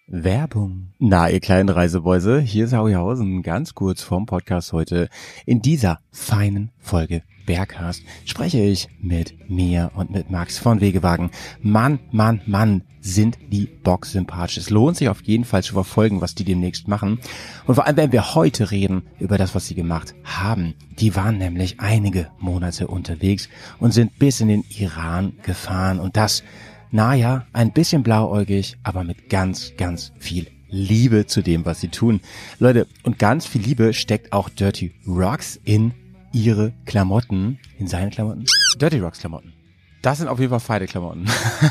Werbung. Na, ihr kleinen Reisebeuse, hier ist Hauihausen, ganz kurz vom Podcast heute. In dieser feinen Folge Bergcast spreche ich mit Mia und mit Max von Wegewagen. Mann, sind die Box sympathisch. Es lohnt sich auf jeden Fall zu verfolgen, was die demnächst machen. Und vor allem werden wir heute reden über das, was sie gemacht haben. Die waren nämlich einige Monate unterwegs und sind bis in den Iran gefahren. Und das, naja, ein bisschen blauäugig, aber mit ganz viel Liebe zu dem, was sie tun. Leute, und ganz viel Liebe steckt auch Dirty Rocks in ihre Klamotten, in seine Klamotten. Dirty Rocks Klamotten. Das sind auf jeden Fall feine Klamotten.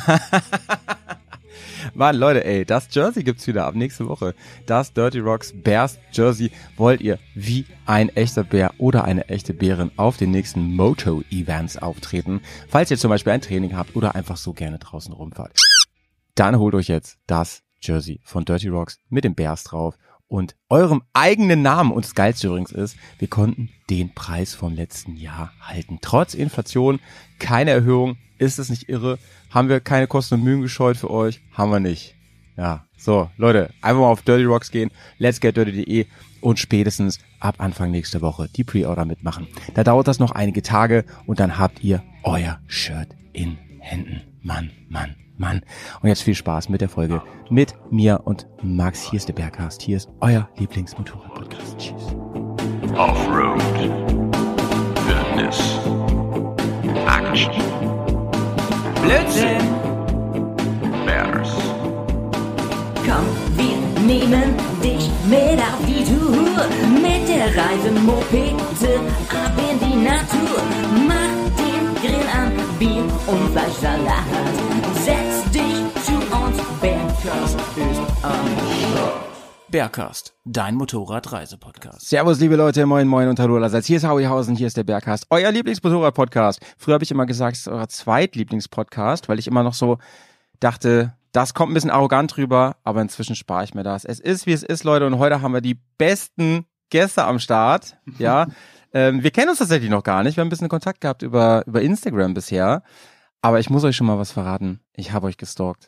Mann, Leute, ey, das Jersey gibt's wieder ab nächste Woche. Das Dirty Rocks Bears Jersey. Wollt ihr wie ein echter Bär oder eine echte Bärin auf den nächsten Moto-Events auftreten? Falls ihr zum Beispiel ein Training habt oder einfach so gerne draußen rumfahrt. Dann holt euch jetzt das Jersey von Dirty Rocks mit dem Bears drauf und eurem eigenen Namen. Und das Geilste übrigens ist, wir konnten den Preis vom letzten Jahr halten. Trotz Inflation, keine Erhöhung. Ist es nicht irre? Haben wir keine Kosten und Mühen gescheut für euch? Haben wir nicht. Ja, so, Leute, einfach mal auf Dirty Rocks gehen, letsgetdirty.de und spätestens ab Anfang nächster Woche die Pre-Order mitmachen. Da dauert das noch einige Tage und dann habt ihr euer Shirt in Händen. Mann. Und jetzt viel Spaß mit der Folge mit mir und Max. Hier ist der Bergcast. Hier ist euer Lieblingsmotorrad-Podcast. Tschüss. Offroad. Goodness. Action. Blödsinn! Bears. Komm, wir nehmen dich mit auf die Tour. Mit der Reisemopete ab in die Natur. Mach den Grill an, Bier und Fleischsalat. Setz dich zu uns, Bergcast ist am Start. Bergcast, dein Motorrad-Reise-Podcast. Servus, liebe Leute, moin und hallo allerseits. Hier ist Hauihausen, hier ist der Bergcast, euer Lieblingsmotorrad-Podcast. Früher habe ich immer gesagt, es ist euer Zweitlieblings-Podcast, weil ich immer noch so dachte, das kommt ein bisschen arrogant rüber, aber inzwischen spare ich mir das. Es ist, wie es ist, Leute, und heute haben wir die besten Gäste am Start. Ja, wir kennen uns tatsächlich noch gar nicht. Wir haben ein bisschen Kontakt gehabt über Instagram bisher. Aber ich muss euch schon mal was verraten. Ich habe euch gestalkt.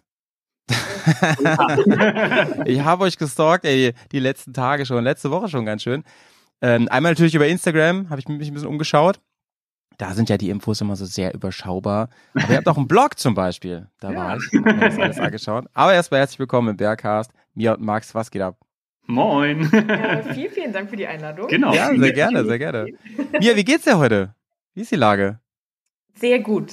Ich habe euch gestalkt, ey, die letzten Tage schon, letzte Woche schon ganz schön. Einmal natürlich über Instagram, habe ich mich ein bisschen umgeschaut. Da sind ja die Infos immer so sehr überschaubar. Aber ihr habt auch einen Blog zum Beispiel. Da war ich, hab mir das alles angeschaut. Aber erstmal herzlich willkommen im Bergcast. Mia und Max, was geht ab? Moin. Vielen Dank für die Einladung. Genau. Ja, sehr gerne. Mia, wie geht's dir heute? Wie ist die Lage? Sehr gut.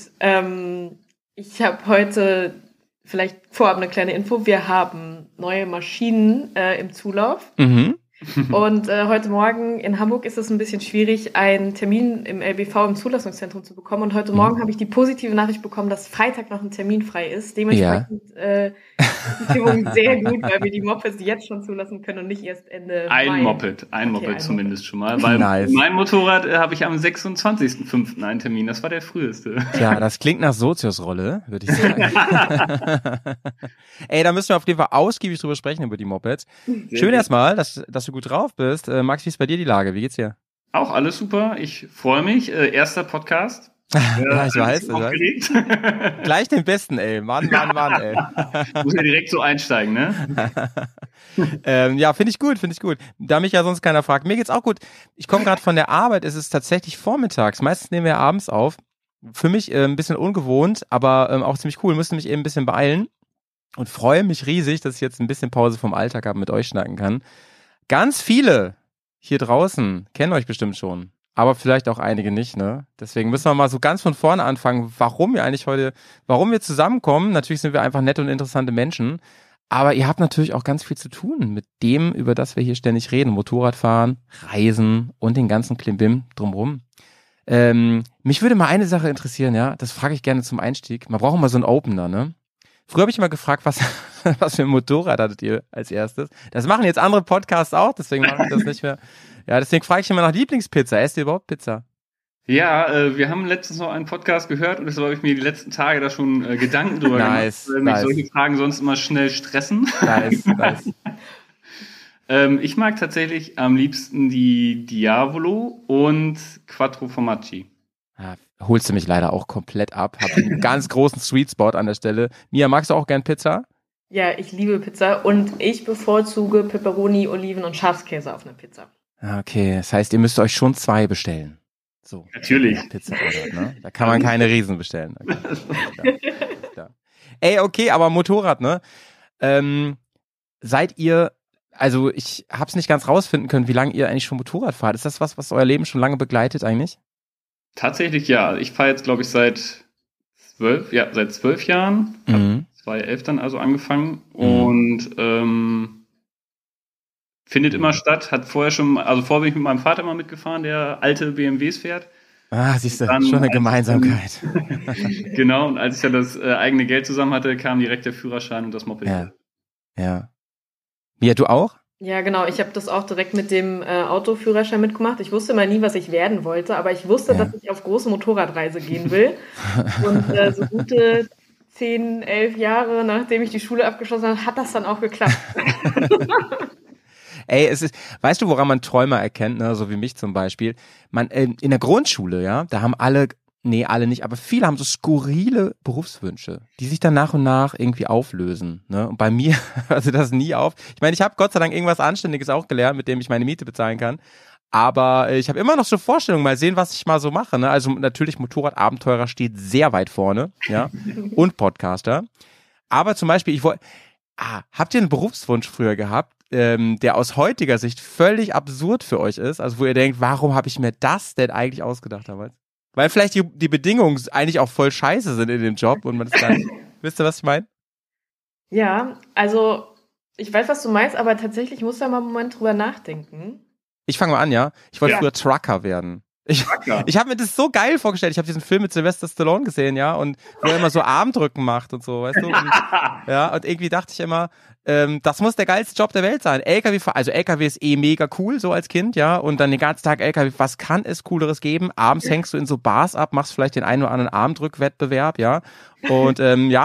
Ich habe heute vielleicht vorab eine kleine Info. Wir haben neue Maschinen im Zulauf. Mhm. Und heute Morgen in Hamburg ist es ein bisschen schwierig, einen Termin im LBV im Zulassungszentrum zu bekommen. Und heute Morgen habe ich die positive Nachricht bekommen, dass Freitag noch ein Termin frei ist. Dementsprechend ist die Stimmung sehr gut, weil wir die Mopeds jetzt schon zulassen können und nicht erst Ende Mai. Ein Moped zumindest schon mal. Weil Nice. mein Motorrad habe ich am 26.05. einen Termin. Das war der früheste. Ja, das klingt nach Sozius-Rolle, würde ich sagen. Ey, da müssen wir auf jeden Fall ausgiebig drüber sprechen, über die Mopeds. Schön erstmal, dass du gut drauf bist. Max, wie ist bei dir die Lage? Wie geht's dir? Auch alles super. Ich freue mich. Erster Podcast. Ja, ich weiß. Aufgeregt. Gleich den besten, ey. Mann, ey. Muss ja direkt so einsteigen, ne? Ja, finde ich gut. Da mich ja sonst keiner fragt. Mir geht's auch gut. Ich komme gerade von der Arbeit. Es ist tatsächlich vormittags. Meistens nehmen wir abends auf. Für mich ein bisschen ungewohnt, aber auch ziemlich cool. Musste mich eben ein bisschen beeilen und freue mich riesig, dass ich jetzt ein bisschen Pause vom Alltag habe, mit euch schnacken kann. Ganz viele hier draußen kennen euch bestimmt schon, aber vielleicht auch einige nicht, ne? Deswegen müssen wir mal so ganz von vorne anfangen, warum wir zusammenkommen. Natürlich sind wir einfach nette und interessante Menschen, aber ihr habt natürlich auch ganz viel zu tun mit dem, über das wir hier ständig reden. Motorradfahren, Reisen und den ganzen Klimbim drumherum. Mich würde mal eine Sache interessieren, ja? Das frage ich gerne zum Einstieg. Man braucht mal so einen Opener, ne? Früher habe ich immer gefragt, was für ein Motorrad hattet ihr als erstes? Das machen jetzt andere Podcasts auch, deswegen mache ich das nicht mehr. Ja, deswegen frage ich immer nach Lieblingspizza. Esst ihr überhaupt Pizza? Ja, wir haben letztens noch einen Podcast gehört und deshalb habe ich mir die letzten Tage da schon Gedanken drüber gemacht, weil mich solche Fragen sonst immer schnell stressen. Nice. Ich mag tatsächlich am liebsten die Diavolo und Quattro Formaggi. Ja, holst du mich leider auch komplett ab. Hab einen ganz großen Sweet Spot an der Stelle. Mia, magst du auch gern Pizza? Ja, ich liebe Pizza und ich bevorzuge Pepperoni, Oliven und Schafskäse auf einer Pizza. Okay, das heißt, ihr müsst euch schon 2 bestellen. So. Natürlich. Pizza ordert, ne? Da kann man keine Riesen bestellen. Okay. Ja. Ey, okay, aber Motorrad, ne? Seid ihr, also ich hab's nicht ganz rausfinden können, wie lange ihr eigentlich schon Motorrad fahrt. Ist das was euer Leben schon lange begleitet eigentlich? Tatsächlich ja. Ich fahre jetzt, glaube ich, seit 12 Jahren. Mhm. 2011 dann also angefangen und findet immer statt. Hat vorher bin ich mit meinem Vater mal mitgefahren, der alte BMWs fährt. Ah, siehst du, schon eine Gemeinsamkeit. Genau, und als ich dann das eigene Geld zusammen hatte, kam direkt der Führerschein und das Moped. Ja. Mia, du auch? Ja, genau. Ich habe das auch direkt mit dem Autoführerschein mitgemacht. Ich wusste mal nie, was ich werden wollte, aber ich wusste, dass ich auf große Motorradreise gehen will. Und so gute 10, 11 Jahre, nachdem ich die Schule abgeschlossen habe, hat das dann auch geklappt. Ey, weißt du, woran man Träumer erkennt, ne? So wie mich zum Beispiel. In der Grundschule, ja, da haben alle nicht, aber viele haben so skurrile Berufswünsche, die sich dann nach und nach irgendwie auflösen, ne? Und bei mir, also das nie auf. Ich meine, ich habe Gott sei Dank irgendwas Anständiges auch gelernt, mit dem ich meine Miete bezahlen kann. Aber ich habe immer noch so Vorstellungen, mal sehen, was ich mal so mache, ne? Also natürlich Motorradabenteurer steht sehr weit vorne, ja, und Podcaster. Aber zum Beispiel, habt ihr einen Berufswunsch früher gehabt, der aus heutiger Sicht völlig absurd für euch ist, also wo ihr denkt, warum habe ich mir das denn eigentlich ausgedacht damals? Weil vielleicht die Bedingungen eigentlich auch voll scheiße sind in dem Job und man ist gar nicht. Wisst ihr, was ich meine? Ja, also ich weiß, was du meinst, aber tatsächlich muss da mal einen Moment drüber nachdenken. Ich fange mal an, ja. Ich wollte früher Trucker werden. Ich habe mir das so geil vorgestellt. Ich habe diesen Film mit Sylvester Stallone gesehen, ja, und wo er immer so Armdrücken macht und so, weißt du? Und irgendwie dachte ich immer, das muss der geilste Job der Welt sein. LKW ist mega cool, so als Kind, ja, und dann den ganzen Tag LKW, was kann es Cooleres geben? Abends hängst du in so Bars ab, machst vielleicht den einen oder anderen Armdrückwettbewerb, ja, und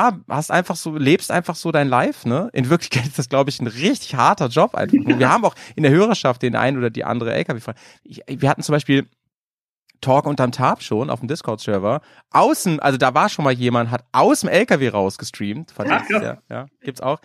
lebst einfach so dein Life, ne? In Wirklichkeit ist das, glaube ich, ein richtig harter Job einfach. Wir haben auch in der Hörerschaft den einen oder die andere LKW-Fahrer. Wir hatten zum Beispiel Talk unterm Tab schon auf dem Discord-Server. Also da war schon mal jemand, hat aus dem LKW rausgestreamt. Ja, gibt's auch.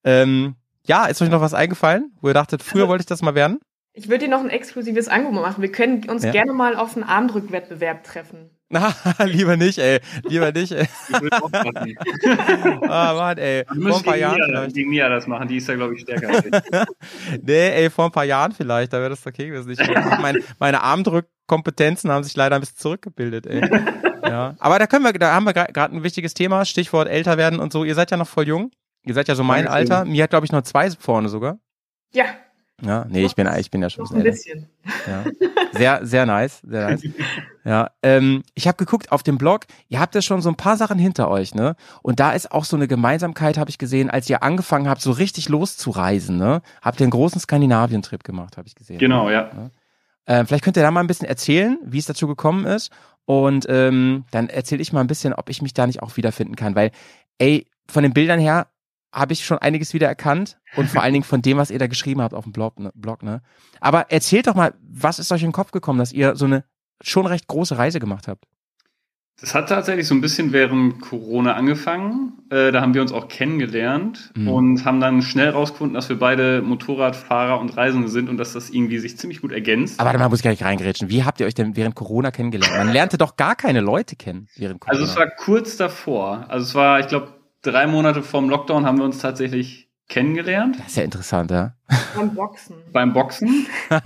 Ist euch noch was eingefallen, wo ihr dachtet, früher wollte ich das mal werden? Ich würde dir noch ein exklusives Angebot machen. Wir können uns gerne mal auf einen Armdrückwettbewerb treffen. Na, lieber nicht, ey. Ich will auch machen. Mann, ey. Vor ein paar Jahren vielleicht. Die Mia das machen, die ist ja, glaube ich, stärker als ich. Nee, ey, vor ein paar Jahren vielleicht, da wäre das okay gewesen. Meine Armdrückkompetenzen haben sich leider ein bisschen zurückgebildet, ey. Ja. Aber da haben wir gerade ein wichtiges Thema, Stichwort älter werden und so. Ihr seid ja noch voll jung. Ihr seid ja so mein Alter. Mir hat, glaube ich, noch 2 vorne sogar. Ja. Ja, nee, ich bin ja schon ein bisschen. Ja. Sehr, sehr nice, sehr nice. Ja, ich habe geguckt auf dem Blog, ihr habt ja schon so ein paar Sachen hinter euch, ne? Und da ist auch so eine Gemeinsamkeit, habe ich gesehen, als ihr angefangen habt, so richtig loszureisen, ne? Habt ihr einen großen Skandinavien-Trip gemacht, habe ich gesehen. Genau, ja. Vielleicht könnt ihr da mal ein bisschen erzählen, wie es dazu gekommen ist. Und dann erzähle ich mal ein bisschen, ob ich mich da nicht auch wiederfinden kann. Weil, ey, von den Bildern her habe ich schon einiges wieder erkannt und vor allen Dingen von dem, was ihr da geschrieben habt auf dem Blog, ne? Aber erzählt doch mal, was ist euch in den Kopf gekommen, dass ihr so eine schon recht große Reise gemacht habt? Das hat tatsächlich so ein bisschen während Corona angefangen. Da haben wir uns auch kennengelernt und haben dann schnell rausgefunden, dass wir beide Motorradfahrer und Reisende sind und dass das irgendwie sich ziemlich gut ergänzt. Aber da muss ich gar nicht reingrätschen. Wie habt ihr euch denn während Corona kennengelernt? Man lernte doch gar keine Leute kennen während Corona. Also es war kurz davor. Also es war, ich glaube, 3 Monate vorm Lockdown haben wir uns tatsächlich kennengelernt. Das ist ja interessant, ja. Beim Boxen.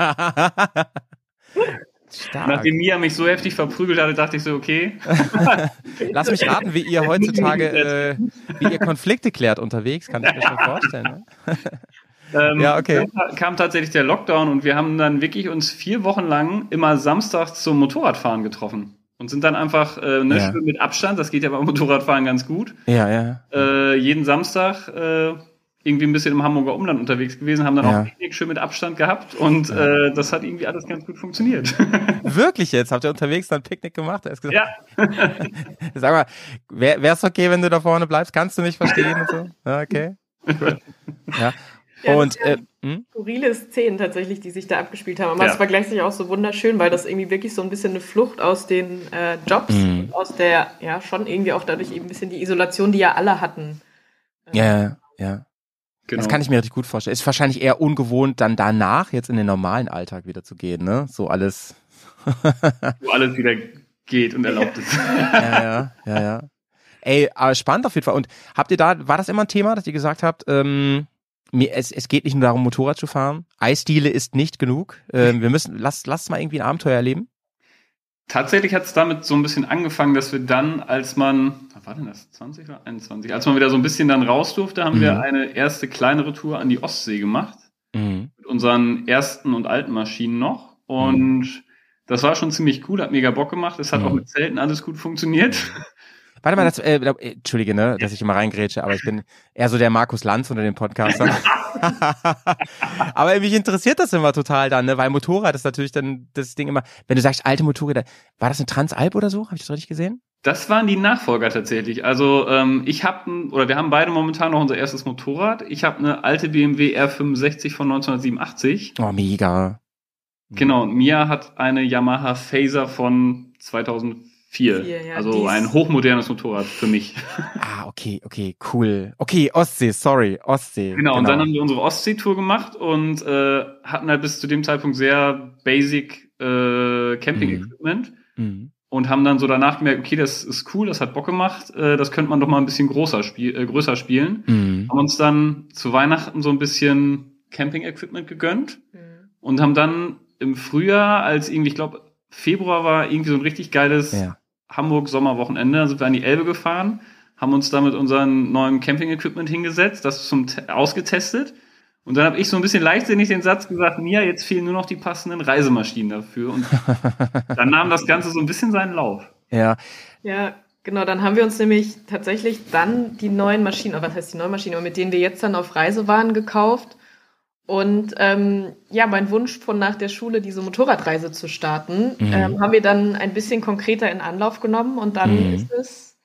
Stark. Nachdem Mia mich so heftig verprügelt hatte, dachte ich so, okay. Lass mich raten, wie ihr heutzutage, wie ihr Konflikte klärt unterwegs, kann ich mir schon vorstellen. Ne? Ja, okay. Dann kam tatsächlich der Lockdown und wir haben dann wirklich uns 4 Wochen lang immer samstags zum Motorradfahren getroffen. Und sind dann einfach schön mit Abstand, das geht ja beim Motorradfahren ganz gut. Ja. Jeden Samstag irgendwie ein bisschen im Hamburger Umland unterwegs gewesen, haben dann auch Picknick schön mit Abstand gehabt und das hat irgendwie alles ganz gut funktioniert. Wirklich jetzt? Habt ihr unterwegs dann Picknick gemacht? Ja. Sag mal, wär's okay, wenn du da vorne bleibst? Kannst du nicht verstehen und so? Ja, okay. Ja. Und skurrile Szenen tatsächlich, die sich da abgespielt haben. Aber es war gleichzeitig auch so wunderschön, weil das irgendwie wirklich so ein bisschen eine Flucht aus den Jobs und aus der, schon irgendwie auch dadurch eben ein bisschen die Isolation, die ja alle hatten. Ja. Ja. Genau. Das kann ich mir richtig gut vorstellen. Ist wahrscheinlich eher ungewohnt, dann danach jetzt in den normalen Alltag wieder zu gehen, ne? So alles. Wo alles wieder geht und erlaubt ist. Ja. Ey, aber spannend auf jeden Fall. Und war das immer ein Thema, dass ihr gesagt habt, es geht nicht nur darum, Motorrad zu fahren. Eisdiele ist nicht genug. Lass mal irgendwie ein Abenteuer erleben. Tatsächlich hat es damit so ein bisschen angefangen, dass wir dann, was war denn das, 20 oder 21? Als man wieder so ein bisschen dann raus durfte, haben wir eine erste kleinere Tour an die Ostsee gemacht. Mit unseren ersten und alten Maschinen noch. Und das war schon ziemlich cool, hat mega Bock gemacht. Es hat auch mit Zelten alles gut funktioniert. Warte mal, entschuldige, ne, dass ich immer reingrätsche, aber ich bin eher so der Markus Lanz unter den Podcastern. Aber mich interessiert das immer total dann, ne, weil Motorrad ist natürlich dann das Ding immer, wenn du sagst alte Motorräder, war das eine Transalp oder so? Habe ich das richtig gesehen? Das waren die Nachfolger tatsächlich. Also wir haben beide momentan noch unser erstes Motorrad. Ich habe eine alte BMW R65 von 1987. Oh, mega. Genau, und Mia hat eine Yamaha Phaser von 2004. Also ein hochmodernes Motorrad für mich. Ah, okay, cool. Okay, Ostsee. Genau, und dann haben wir unsere Ostsee-Tour gemacht und hatten halt bis zu dem Zeitpunkt sehr basic Camping-Equipment und haben dann so danach gemerkt, okay, das ist cool, das hat Bock gemacht, das könnte man doch mal ein bisschen größer spielen. Haben uns dann zu Weihnachten so ein bisschen Camping-Equipment gegönnt und haben dann im Frühjahr, als irgendwie, ich glaube, Februar war irgendwie so ein richtig geiles Hamburg-Sommerwochenende, da sind wir an die Elbe gefahren, haben uns da mit unserem neuen Camping-Equipment hingesetzt, das ausgetestet. Und dann habe ich so ein bisschen leichtsinnig den Satz gesagt, Mia, jetzt fehlen nur noch die passenden Reisemaschinen dafür. Und dann nahm das Ganze so ein bisschen seinen Lauf. Ja, genau, dann haben wir uns nämlich tatsächlich dann die neuen Maschinen, oder was heißt die neuen Maschinen, mit denen wir jetzt dann auf Reise waren, gekauft. Und mein Wunsch von nach der Schule, diese Motorradreise zu starten, haben wir dann ein bisschen konkreter in Anlauf genommen. Und dann ist es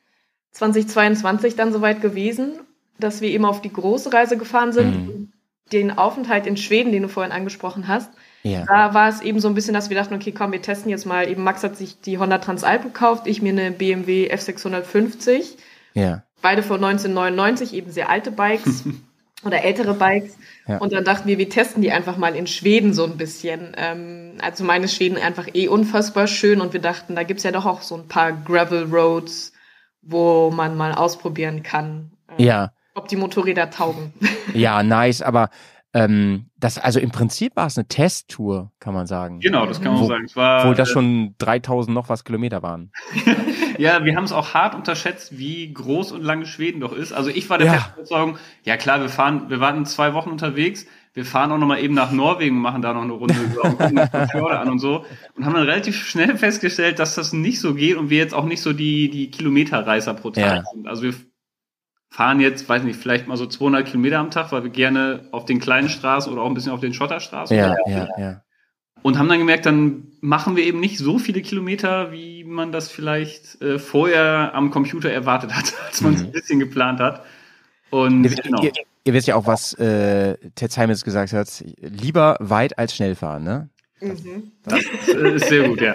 2022 dann soweit gewesen, dass wir eben auf die große Reise gefahren sind. Den Aufenthalt in Schweden, den du vorhin angesprochen hast, da war es eben so ein bisschen, dass wir dachten, okay, komm, wir testen jetzt mal. Eben Max hat sich die Honda Transalp gekauft, ich mir eine BMW F650. Ja. Beide von 1999, eben sehr alte Bikes. Oder ältere Bikes. Ja. Und dann dachten wir testen die einfach mal in Schweden so ein bisschen. Also meine Schweden einfach unfassbar schön. Und wir dachten, da gibt's ja doch auch so ein paar Gravel Roads, wo man mal ausprobieren kann, ob die Motorräder taugen. Ja, nice. Aber also im Prinzip war es eine Testtour, kann man sagen. Genau, das kann man sagen. Wo das schon 3000 noch was Kilometer waren. Ja, wir haben es auch hart unterschätzt, wie groß und lang Schweden doch ist. Also ich war der festen Überzeugung, ja klar, wir waren 2 Wochen unterwegs, wir fahren auch nochmal eben nach Norwegen und machen da noch eine Runde über Fjorde an und so. Und haben dann relativ schnell festgestellt, dass das nicht so geht und wir jetzt auch nicht so die Kilometerreißer pro Tag sind. Also wir fahren jetzt, weiß nicht, vielleicht mal so 200 Kilometer am Tag, weil wir gerne auf den kleinen Straßen oder auch ein bisschen auf den Schotterstraßen Ja. Und haben dann gemerkt, dann machen wir eben nicht so viele Kilometer, wie man das vielleicht vorher am Computer erwartet hat, als man es ein bisschen geplant hat. Und ihr wisst ja auch, was Ted Simons gesagt hat, lieber weit als schnell fahren, ne? Das ist sehr gut, ja.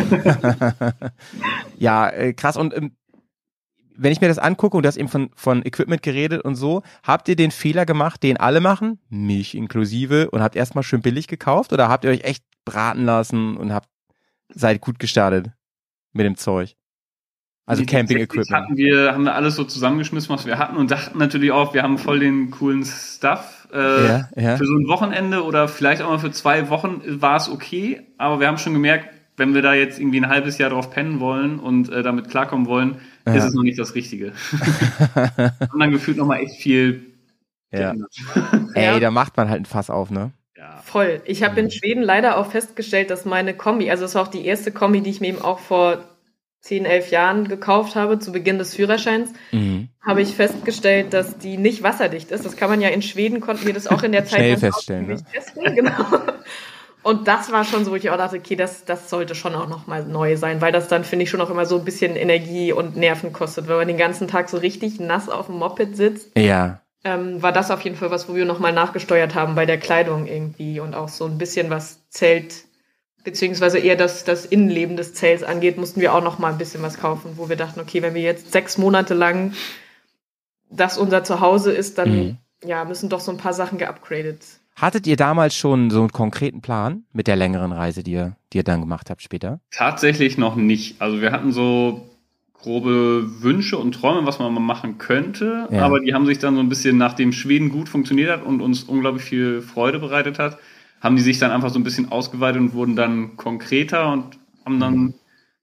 Ja, krass. Und wenn ich mir das angucke, und du hast eben von Equipment geredet und so, habt ihr den Fehler gemacht, den alle machen, mich inklusive, und habt erstmal schön billig gekauft, oder habt ihr euch echt braten lassen und seid gut gestartet mit dem Zeug? Also Camping-Equipment. Haben wir alles so zusammengeschmissen, was wir hatten, und dachten natürlich auch, wir haben voll den coolen Stuff. Für so ein Wochenende oder vielleicht auch mal für 2 Wochen war es okay, aber wir haben schon gemerkt, wenn wir da jetzt irgendwie ein halbes Jahr drauf pennen wollen und damit klarkommen wollen, ist es noch nicht das Richtige. Haben dann gefühlt nochmal echt viel geändert. Ey, da macht man halt ein Fass auf, ne? Ja. Voll. Ich habe in Schweden leider auch festgestellt, dass meine Kombi, also es war auch die erste Kombi, die ich mir eben auch vor 10, 11 Jahren gekauft habe, zu Beginn des Führerscheins, habe ich festgestellt, dass die nicht wasserdicht ist. Das kann man ja in Schweden, konnten wir das auch in der Zeit schnell feststellen. Testen, genau. Und das war schon so, wo ich auch dachte, okay, das sollte schon auch noch mal neu sein, weil das dann, finde ich, schon auch immer so ein bisschen Energie und Nerven kostet, wenn man den ganzen Tag so richtig nass auf dem Moped sitzt. Ja. War das auf jeden Fall was, wo wir noch mal nachgesteuert haben bei der Kleidung irgendwie und auch so ein bisschen was Zelt, beziehungsweise eher das Innenleben des Zelts angeht, mussten wir auch noch mal ein bisschen was kaufen, wo wir dachten, okay, wenn wir jetzt 6 Monate lang das unser Zuhause ist, dann müssen doch so ein paar Sachen geupgradet. Hattet ihr damals schon so einen konkreten Plan mit der längeren Reise, die ihr dann gemacht habt später? Tatsächlich noch nicht. Also wir hatten so grobe Wünsche und Träume, was man mal machen könnte, aber die haben sich dann so ein bisschen, nachdem Schweden gut funktioniert hat und uns unglaublich viel Freude bereitet hat, haben die sich dann einfach so ein bisschen ausgeweitet und wurden dann konkreter und haben dann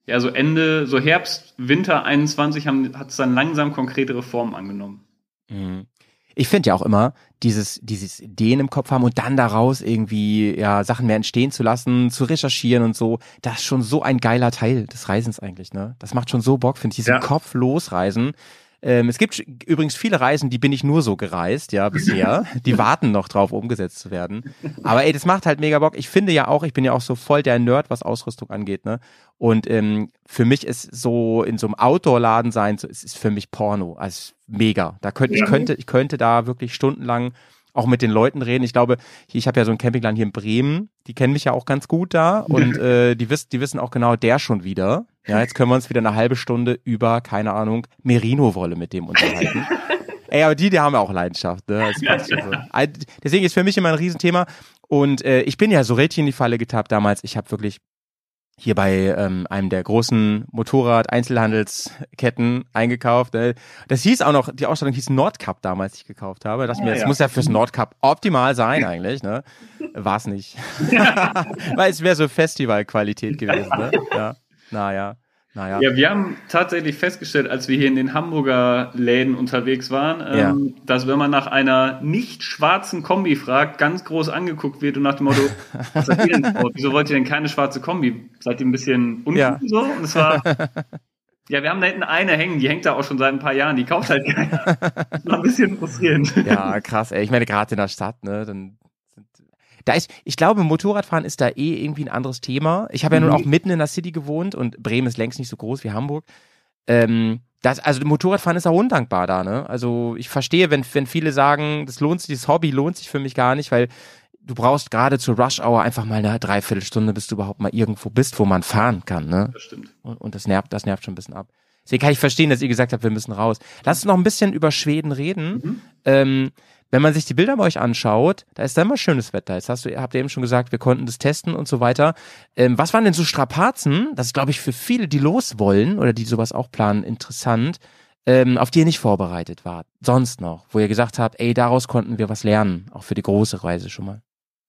so Herbst, Winter 21 hat es dann langsam konkretere Formen angenommen. Mhm. Ich finde ja auch immer, dieses Ideen im Kopf haben und dann daraus irgendwie Sachen mehr entstehen zu lassen, zu recherchieren und so, das ist schon so ein geiler Teil des Reisens eigentlich, ne? Das macht schon so Bock, finde ich, diesen Kopf losreisen. Es gibt übrigens viele Reisen, die bin ich nur so gereist, bisher. Die warten noch drauf, umgesetzt zu werden. Aber das macht halt mega Bock. Ich finde ja auch, ich bin ja auch so voll der Nerd, was Ausrüstung angeht, ne? Und für mich ist so in so einem Outdoor-Laden sein, es ist für mich Porno. Also mega. Ich könnte da wirklich stundenlang auch mit den Leuten reden. Ich glaube, ich habe ja so einen Campingplan hier in Bremen, die kennen mich ja auch ganz gut da und die wissen auch genau, der schon wieder. Ja, jetzt können wir uns wieder eine halbe Stunde über, keine Ahnung, Merino-Wolle mit dem unterhalten. Ey, aber die haben ja auch Leidenschaft, ne? Das passt schon so. Deswegen ist für mich immer ein Riesenthema und ich bin ja so richtig in die Falle getappt damals. Ich habe wirklich hier bei einem der großen Motorrad-Einzelhandelsketten eingekauft. Das hieß auch noch, die Ausstattung hieß Nordcup damals, die ich gekauft habe. Das muss ja fürs Nordcup optimal sein eigentlich, ne? War's nicht. Weil es wäre so Festivalqualität gewesen, ne? Ja. Naja. Ja, wir haben tatsächlich festgestellt, als wir hier in den Hamburger Läden unterwegs waren, dass wenn man nach einer nicht schwarzen Kombi fragt, ganz groß angeguckt wird und nach dem Motto, was seid ihr denn? Wieso wollt ihr denn keine schwarze Kombi? Seid ihr ein bisschen uncool so? Und es war, wir haben da hinten eine hängen, die hängt da auch schon seit ein paar Jahren, die kauft halt keiner. Das war ein bisschen frustrierend. Ja, krass, ey. Ich meine, gerade in der Stadt, ne, ich glaube, Motorradfahren ist da irgendwie ein anderes Thema. Ich habe ja nun auch mitten in der City gewohnt und Bremen ist längst nicht so groß wie Hamburg. Motorradfahren ist auch undankbar da, ne? Also ich verstehe, wenn viele sagen, dieses Hobby lohnt sich für mich gar nicht, weil du brauchst gerade zur Rush-Hour einfach mal eine Dreiviertelstunde, bis du überhaupt mal irgendwo bist, wo man fahren kann, ne? Das stimmt. Und das nervt schon ein bisschen ab. Deswegen kann ich verstehen, dass ihr gesagt habt, wir müssen raus. Lass uns noch ein bisschen über Schweden reden. Wenn man sich die Bilder bei euch anschaut, da ist dann mal schönes Wetter. Jetzt habt ihr eben schon gesagt, wir konnten das testen und so weiter. Was waren denn so Strapazen? Das ist, glaube ich, für viele, die los wollen oder die sowas auch planen, interessant, auf die ihr nicht vorbereitet wart. Sonst noch, wo ihr gesagt habt, ey, daraus konnten wir was lernen, auch für die große Reise schon mal.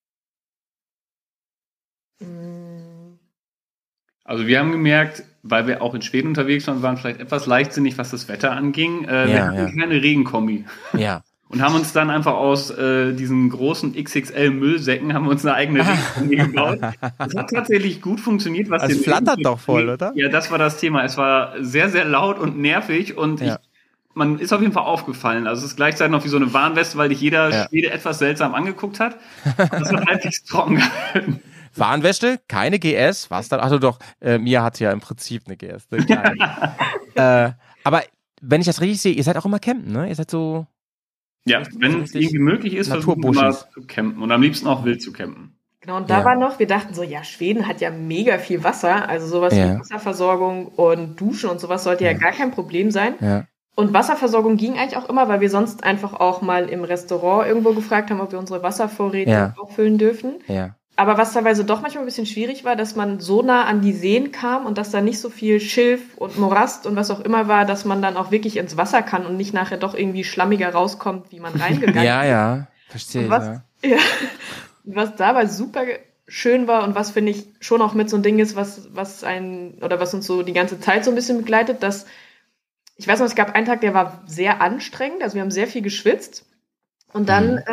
Also wir haben gemerkt, weil wir auch in Schweden unterwegs waren vielleicht etwas leichtsinnig, was das Wetter anging. Wir hatten keine Regenkombi. Ja. Und haben uns dann einfach aus diesen großen XXL-Müllsäcken haben wir uns eine eigene Regenkombi gebaut. Das hat tatsächlich gut funktioniert. Es flattert doch voll, oder? Ja, das war das Thema. Es war sehr, sehr laut und nervig und man ist auf jeden Fall aufgefallen. Also es ist gleichzeitig noch wie so eine Warnweste, weil dich jeder Schwede etwas seltsam angeangeguckt hat. Das war halbwegs trocken gehalten. Warnweste, keine GS, was dann? Also doch, Mia hat ja im Prinzip eine GS. Ne? Aber wenn ich das richtig sehe, ihr seid auch immer campen, ne? Ihr seid so... Ja, wenn es irgendwie möglich ist, versuchen wir mal zu campen und am liebsten auch wild zu campen. Genau, und da war noch, wir dachten so, Schweden hat ja mega viel Wasser, also sowas wie Wasserversorgung und Duschen und sowas sollte ja gar kein Problem sein. Ja. Und Wasserversorgung ging eigentlich auch immer, weil wir sonst einfach auch mal im Restaurant irgendwo gefragt haben, ob wir unsere Wasservorräte auffüllen dürfen. Ja. Aber was teilweise doch manchmal ein bisschen schwierig war, dass man so nah an die Seen kam und dass da nicht so viel Schilf und Morast und was auch immer war, dass man dann auch wirklich ins Wasser kann und nicht nachher doch irgendwie schlammiger rauskommt, wie man reingegangen ist. Ja, verstehe ich. Was dabei super schön war und was, finde ich, schon auch mit so ein Ding ist, was uns so die ganze Zeit so ein bisschen begleitet, dass, ich weiß noch, es gab einen Tag, der war sehr anstrengend, also wir haben sehr viel geschwitzt und dann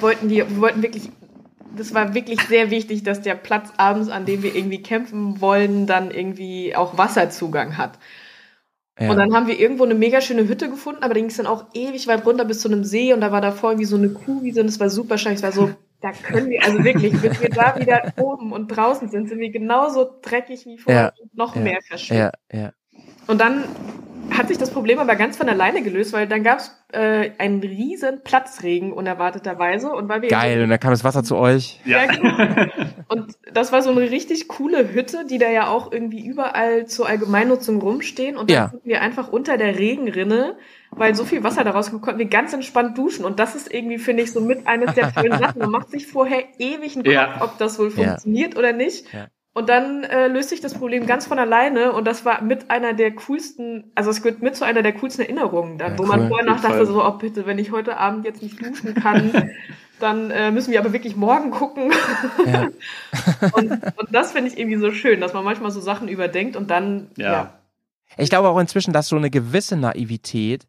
das war wirklich sehr wichtig, dass der Platz abends, an dem wir irgendwie campen wollen, dann irgendwie auch Wasserzugang hat. Ja. Und dann haben wir irgendwo eine mega schöne Hütte gefunden, aber die ging es dann auch ewig weit runter bis zu einem See und da war davor irgendwie so eine Kuhwiese und es war super schön. Es war so, da können wir, also wirklich, bis wir da wieder oben und draußen sind wir genauso dreckig wie vorher und noch mehr verschwitzt. Ja. Und dann hat sich das Problem aber ganz von alleine gelöst, weil dann gab es einen riesen Platzregen unerwarteterweise. Und weil wir geil, und dann kam das Wasser zu euch. Ja, genau. Und das war so eine richtig coole Hütte, die da ja auch irgendwie überall zur Allgemeinnutzung rumstehen. Und dann konnten wir einfach unter der Regenrinne weil so viel Wasser daraus kommt, konnten wir ganz entspannt duschen. Und das ist irgendwie, finde ich, so mit eines der tollen Sachen. Man macht sich vorher ewig einen Kopf, ob das wohl funktioniert oder nicht. Ja. Und dann löst sich das Problem ganz von alleine. Und das war mit einer der coolsten, also es gehört mit zu einer der coolsten Erinnerungen dann, wo man vorher noch dachte, so, oh bitte, wenn ich heute Abend jetzt nicht duschen kann, dann müssen wir aber wirklich morgen gucken. Ja. und das finde ich irgendwie so schön, dass man manchmal so Sachen überdenkt und dann, Ich glaube auch inzwischen, dass so eine gewisse Naivität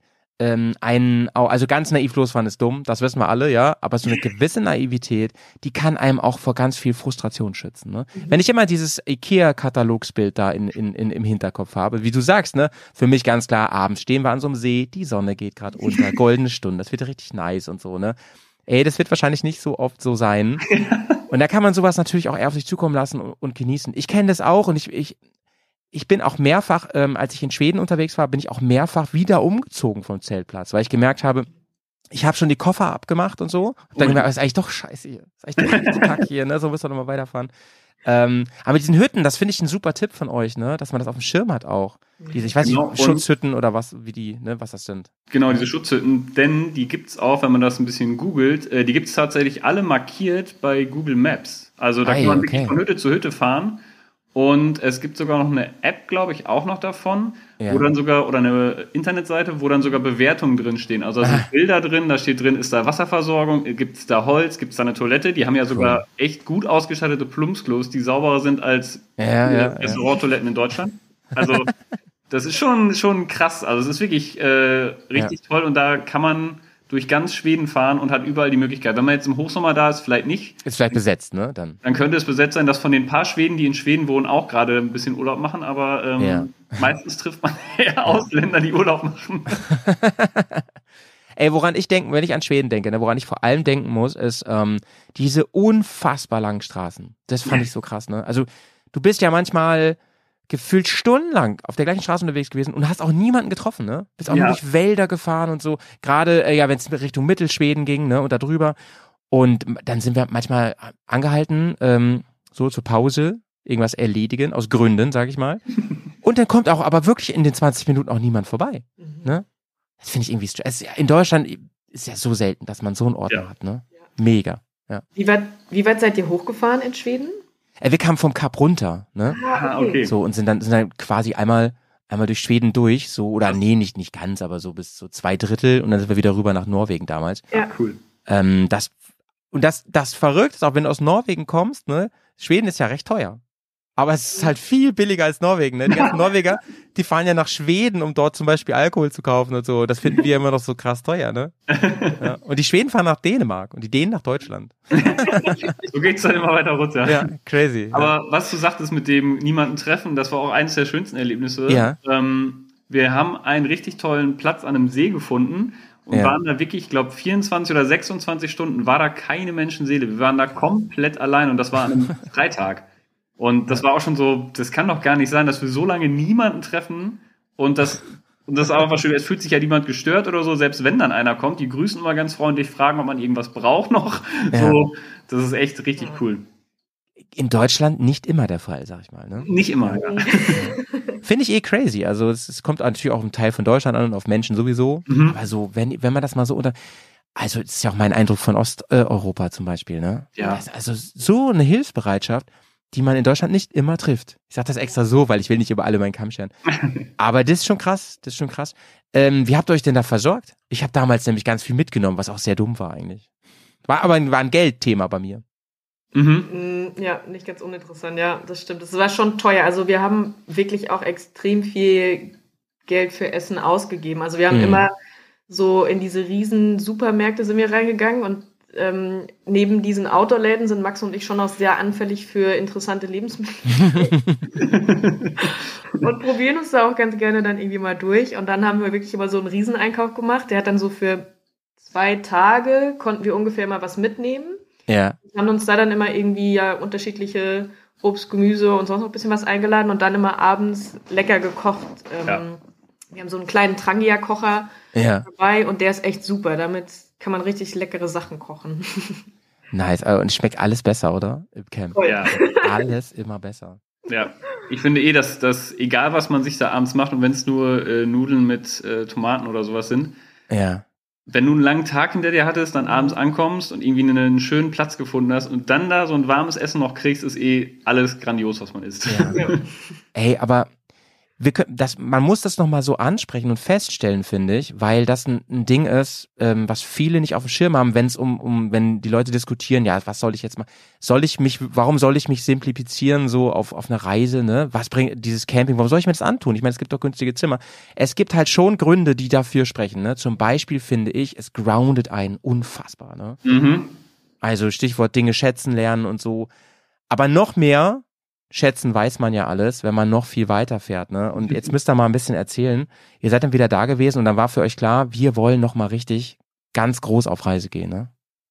also ganz naiv losfahren ist dumm, das wissen wir alle, ja, aber so eine gewisse Naivität, die kann einem auch vor ganz viel Frustration schützen, ne? Wenn ich immer dieses IKEA-Katalogsbild da im Hinterkopf habe, wie du sagst, ne, für mich ganz klar, abends stehen wir an so einem See, die Sonne geht gerade unter, goldene Stunde, das wird richtig nice und so, ne? Ey, das wird wahrscheinlich nicht so oft so sein. Und da kann man sowas natürlich auch eher auf sich zukommen lassen und genießen. Ich kenne das auch und ich bin auch mehrfach, als ich in Schweden unterwegs war, bin ich auch mehrfach wieder umgezogen vom Zeltplatz, weil ich gemerkt habe, ich habe schon die Koffer abgemacht und so. Und dann gemerkt, das ist eigentlich doch scheiße hier. Das ist eigentlich doch richtig kack hier, ne? So müssen wir doch mal weiterfahren. Aber mit diesen Hütten, das finde ich ein super Tipp von euch, ne? Dass man das auf dem Schirm hat auch. Diese, ich weiß nicht, Schutzhütten oder was, was das sind. Genau, diese Schutzhütten, denn die gibt's auch, wenn man das ein bisschen googelt, die gibt's tatsächlich alle markiert bei Google Maps. Also da kann man wirklich von Hütte zu Hütte fahren. Und es gibt sogar noch eine App, glaube ich, auch noch davon, wo dann sogar, oder eine Internetseite, wo dann sogar Bewertungen drin stehen. Also da sind Bilder drin, da steht drin, ist da Wasserversorgung, gibt es da Holz, gibt es da eine Toilette. Die haben ja sogar echt gut ausgestattete Plumpsklos, die sauberer sind als Restauranttoiletten in Deutschland. Also das ist schon krass. Also es ist wirklich richtig toll und da kann man durch ganz Schweden fahren und hat überall die Möglichkeit. Wenn man jetzt im Hochsommer da ist, vielleicht nicht. Ist vielleicht besetzt, ne? Dann könnte es besetzt sein, dass von den paar Schweden, die in Schweden wohnen, auch gerade ein bisschen Urlaub machen, aber meistens trifft man eher Ausländer, die Urlaub machen. Ey, woran ich denke, wenn ich an Schweden denke, ne, woran ich vor allem denken muss, ist diese unfassbar langen Straßen. Das fand ich so krass, ne? Also du bist ja manchmal gefühlt stundenlang auf der gleichen Straße unterwegs gewesen und hast auch niemanden getroffen, ne? Bist auch nur durch Wälder gefahren und so. Gerade, wenn es Richtung Mittelschweden ging, ne? Und da drüber. Und dann sind wir manchmal angehalten, so zur Pause, irgendwas erledigen, aus Gründen, sag ich mal. Und dann kommt auch aber wirklich in den 20 Minuten auch niemand vorbei, ne? Das finde ich irgendwie, in Deutschland ist ja so selten, dass man so einen Ort hat, ne? Mega, ja. Wie weit seid ihr hochgefahren in Schweden? Wir kamen vom Kap runter, ne? Okay. So, und sind dann quasi einmal durch Schweden durch, so, oder nee, nicht ganz, aber so bis so 2/3 und dann sind wir wieder rüber nach Norwegen damals. Ja, cool. Das verrückt ist, auch wenn du aus Norwegen kommst, ne? Schweden ist ja recht teuer. Aber es ist halt viel billiger als Norwegen, ne? Die ganzen Norweger, die fahren ja nach Schweden, um dort zum Beispiel Alkohol zu kaufen und so. Das finden wir immer noch so krass teuer, ne? Ja. Und die Schweden fahren nach Dänemark und die Dänen nach Deutschland. So geht's dann immer weiter runter. Ja, crazy. Aber was du sagtest mit dem niemanden treffen, das war auch eines der schönsten Erlebnisse. Ja. Wir haben einen richtig tollen Platz an einem See gefunden und waren da wirklich, ich glaube 24 oder 26 Stunden war da keine Menschenseele. Wir waren da komplett allein und das war an einem Freitag. Und das war auch schon so, das kann doch gar nicht sein, dass wir so lange niemanden treffen und das ist auch was schön, es fühlt sich ja niemand gestört oder so, selbst wenn dann einer kommt, die grüßen immer ganz freundlich, fragen, ob man irgendwas braucht noch. Ja. So, das ist echt richtig cool. In Deutschland nicht immer der Fall, sag ich mal, ne? Nicht immer, ja. Finde ich crazy. Also es kommt natürlich auch ein Teil von Deutschland an und auf Menschen sowieso. Aber so, wenn man das mal so also das ist ja auch mein Eindruck von Osteuropa zum Beispiel, ne? Ja. Also so eine Hilfsbereitschaft, die man in Deutschland nicht immer trifft. Ich sage das extra so, weil ich will nicht über alle meinen Kamm scheren. Aber das ist schon krass, wie habt ihr euch denn da versorgt? Ich habe damals nämlich ganz viel mitgenommen, was auch sehr dumm war eigentlich. War ein Geldthema bei mir. Ja, nicht ganz uninteressant, ja, das stimmt. Das war schon teuer. Also wir haben wirklich auch extrem viel Geld für Essen ausgegeben. Also wir haben immer so in diese riesen Supermärkte sind wir reingegangen und neben diesen Outdoor-Läden sind Max und ich schon auch sehr anfällig für interessante Lebensmittel und probieren uns da auch ganz gerne dann irgendwie mal durch. Und dann haben wir wirklich immer so einen Rieseneinkauf gemacht. Der hat dann so für 2 Tage, konnten wir ungefähr mal was mitnehmen. Ja. Wir haben uns da dann immer irgendwie unterschiedliche Obst, Gemüse und sonst noch ein bisschen was eingeladen und dann immer abends lecker gekocht. Wir haben so einen kleinen Trangia-Kocher dabei und der ist echt super. Damit kann man richtig leckere Sachen kochen. Nice. Und schmeckt alles besser, oder? Im Camp. Oh ja. Alles immer besser. Ja. Ich finde dass egal was man sich da abends macht und wenn es nur Nudeln mit Tomaten oder sowas sind, Ja. wenn du einen langen Tag hinter dir hattest, dann abends ankommst und irgendwie einen schönen Platz gefunden hast und dann da so ein warmes Essen noch kriegst, ist alles grandios, was man isst. Ja. Ey, aber man muss das nochmal so ansprechen und feststellen, finde ich, weil das ein Ding ist, was viele nicht auf dem Schirm haben, wenn es wenn die Leute diskutieren, ja, was soll ich jetzt mal, warum soll ich mich simplifizieren so auf einer Reise, ne? Was bringt dieses Camping, warum soll ich mir das antun? Ich meine, es gibt doch günstige Zimmer. Es gibt halt schon Gründe, die dafür sprechen, ne? Zum Beispiel finde ich, es groundet einen unfassbar, ne? Mhm. Also Stichwort Dinge schätzen lernen und so. Aber noch mehr schätzen weiß man ja alles, wenn man noch viel weiter fährt, ne? Und jetzt müsst ihr mal ein bisschen erzählen. Ihr seid dann wieder da gewesen und dann war für euch klar, wir wollen noch mal richtig ganz groß auf Reise gehen, ne?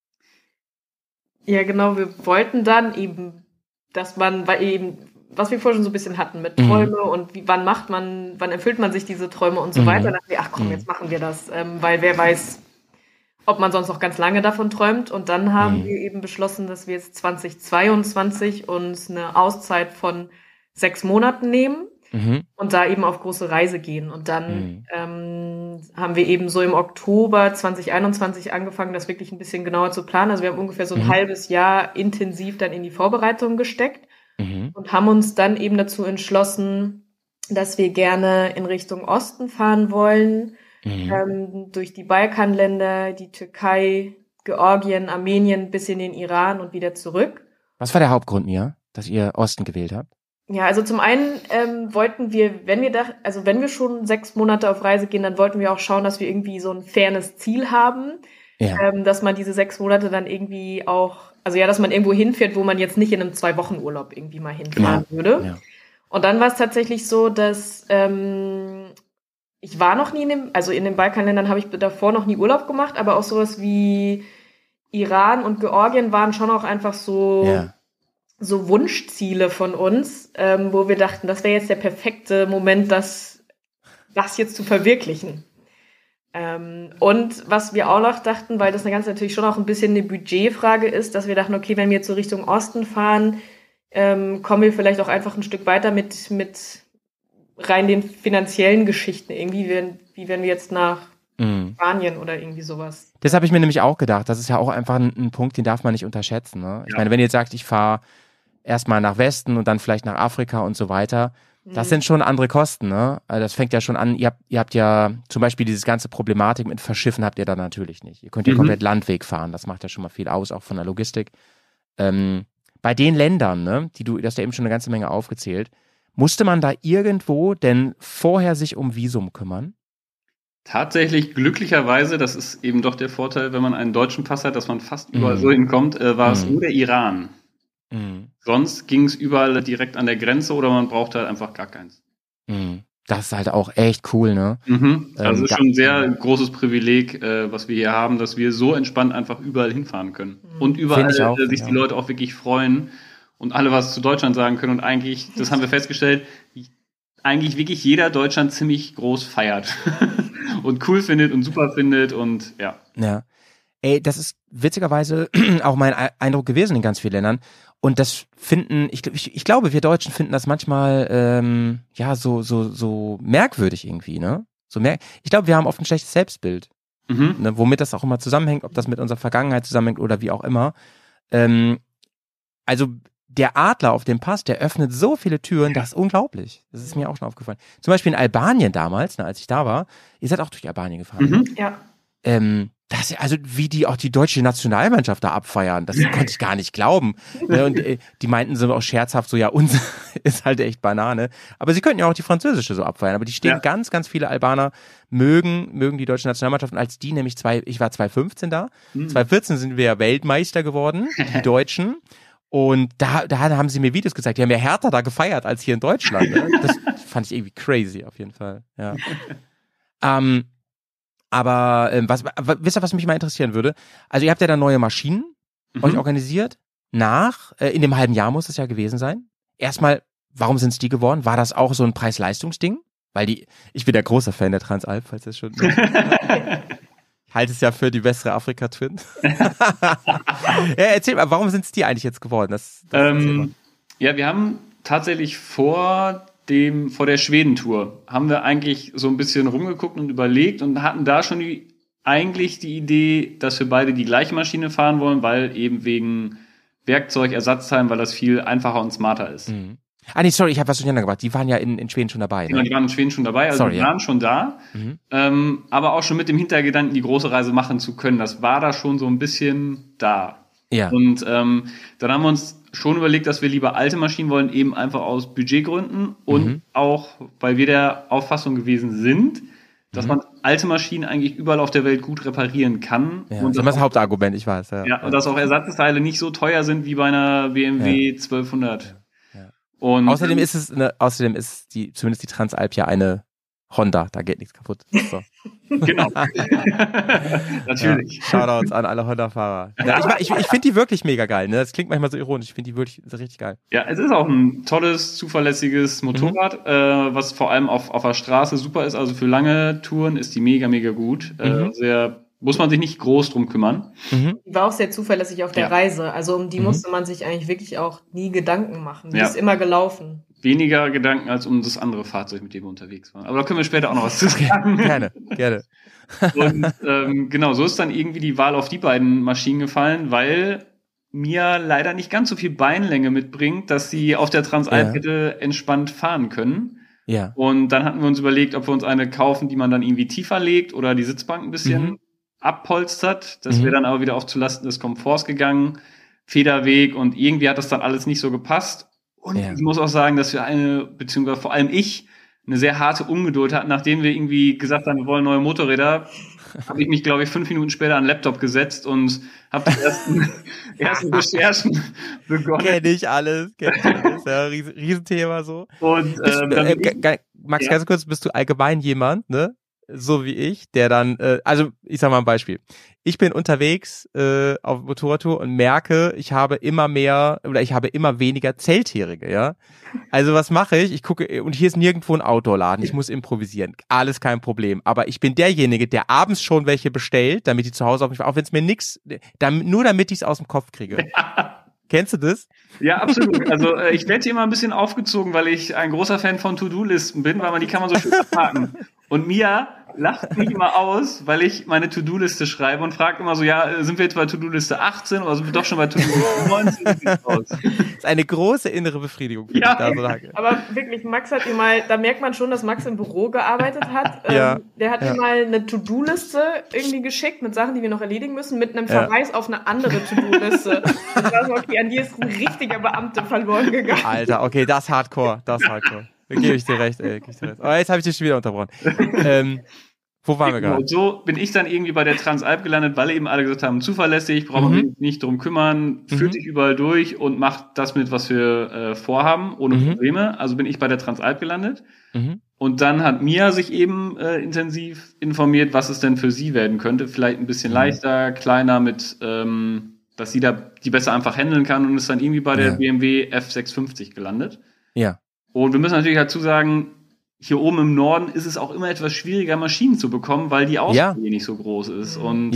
Ja, genau. Wir wollten dann eben, was wir vorhin schon so ein bisschen hatten mit Träume und wann erfüllt man sich diese Träume und so weiter. Dann dachten wir, ach komm, jetzt machen wir das, weil wer weiß, ob man sonst noch ganz lange davon träumt. Und dann haben wir eben beschlossen, dass wir jetzt 2022 uns eine Auszeit von 6 Monaten nehmen und da eben auf große Reise gehen. Und dann haben wir eben so im Oktober 2021 angefangen, das wirklich ein bisschen genauer zu planen. Also wir haben ungefähr so ein halbes Jahr intensiv dann in die Vorbereitung gesteckt und haben uns dann eben dazu entschlossen, dass wir gerne in Richtung Osten fahren wollen, durch die Balkanländer, die Türkei, Georgien, Armenien bis in den Iran und wieder zurück. Was war der Hauptgrund, Mia, dass ihr Osten gewählt habt? Ja, also zum einen wollten wir, wenn wir schon 6 Monate auf Reise gehen, dann wollten wir auch schauen, dass wir irgendwie so ein faires Ziel haben, dass man diese 6 Monate dann irgendwie auch, also ja, dass man irgendwo hinfährt, wo man jetzt nicht in einem 2-Wochen-Urlaub irgendwie mal hinfahren würde. Ja. Und dann war es tatsächlich so, dass ich war noch nie in den Balkanländern habe ich davor noch nie Urlaub gemacht, aber auch sowas wie Iran und Georgien waren schon auch einfach so Wunschziele von uns, wo wir dachten, das wäre jetzt der perfekte Moment, das jetzt zu verwirklichen. Und was wir auch noch dachten, weil das natürlich schon auch ein bisschen eine Budgetfrage ist, dass wir dachten, okay, wenn wir jetzt so Richtung Osten fahren, kommen wir vielleicht auch einfach ein Stück weiter mit rein den finanziellen Geschichten, irgendwie, wie wenn wir jetzt nach Spanien oder irgendwie sowas. Das habe ich mir nämlich auch gedacht. Das ist ja auch einfach ein Punkt, den darf man nicht unterschätzen. Ne? Ich meine, wenn ihr jetzt sagt, ich fahre erstmal nach Westen und dann vielleicht nach Afrika und so weiter, das sind schon andere Kosten. Ne? Also das fängt ja schon an, ihr habt ja zum Beispiel diese ganze Problematik mit Verschiffen habt ihr da natürlich nicht. Ihr könnt ja komplett Landweg fahren, das macht ja schon mal viel aus, auch von der Logistik. Bei den Ländern, ne, du hast ja eben schon eine ganze Menge aufgezählt, musste man da irgendwo denn vorher sich um Visum kümmern? Tatsächlich, glücklicherweise, das ist eben doch der Vorteil, wenn man einen deutschen Pass hat, dass man fast überall so hinkommt, war es nur der Iran. Sonst ging es überall direkt an der Grenze oder man brauchte halt einfach gar keins. Das ist halt auch echt cool, ne? Also ist schon ein sehr großes Privileg, was wir hier haben, dass wir so entspannt einfach überall hinfahren können. Und überall sich die Leute auch wirklich freuen und alle was zu Deutschland sagen können. Und eigentlich, das haben wir festgestellt, eigentlich wirklich jeder Deutschland ziemlich groß feiert und cool findet und super findet und ja. Ja. Ey, das ist witzigerweise auch mein Eindruck gewesen in ganz vielen Ländern. Und das ich glaube, wir Deutschen finden das manchmal so merkwürdig irgendwie, ne? Ich glaube, wir haben oft ein schlechtes Selbstbild, ne? Womit das auch immer zusammenhängt, ob das mit unserer Vergangenheit zusammenhängt oder wie auch immer. Also der Adler auf dem Pass, der öffnet so viele Türen, das ist unglaublich. Das ist mir auch schon aufgefallen. Zum Beispiel in Albanien damals, ne, als ich da war, ihr seid auch durch Albanien gefahren. Ja. Das also wie die auch die deutsche Nationalmannschaft da abfeiern, das konnte ich gar nicht glauben. Und die meinten so auch scherzhaft so, ja, uns ist halt echt Banane. Aber sie könnten ja auch die französische so abfeiern. Aber die stehen ganz, ganz viele Albaner mögen die deutsche Nationalmannschaft. Und als die nämlich ich war 2015 da, 2014 sind wir ja Weltmeister geworden, die Deutschen. Und da haben sie mir Videos gezeigt, die haben ja härter da gefeiert als hier in Deutschland. Ne? Das fand ich irgendwie crazy auf jeden Fall. Ja. Aber wisst ihr, was mich mal interessieren würde? Also ihr habt ja da neue Maschinen euch organisiert. In dem halben Jahr muss es ja gewesen sein. Erstmal, warum sind es die geworden? War das auch so ein Preis-Leistungs-Ding? Weil ich bin ja großer Fan der Transalp, falls das schon... Ich halte es ja für die bessere Afrika-Twin. Ja, erzähl mal, warum sind es die eigentlich jetzt geworden? Ja, wir haben tatsächlich vor der Schwedentour haben wir eigentlich so ein bisschen rumgeguckt und überlegt und hatten da schon eigentlich die Idee, dass wir beide die gleiche Maschine fahren wollen, weil eben wegen Werkzeug, Ersatzteilen, weil das viel einfacher und smarter ist. Mhm. Ah, nee, sorry, ich habe was durcheinander gebracht. Die waren ja in Schweden schon dabei. Genau, Ne? die waren in Schweden schon dabei, also Sorry, die waren schon da, aber auch schon mit dem Hintergedanken, die große Reise machen zu können. Das war da schon so ein bisschen da. Ja. Und dann haben wir uns schon überlegt, dass wir lieber alte Maschinen wollen, eben einfach aus Budgetgründen und auch, weil wir der Auffassung gewesen sind, dass man alte Maschinen eigentlich überall auf der Welt gut reparieren kann. Ja, und das ist das Hauptargument, ich weiß. Ja, und dass auch Ersatzteile nicht so teuer sind wie bei einer BMW 1200. Ja. Und Außerdem ist zumindest die Transalp ja eine Honda, da geht nichts kaputt. So. Genau. Natürlich. Ja, Shoutouts an alle Honda-Fahrer. Ja, ich finde die wirklich mega geil. Ne? Das klingt manchmal so ironisch. Ich finde die wirklich richtig geil. Ja, es ist auch ein tolles, zuverlässiges Motorrad, was vor allem auf der Straße super ist. Also für lange Touren ist die mega, mega gut. Muss man sich nicht groß drum kümmern. Die war auch sehr zuverlässig auf der Reise. Also um die musste man sich eigentlich wirklich auch nie Gedanken machen. Die ist immer gelaufen. Weniger Gedanken als um das andere Fahrzeug, mit dem wir unterwegs waren. Aber da können wir später auch noch was zu sagen. Gerne. Und genau, so ist dann irgendwie die Wahl auf die beiden Maschinen gefallen, weil mir leider nicht ganz so viel Beinlänge mitbringt, dass sie auf der Transalp hätte entspannt fahren können. Ja. Und dann hatten wir uns überlegt, ob wir uns eine kaufen, die man dann irgendwie tiefer legt oder die Sitzbank ein bisschen abpolstert. Das wäre dann aber wieder auf zulasten des Komforts gegangen. Federweg und irgendwie hat das dann alles nicht so gepasst. Und ich muss auch sagen, dass wir beziehungsweise vor allem ich, eine sehr harte Ungeduld hatten, nachdem wir irgendwie gesagt haben, wir wollen neue Motorräder, habe ich mich, glaube ich, 5 Minuten später an den Laptop gesetzt und habe die ersten Recherchen begonnen. Kenn ich alles. Ja, Riesenthema so. Und Max, ganz kurz, bist du allgemein jemand, ne? So wie ich, der dann, also ich sag mal ein Beispiel. Ich bin unterwegs auf Motorradtour und merke, ich habe immer weniger Zeltheringe, ja. Also was mache ich? Ich gucke, und hier ist nirgendwo ein Outdoor-Laden, ich muss improvisieren. Alles kein Problem. Aber ich bin derjenige, der abends schon welche bestellt, damit die zu Hause auf mich, auch wenn es mir nur damit ich es aus dem Kopf kriege. Kennst du das? Ja, absolut. Also ich werde hier immer ein bisschen aufgezogen, weil ich ein großer Fan von To-Do-Listen bin, weil die kann man so schön abhaken. Und Mia lacht mich immer aus, weil ich meine To-Do-Liste schreibe und fragt immer so, ja, sind wir jetzt bei To-Do-Liste 18 oder sind wir doch schon bei To-Do-Liste 19? Wie sieht's aus? Das ist eine große innere Befriedigung. Ja, aber wirklich, Max hat ihm mal, da merkt man schon, dass Max im Büro gearbeitet hat. Der hat ihm mal eine To-Do-Liste irgendwie geschickt mit Sachen, die wir noch erledigen müssen, mit einem Verweis auf eine andere To-Do-Liste. Und da so, okay, an die ist ein richtiger Beamte verloren gegangen. Alter, okay, das ist Hardcore. Da gebe ich dir recht, ey. Aber jetzt habe ich dich schon wieder unterbrochen. Wo waren wir gerade? Und so bin ich dann irgendwie bei der Transalp gelandet, weil eben alle gesagt haben, zuverlässig, brauchen wir nicht drum kümmern, führt sich überall durch und macht das mit, was wir vorhaben, ohne Probleme. Also bin ich bei der Transalp gelandet. Und dann hat Mia sich eben intensiv informiert, was es denn für sie werden könnte. Vielleicht ein bisschen leichter, kleiner, mit dass sie da die besser einfach handeln kann und ist dann irgendwie bei der BMW F650 gelandet. Ja. Und wir müssen natürlich dazu sagen, hier oben im Norden ist es auch immer etwas schwieriger, Maschinen zu bekommen, weil die Auswahl nicht so groß ist. Und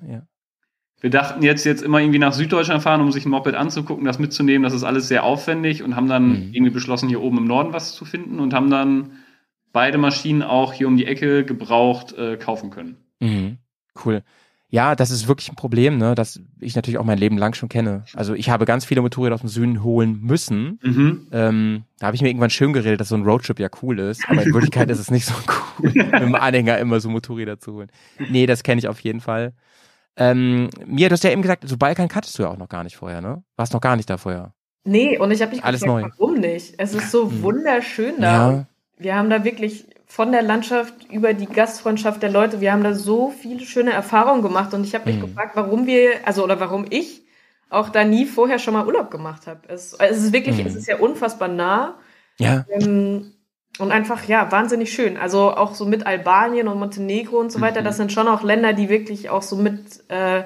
wir dachten jetzt immer irgendwie nach Süddeutschland fahren, um sich ein Moped anzugucken, das mitzunehmen. Das ist alles sehr aufwendig und haben dann irgendwie beschlossen, hier oben im Norden was zu finden und haben dann beide Maschinen auch hier um die Ecke gebraucht kaufen können. Cool. Ja, das ist wirklich ein Problem, ne, das ich natürlich auch mein Leben lang schon kenne. Also ich habe ganz viele Motorräder aus dem Süden holen müssen. Da habe ich mir irgendwann schön geredet, dass so ein Roadtrip ja cool ist, aber in Wirklichkeit ist es nicht so cool, mit dem Anhänger immer so Motorräder zu holen. Nee, das kenne ich auf jeden Fall. Mia, du hast ja eben gesagt, so Balkan kanntest du ja auch noch gar nicht vorher, ne? Warst noch gar nicht da vorher. Nee, und ich habe mich gefragt, warum nicht? Es ist so wunderschön da. Ja. Wir haben da wirklich von der Landschaft über die Gastfreundschaft der Leute, wir haben da so viele schöne Erfahrungen gemacht und ich habe mich gefragt, warum ich auch da nie vorher schon mal Urlaub gemacht habe. Es ist wirklich, es ist ja unfassbar nah. Ja. Und einfach, wahnsinnig schön. Also auch so mit Albanien und Montenegro und so weiter, das sind schon auch Länder, die wirklich auch so mit,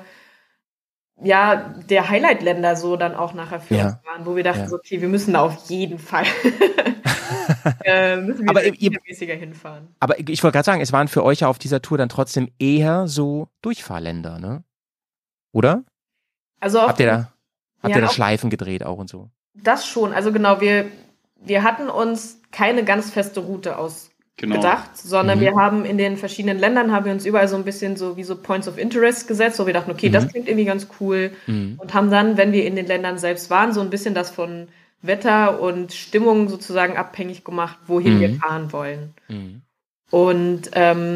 der Highlight-Länder so dann auch nachher für uns waren, wo wir dachten, so, okay, wir müssen da auf jeden Fall müssen wir regelmäßiger hinfahren. Aber ich wollte gerade sagen, es waren für euch ja auf dieser Tour dann trotzdem eher so Durchfahrländer, ne? Oder? Also habt ihr da Schleifen gedreht auch und so? Das schon. Also genau, wir wir hatten uns keine ganz feste Route ausgedacht, sondern wir haben in den verschiedenen Ländern, haben wir uns überall so ein bisschen so wie so Points of Interest gesetzt, wo wir dachten, okay, das klingt irgendwie ganz cool und haben dann, wenn wir in den Ländern selbst waren, so ein bisschen das von Wetter und Stimmung sozusagen abhängig gemacht, wohin wir fahren wollen. Und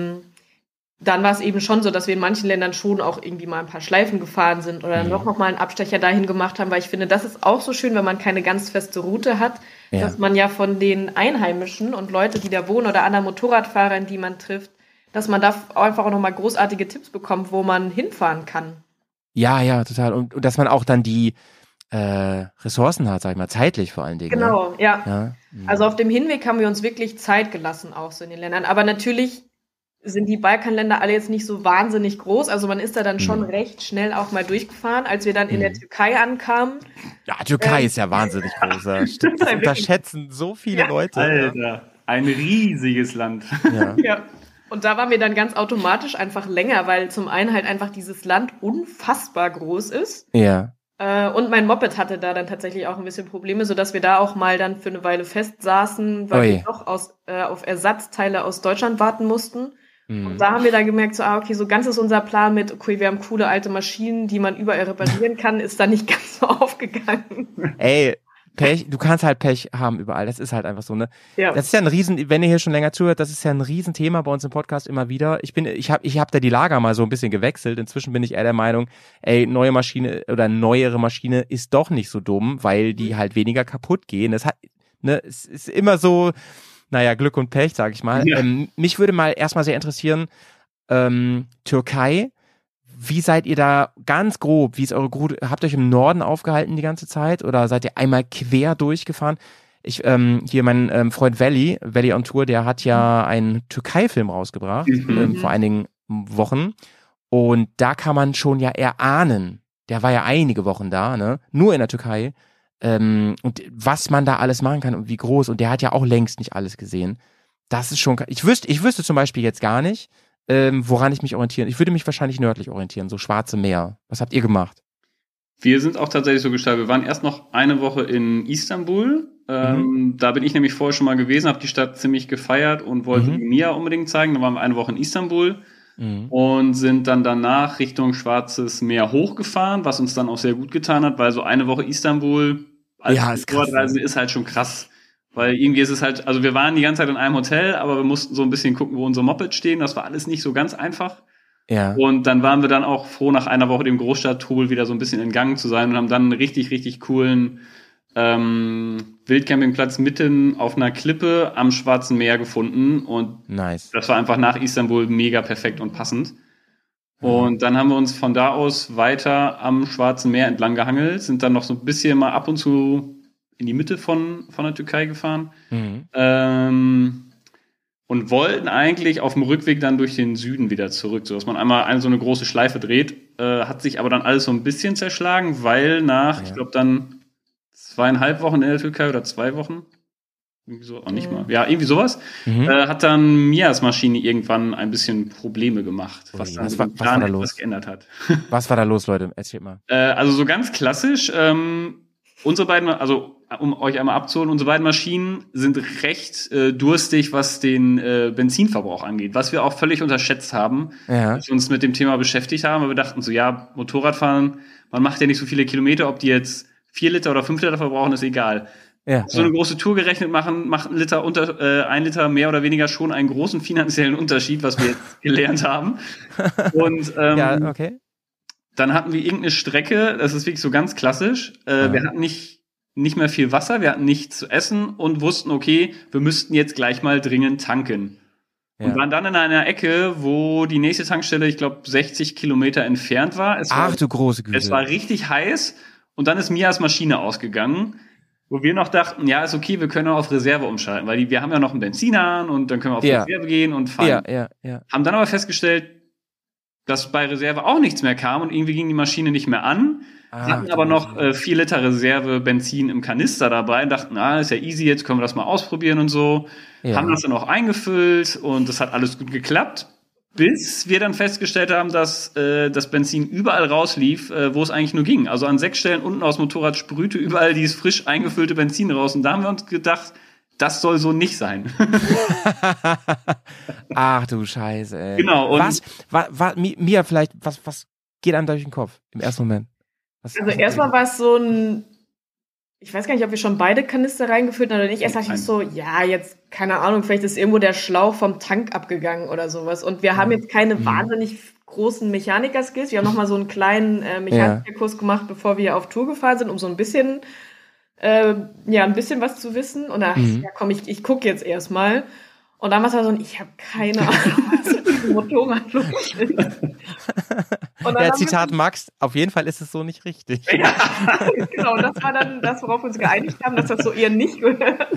dann war es eben schon so, dass wir in manchen Ländern schon auch irgendwie mal ein paar Schleifen gefahren sind oder noch mal einen Abstecher dahin gemacht haben, weil ich finde, das ist auch so schön, wenn man keine ganz feste Route hat, dass man ja von den Einheimischen und Leute, die da wohnen oder anderen Motorradfahrern, die man trifft, dass man da einfach auch noch mal großartige Tipps bekommt, wo man hinfahren kann. Ja, total. Und dass man auch dann die Ressourcen hat, sag ich mal, zeitlich vor allen Dingen. Genau, ja. Also auf dem Hinweg haben wir uns wirklich Zeit gelassen, auch so in den Ländern. Aber natürlich sind die Balkanländer alle jetzt nicht so wahnsinnig groß. Also man ist da dann schon recht schnell auch mal durchgefahren, als wir dann in der Türkei ankamen. Ja, Türkei ist ja wahnsinnig groß. Stimmt, das unterschätzen so viele Leute. Alter, ein riesiges Land. Ja. Und da waren wir dann ganz automatisch einfach länger, weil zum einen halt einfach dieses Land unfassbar groß ist. Ja. Und mein Moped hatte da dann tatsächlich auch ein bisschen Probleme, sodass wir da auch mal dann für eine Weile festsaßen, weil wir doch auf Ersatzteile aus Deutschland warten mussten. Und da haben wir dann gemerkt, so, okay, so ganz ist unser Plan mit, okay, wir haben coole alte Maschinen, die man überall reparieren kann, ist da nicht ganz so aufgegangen. Ey, Pech, du kannst halt Pech haben überall, das ist halt einfach so, ne? Ja. Das ist ja ein wenn ihr hier schon länger zuhört, das ist ja ein Riesenthema bei uns im Podcast immer wieder. Ich hab da die Lager mal so ein bisschen gewechselt. Inzwischen bin ich eher der Meinung, neue Maschine oder neuere Maschine ist doch nicht so dumm, weil die halt weniger kaputt gehen. Es ist immer so, naja, Glück und Pech, sag ich mal. Ja. Mich würde mal erstmal sehr interessieren, Türkei, wie seid ihr da ganz grob? Wie ist eure Route? Habt ihr euch im Norden aufgehalten die ganze Zeit oder seid ihr einmal quer durchgefahren? Hier mein Freund Valley on Tour, der hat ja einen Türkei-Film rausgebracht vor einigen Wochen und da kann man schon ja erahnen, der war ja einige Wochen da, ne? Nur in der Türkei und was man da alles machen kann und wie groß und der hat ja auch längst nicht alles gesehen. Das ist schon, ich wüsste zum Beispiel jetzt gar nicht, woran ich mich orientieren. Ich würde mich wahrscheinlich nördlich orientieren, so Schwarze Meer. Was habt ihr gemacht? Wir sind auch tatsächlich so gestartet. Wir waren erst noch eine Woche in Istanbul. Da bin ich nämlich vorher schon mal gewesen, habe die Stadt ziemlich gefeiert und wollte die Mia unbedingt zeigen. Dann waren wir eine Woche in Istanbul und sind dann danach Richtung Schwarzes Meer hochgefahren, was uns dann auch sehr gut getan hat, weil so eine Woche Istanbul als Motorradreise ist halt schon krass. Weil irgendwie ist es halt, also wir waren die ganze Zeit in einem Hotel, aber wir mussten so ein bisschen gucken, wo unsere Mopeds stehen. Das war alles nicht so ganz einfach. Ja. Und dann waren wir dann auch froh, nach einer Woche dem Großstadttrubel wieder so ein bisschen in Gang zu sein und haben dann einen richtig, richtig coolen Wildcampingplatz mitten auf einer Klippe am Schwarzen Meer gefunden. Und das war einfach nach Istanbul mega perfekt und passend. Und dann haben wir uns von da aus weiter am Schwarzen Meer entlang gehangelt, sind dann noch so ein bisschen mal ab und zu in die Mitte von der Türkei gefahren und wollten eigentlich auf dem Rückweg dann durch den Süden wieder zurück, sodass man einmal so eine große Schleife dreht, hat sich aber dann alles so ein bisschen zerschlagen, weil ich glaube dann 2,5 Wochen in der Türkei oder 2 Wochen, irgendwie so, auch nicht mal, ja, irgendwie sowas, hat dann Mias Maschine irgendwann ein bisschen Probleme gemacht, was dann was war da los? Geändert hat. Was war da los, Leute? Erzählt mal. Also so ganz klassisch, unsere beiden, also um euch einmal abzuholen, unsere beiden Maschinen sind recht durstig, was den Benzinverbrauch angeht, was wir auch völlig unterschätzt haben, als wir uns mit dem Thema beschäftigt haben, weil wir dachten so, ja, Motorradfahren, man macht ja nicht so viele Kilometer, ob die jetzt 4 Liter oder 5 Liter verbrauchen, ist egal. Ja, so eine große Tour gerechnet macht ein Liter mehr oder weniger schon einen großen finanziellen Unterschied, was wir jetzt gelernt haben. Und dann hatten wir irgendeine Strecke, das ist wirklich so ganz klassisch, wir hatten nicht mehr viel Wasser, wir hatten nichts zu essen und wussten, okay, wir müssten jetzt gleich mal dringend tanken. Und waren dann in einer Ecke, wo die nächste Tankstelle, ich glaube, 60 Kilometer entfernt war. Du große Güte. Es war richtig heiß und dann ist Mias Maschine ausgegangen, wo wir noch dachten, ja, ist okay, wir können auf Reserve umschalten, weil wir haben ja noch einen Benziner und dann können wir auf Reserve gehen und fahren. Haben dann aber festgestellt, dass bei Reserve auch nichts mehr kam und irgendwie ging die Maschine nicht mehr an. Hatten aber noch 4 Liter Reserve Benzin im Kanister dabei und dachten, ist ja easy, jetzt können wir das mal ausprobieren und so. Haben das dann auch eingefüllt und das hat alles gut geklappt. Bis wir dann festgestellt haben, dass das Benzin überall rauslief, wo es eigentlich nur ging. Also an 6 Stellen unten aus dem Motorrad sprühte überall dieses frisch eingefüllte Benzin raus. Und da haben wir uns gedacht, das soll so nicht sein. Ach du Scheiße, ey. Genau. Und Mia, vielleicht, was geht einem durch den Kopf im ersten Moment? Also erstmal war es so ein, ich weiß gar nicht, ob wir schon beide Kanister reingefüllt haben oder nicht. Erst dachte ich so, ja, jetzt, keine Ahnung, vielleicht ist irgendwo der Schlauch vom Tank abgegangen oder sowas. Und wir haben jetzt keine wahnsinnig großen Mechaniker-Skills. Wir haben nochmal so einen kleinen Mechanikerkurs gemacht, bevor wir auf Tour gefahren sind, um so ein bisschen, ein bisschen was zu wissen. Und da dachte ich, ja komm, ich gucke jetzt erstmal. Und damals war so ich habe keine Ahnung, was mit diesem Motorrad los ist. Ja, Zitat Max, auf jeden Fall ist es so nicht richtig. Ja, genau, das war dann das, worauf wir uns geeinigt haben, dass das so eher nicht gehört.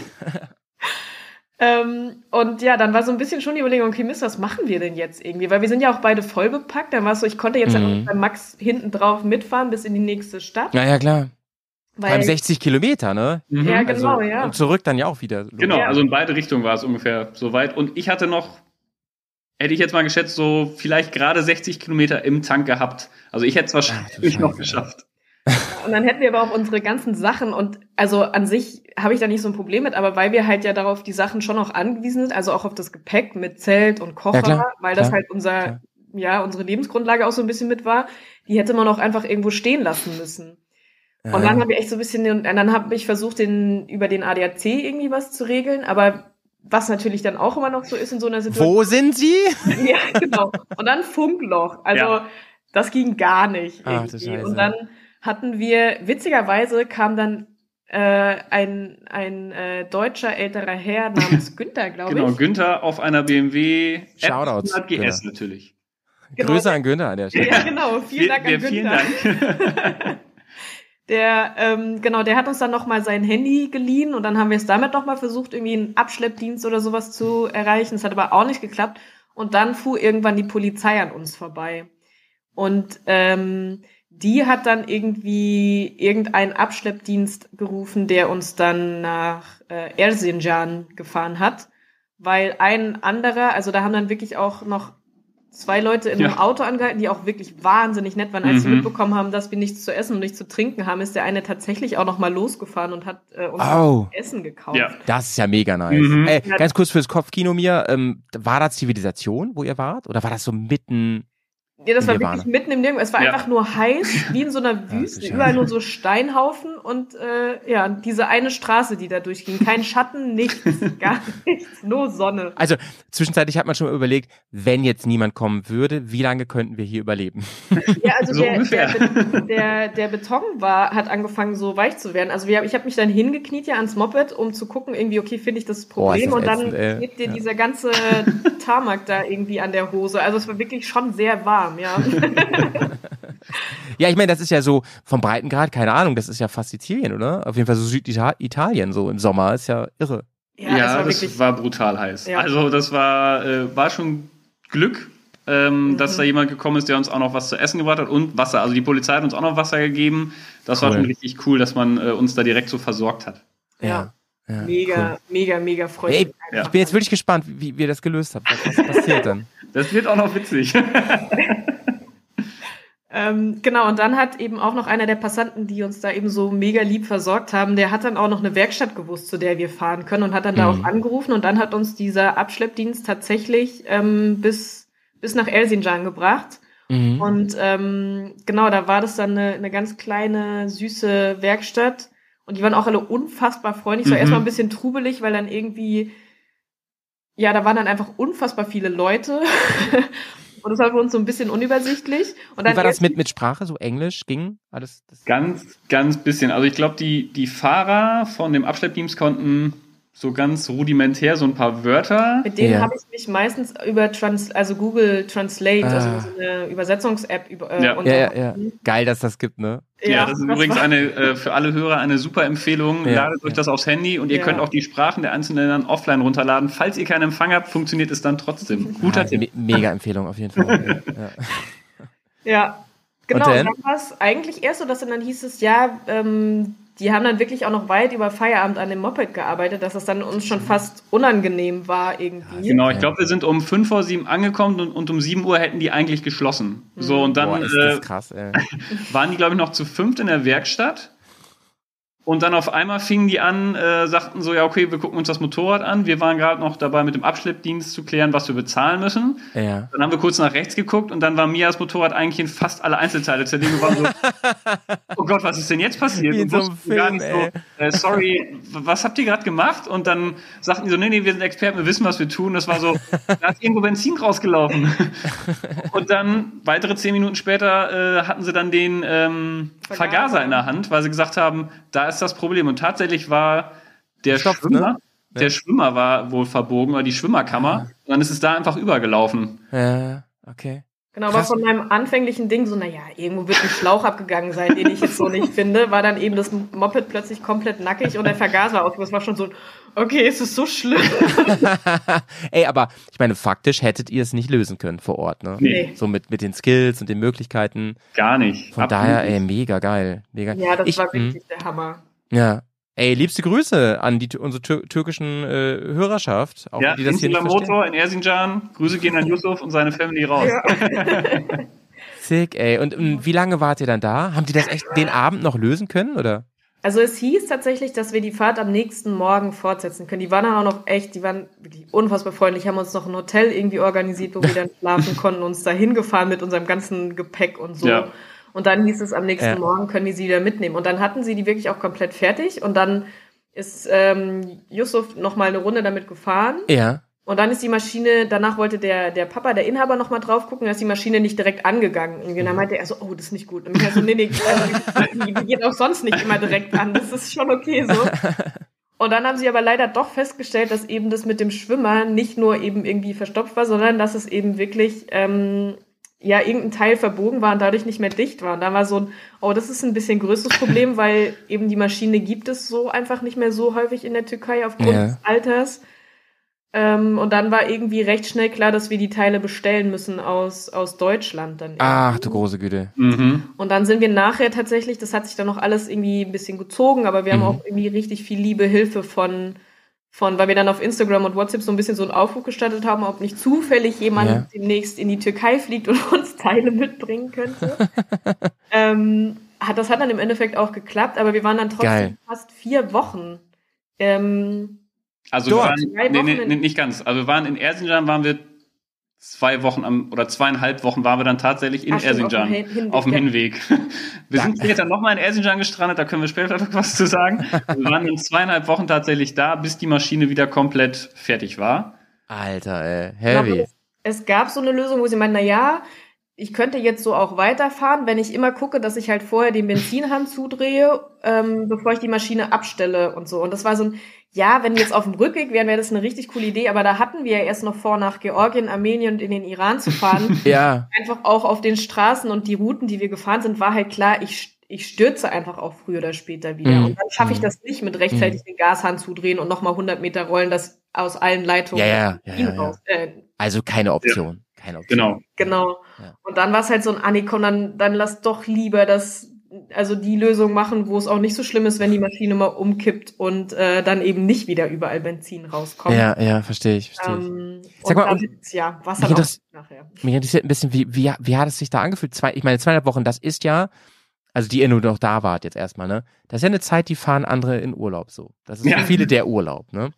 Und ja, dann war so ein bisschen schon die Überlegung, okay, Mist, was machen wir denn jetzt irgendwie? Weil wir sind ja auch beide voll bepackt. Dann war es so, ich konnte jetzt dann bei Max hinten drauf mitfahren bis in die nächste Stadt. Ja, klar. Beim 60 Kilometer, ne? Ja, genau, also, ja. Und zurück dann ja auch wieder. Genau, also in beide Richtungen war es ungefähr so weit. Und ich hatte noch, hätte ich jetzt mal geschätzt, so vielleicht gerade 60 Kilometer im Tank gehabt. Also ich hätte es wahrscheinlich noch geschafft. Und dann hätten wir aber auch unsere ganzen Sachen und also an sich habe ich da nicht so ein Problem mit, aber weil wir halt ja darauf die Sachen schon auch angewiesen sind, also auch auf das Gepäck mit Zelt und Kocher, weil das halt unsere Lebensgrundlage auch so ein bisschen mit war, die hätte man auch einfach irgendwo stehen lassen müssen. Ja. Und dann habe ich echt so ein bisschen, dann habe ich versucht, über den ADAC irgendwie was zu regeln, aber was natürlich dann auch immer noch so ist in so einer Situation. Wo sind Sie? Ja, genau. Und dann Funkloch. Also das ging gar nicht irgendwie. Und dann hatten wir, witzigerweise kam dann ein deutscher älterer Herr namens Günther, glaube ich. Genau, Günther auf einer BMW Shoutouts, GS natürlich. Genau. Grüße an Günther an der Stelle. Ja, genau. Vielen Dank an Günther. Vielen Dank. Der hat uns dann nochmal sein Handy geliehen und dann haben wir es damit nochmal versucht, irgendwie einen Abschleppdienst oder sowas zu erreichen. Das hat aber auch nicht geklappt. Und dann fuhr irgendwann die Polizei an uns vorbei. Und die hat dann irgendwie irgendeinen Abschleppdienst gerufen, der uns dann nach Erzincan gefahren hat. Weil ein anderer, also da haben dann wirklich auch noch 2 Leute in einem Auto angehalten, die auch wirklich wahnsinnig nett waren. Als sie mitbekommen haben, dass wir nichts zu essen und nichts zu trinken haben, ist der eine tatsächlich auch noch mal losgefahren und hat uns Essen gekauft. Ja. Das ist ja mega nice. Ey, ganz kurz fürs Kopfkino mir, war da Zivilisation, wo ihr wart? Oder war das so mitten... Ja, das war wirklich mitten im Nirgendwo. Es war einfach nur heiß, wie in so einer Wüste. Überall nur so Steinhaufen und diese eine Straße, die da durchging. Kein Schatten, nichts, gar nichts, nur Sonne. Also zwischenzeitlich hat man schon mal überlegt, wenn jetzt niemand kommen würde, wie lange könnten wir hier überleben? Ja, also so der Beton hat angefangen so weich zu werden. Also ich habe mich dann hingekniet ans Moped, um zu gucken, irgendwie, okay, finde ich das Problem. Und dann klebt dir dieser ganze Tarmac da irgendwie an der Hose. Also es war wirklich schon sehr warm. Ja. Ja, ich meine, das ist ja so vom Breitengrad, keine Ahnung, das ist ja fast Sizilien, oder? Auf jeden Fall so Süditalien, so im Sommer, ist ja irre. Ja, das war brutal heiß. Ja. Also das war schon Glück, dass da jemand gekommen ist, der uns auch noch was zu essen gebracht hat und Wasser. Also die Polizei hat uns auch noch Wasser gegeben. Das war schon richtig cool, dass man uns da direkt so versorgt hat. Ja. Mega freundlich. Ich bin jetzt wirklich gespannt, wie ihr das gelöst habt. Was passiert dann? Das wird auch noch witzig. Genau, und dann hat eben auch noch einer der Passanten, die uns da eben so mega lieb versorgt haben, der hat dann auch noch eine Werkstatt gewusst, zu der wir fahren können und hat dann da auch angerufen und dann hat uns dieser Abschleppdienst tatsächlich bis nach Erzincan gebracht. Und genau, da war das dann eine ganz kleine, süße Werkstatt und die waren auch alle unfassbar freundlich. Es war erstmal ein bisschen trubelig, weil dann irgendwie, ja, da waren dann einfach unfassbar viele Leute. Und das war für uns so ein bisschen unübersichtlich. Und dann wie war das mit Sprache? So Englisch ging alles? Ganz bisschen. Also ich glaube, die Fahrer von dem Abschleppdienst so ganz rudimentär so ein paar Wörter. Mit denen habe ich mich meistens über Google Translate, also so eine Übersetzungs-App unterhalten. Geil, dass das gibt, ne? Ja, das ist übrigens für alle Hörer eine super Empfehlung. Ladet euch das aufs Handy und ihr könnt auch die Sprachen der einzelnen Länder offline runterladen. Falls ihr keinen Empfang habt, funktioniert es dann trotzdem. Guter Tipp. Mega Empfehlung auf jeden Fall. Ja, genau. Und dann war es eigentlich erst so, dass dann hieß es, die haben dann wirklich auch noch weit über Feierabend an dem Moped gearbeitet, dass es dann uns schon fast unangenehm war irgendwie. Genau, ich glaube, wir sind um 5:05 angekommen und um 7 Uhr hätten die eigentlich geschlossen. So, und dann Boah, ist das krass, ey. waren die, glaube ich, noch zu 5 in der Werkstatt. Und dann auf einmal fingen die an, sagten so, ja, okay, wir gucken uns das Motorrad an. Wir waren gerade noch dabei, mit dem Abschleppdienst zu klären, was wir bezahlen müssen. Ja. Dann haben wir kurz nach rechts geguckt und dann war Mias Motorrad eigentlich in fast alle Einzelteile zerlegt. Wir waren so, oh Gott, was ist denn jetzt passiert? Wie in so einem Film, gar nicht so, sorry, was habt ihr gerade gemacht? Und dann sagten die so, nee, wir sind Experten, wir wissen, was wir tun. Das war so, da ist irgendwo Benzin rausgelaufen. Und dann, weitere 10 Minuten später, hatten sie dann den Vergaser in der Hand, weil sie gesagt haben, da ist das Problem. Und tatsächlich war der Stopft, Schwimmer, ne? der Schwimmer war wohl verbogen, oder die Schwimmerkammer. Und dann ist es da einfach übergelaufen. Ja, okay. Genau, aber von meinem anfänglichen Ding so, naja, irgendwo wird ein Schlauch abgegangen sein, den ich jetzt so nicht finde, war dann eben das Moped plötzlich komplett nackig und der Vergaser auf. Das war schon so, okay, ist es so schlimm? Ey, aber ich meine, faktisch hättet ihr es nicht lösen können vor Ort, ne? Nee. So mit den Skills und den Möglichkeiten. Gar nicht. Von Absolut daher, nicht. ey, mega geil. Mega. Ja, das war wirklich der Hammer. Ja. Ey, liebste Grüße an unsere türkischen Hörerschaft. Auch Ja, die das hier nicht Motor verstehen. in Erzincan. Grüße gehen an Yusuf und seine Family raus. Ja. Sick, ey. Und wie lange wart ihr dann da? Haben die das echt den Abend noch lösen können, oder? Also es hieß tatsächlich, dass wir die Fahrt am nächsten Morgen fortsetzen können. Die waren dann auch noch echt, die waren wirklich unfassbar freundlich, haben uns noch ein Hotel irgendwie organisiert, wo wir dann schlafen konnten, uns da hingefahren mit unserem ganzen Gepäck und so. Ja. Und dann hieß es, am nächsten Morgen können die sie wieder mitnehmen. Und dann hatten sie die wirklich auch komplett fertig. Und dann ist Yusuf noch mal eine Runde damit gefahren. Ja. Und dann ist die Maschine, danach wollte der Papa, der Inhaber, noch mal drauf gucken, da ist die Maschine nicht direkt angegangen. Und dann meinte er so, oh, das ist nicht gut. Und ich so, nee, die geht auch sonst nicht immer direkt an. Das ist schon okay so. Und dann haben sie aber leider doch festgestellt, dass eben das mit dem Schwimmer nicht nur eben irgendwie verstopft war, sondern dass es eben wirklich irgendein Teil verbogen war und dadurch nicht mehr dicht war. Und da war so ein, oh, das ist ein bisschen größeres Problem, weil eben die Maschine gibt es so einfach nicht mehr so häufig in der Türkei aufgrund des Alters. Und dann war irgendwie recht schnell klar, dass wir die Teile bestellen müssen aus Deutschland dann. Ach, du große Güte. Mhm. Und dann sind wir nachher tatsächlich, das hat sich dann noch alles irgendwie ein bisschen gezogen, aber wir haben auch irgendwie richtig viel liebe Hilfe von, weil wir dann auf Instagram und WhatsApp so ein bisschen so einen Aufruf gestartet haben, ob nicht zufällig jemand demnächst in die Türkei fliegt und uns Teile mitbringen könnte. Das hat dann im Endeffekt auch geklappt, aber wir waren dann trotzdem fast 4 Wochen. Also wir waren, nicht ganz. Also wir waren in Erzincan, waren wir 2 Wochen oder 2,5 Wochen waren wir dann tatsächlich in Erzincan auf dem Hinweg. Wir sind später nochmal in Erzincan gestrandet, da können wir später noch was zu sagen. Wir waren dann 2,5 Wochen tatsächlich da, bis die Maschine wieder komplett fertig war. Alter, ey, heavy. Es gab so eine Lösung, wo sie meinen, naja, ich könnte jetzt so auch weiterfahren, wenn ich immer gucke, dass ich halt vorher den Benzinhahn zudrehe, bevor ich die Maschine abstelle und so. Und das war so ein, ja, wenn wir jetzt auf dem Rückweg wären, wäre das eine richtig coole Idee, aber da hatten wir ja erst noch vor, nach Georgien, Armenien und in den Iran zu fahren. Ja. Einfach auch auf den Straßen und die Routen, die wir gefahren sind, war halt klar, ich stürze einfach auch früher oder später wieder. Und dann schaffe ich das nicht mit rechtzeitig den Gashahn zudrehen und nochmal 100 Meter rollen, das aus allen Leitungen raus. Also keine Option. Ja. Keine Option. Genau. Ja. Und dann war es halt so ein komm, dann lass doch lieber die Lösung machen, wo es auch nicht so schlimm ist, wenn die Maschine mal umkippt und dann eben nicht wieder überall Benzin rauskommt. Ja, verstehe ich. Sag mal, Wasser nachher. Mich interessiert ein bisschen, wie hat es sich da angefühlt? Ich meine, 2,5 Wochen, das ist ja, also die ihr nur noch da wart jetzt erstmal, ne? Das ist ja eine Zeit, die fahren andere in Urlaub so. Das ist für viele der Urlaub, ne?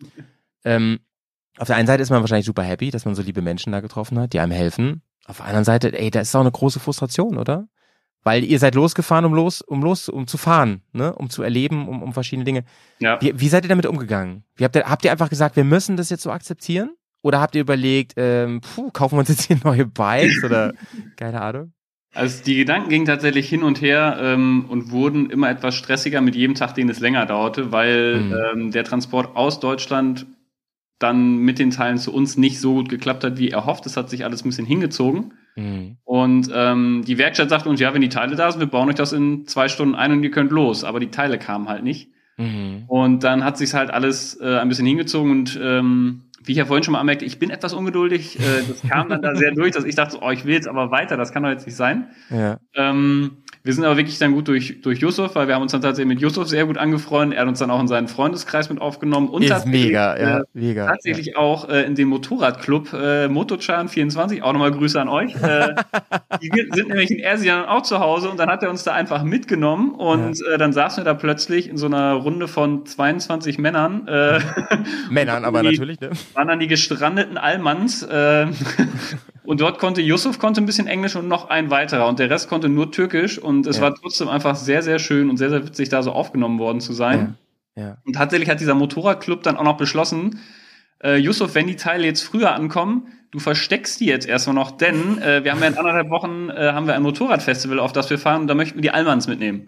Auf der einen Seite ist man wahrscheinlich super happy, dass man so liebe Menschen da getroffen hat, die einem helfen. Auf der anderen Seite, da ist auch eine große Frustration, oder? Weil ihr seid losgefahren, um zu fahren, ne? Um zu erleben, um verschiedene Dinge. Ja. Wie seid ihr damit umgegangen? Habt ihr einfach gesagt, wir müssen das jetzt so akzeptieren? Oder habt ihr überlegt, kaufen wir uns jetzt hier neue Bikes oder keine Ahnung? Also die Gedanken gingen tatsächlich hin und her und wurden immer etwas stressiger mit jedem Tag, den es länger dauerte, weil der Transport aus Deutschland dann mit den Teilen zu uns nicht so gut geklappt hat, wie erhofft. Es hat sich alles ein bisschen hingezogen. Und die Werkstatt sagte uns, ja, wenn die Teile da sind, wir bauen euch das in 2 Stunden ein und ihr könnt los. Aber die Teile kamen halt nicht. Und dann hat sich's halt alles ein bisschen hingezogen und wie ich ja vorhin schon mal anmerkte, ich bin etwas ungeduldig. Das kam dann da sehr durch, dass ich dachte, ich will jetzt aber weiter, das kann doch jetzt nicht sein. Ja. Wir sind aber wirklich dann gut durch Yusuf, weil wir haben uns dann tatsächlich mit Yusuf sehr gut angefreundet. Er hat uns dann auch in seinen Freundeskreis mit aufgenommen. Und ist mega, mega. Tatsächlich auch in den Motorradclub Motochan 24, auch nochmal Grüße an euch. Die sind nämlich in Ersian auch zu Hause und dann hat er uns da einfach mitgenommen und dann saßen wir da plötzlich in so einer Runde von 22 Männern. Männern aber natürlich, ne? Waren dann die gestrandeten Allmanns. Und dort konnte Yusuf ein bisschen Englisch und noch ein weiterer und der Rest konnte nur Türkisch und es war trotzdem einfach sehr, sehr schön und sehr, sehr witzig, da so aufgenommen worden zu sein. Ja. Und tatsächlich hat dieser Motorradclub dann auch noch beschlossen, Yusuf, wenn die Teile jetzt früher ankommen, du versteckst die jetzt erstmal noch, denn wir haben ja in 1,5 Wochen haben wir ein Motorradfestival, auf das wir fahren und da möchten wir die Allmanns mitnehmen.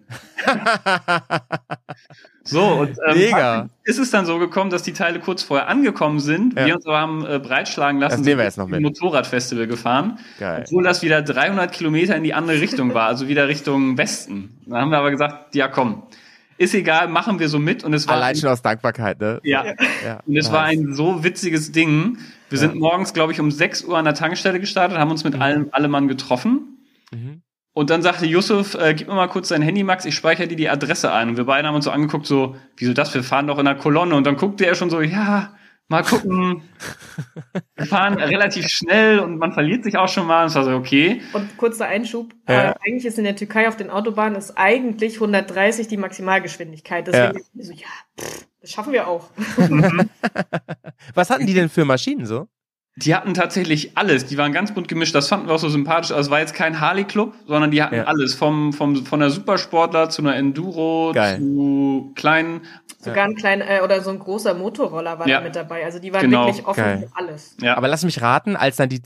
So, und ist es dann so gekommen, dass die Teile kurz vorher angekommen sind, wir uns aber haben breitschlagen lassen, sind wir Motorradfestival gefahren, geil. Obwohl das wieder 300 Kilometer in die andere Richtung war, also wieder Richtung Westen. Da haben wir aber gesagt, ja komm, ist egal, machen wir so mit. Und es war allein schon aus Dankbarkeit, ne? Ja. Und es war ein so witziges Ding. Wir sind morgens, glaube ich, um 6 Uhr an der Tankstelle gestartet, haben uns mit alle Mann getroffen. Und dann sagte Yusuf, gib mir mal kurz dein Handy, Max, ich speichere dir die Adresse ein. Und wir beide haben uns so angeguckt, so, wieso das? Wir fahren doch in der Kolonne. Und dann guckte er schon so, ja, mal gucken. Wir fahren relativ schnell und man verliert sich auch schon mal. Und es war so, okay. Und kurzer Einschub. Eigentlich ist in der Türkei auf den Autobahnen ist eigentlich 130 die Maximalgeschwindigkeit. Deswegen so, das schaffen wir auch. Was hatten die denn für Maschinen so? Die hatten tatsächlich alles. Die waren ganz bunt gemischt. Das fanden wir auch so sympathisch. Also es war jetzt kein Harley-Club, sondern die hatten alles. Von der Supersportler zu einer Enduro zu kleinen. Sogar ein kleiner oder so ein großer Motorroller war da mit dabei. Also die waren wirklich offen für alles. Ja. Aber lass mich raten, als dann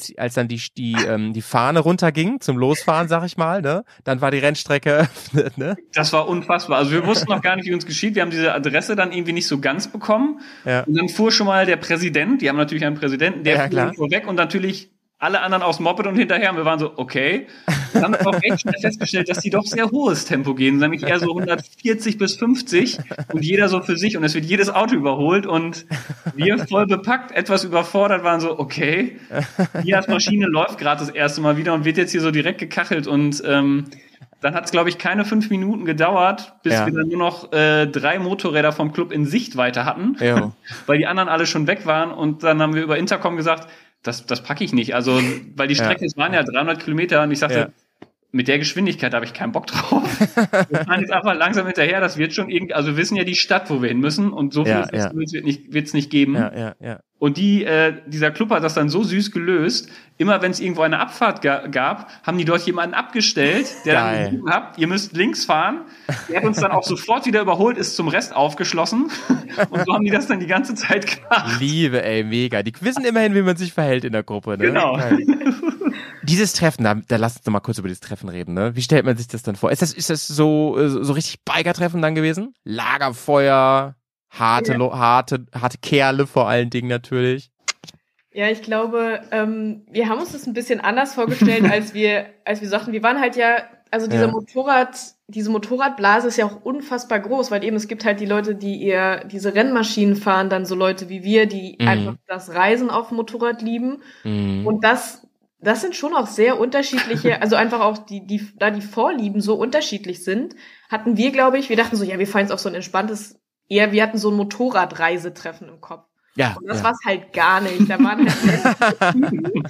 die Fahne runterging zum Losfahren, sag ich mal, ne, dann war die Rennstrecke eröffnet, ne? Das war unfassbar. Also wir wussten noch gar nicht, wie uns geschieht. Wir haben diese Adresse dann irgendwie nicht so ganz bekommen. Ja. Und dann fuhr schon mal der Präsident. Die haben natürlich einen Präsidenten, der fuhr weg und natürlich alle anderen aufs Moped und hinterher. Und wir waren so, okay. Wir haben auch recht schnell festgestellt, dass die doch sehr hohes Tempo gehen, nämlich eher so 140 bis 50 und jeder so für sich und es wird jedes Auto überholt und wir voll bepackt, etwas überfordert waren so, okay, Nias Maschine läuft gerade das erste Mal wieder und wird jetzt hier so direkt gekachelt und dann hat es, glaube ich, keine 5 Minuten gedauert, bis wir dann nur noch 3 Motorräder vom Club in Sichtweite hatten, weil die anderen alle schon weg waren und dann haben wir über Intercom gesagt, das packe ich nicht. Also, weil die Strecke, es waren ja 300 Kilometer und ich sagte, mit der Geschwindigkeit habe ich keinen Bock drauf. Wir fahren jetzt einfach langsam hinterher, das wird schon irgendwie, also wir wissen ja die Stadt, wo wir hin müssen und so viel wird es nicht geben. Und dieser Club hat das dann so süß gelöst, immer wenn es irgendwo eine Abfahrt gab, haben die dort jemanden abgestellt, der dann gesagt hat, ihr müsst links fahren. Der hat uns dann auch sofort wieder überholt, ist zum Rest aufgeschlossen. Und so haben die das dann die ganze Zeit gemacht. Liebe, ey, mega. Die wissen immerhin, wie man sich verhält in der Gruppe, ne? Genau. Dieses Treffen, da lass uns doch mal kurz über dieses Treffen reden, ne? Wie stellt man sich das dann vor? Ist das so richtig Biker-Treffen dann gewesen? Lagerfeuer, harte Kerle vor allen Dingen natürlich. Ja, ich glaube, wir haben uns das ein bisschen anders vorgestellt, als wir sagten, wir waren halt also diese Motorradblase ist ja auch unfassbar groß, weil eben es gibt halt die Leute, die diese Rennmaschinen fahren, dann so Leute wie wir, die einfach das Reisen auf dem Motorrad lieben. Und das sind schon auch sehr unterschiedliche, also einfach auch da die Vorlieben so unterschiedlich sind, hatten wir, glaube ich, wir dachten so, wir fahren jetzt auf so ein entspanntes, wir hatten so ein Motorradreisetreffen im Kopf. Ja, und das war's halt gar nicht. Da waren halt Typen,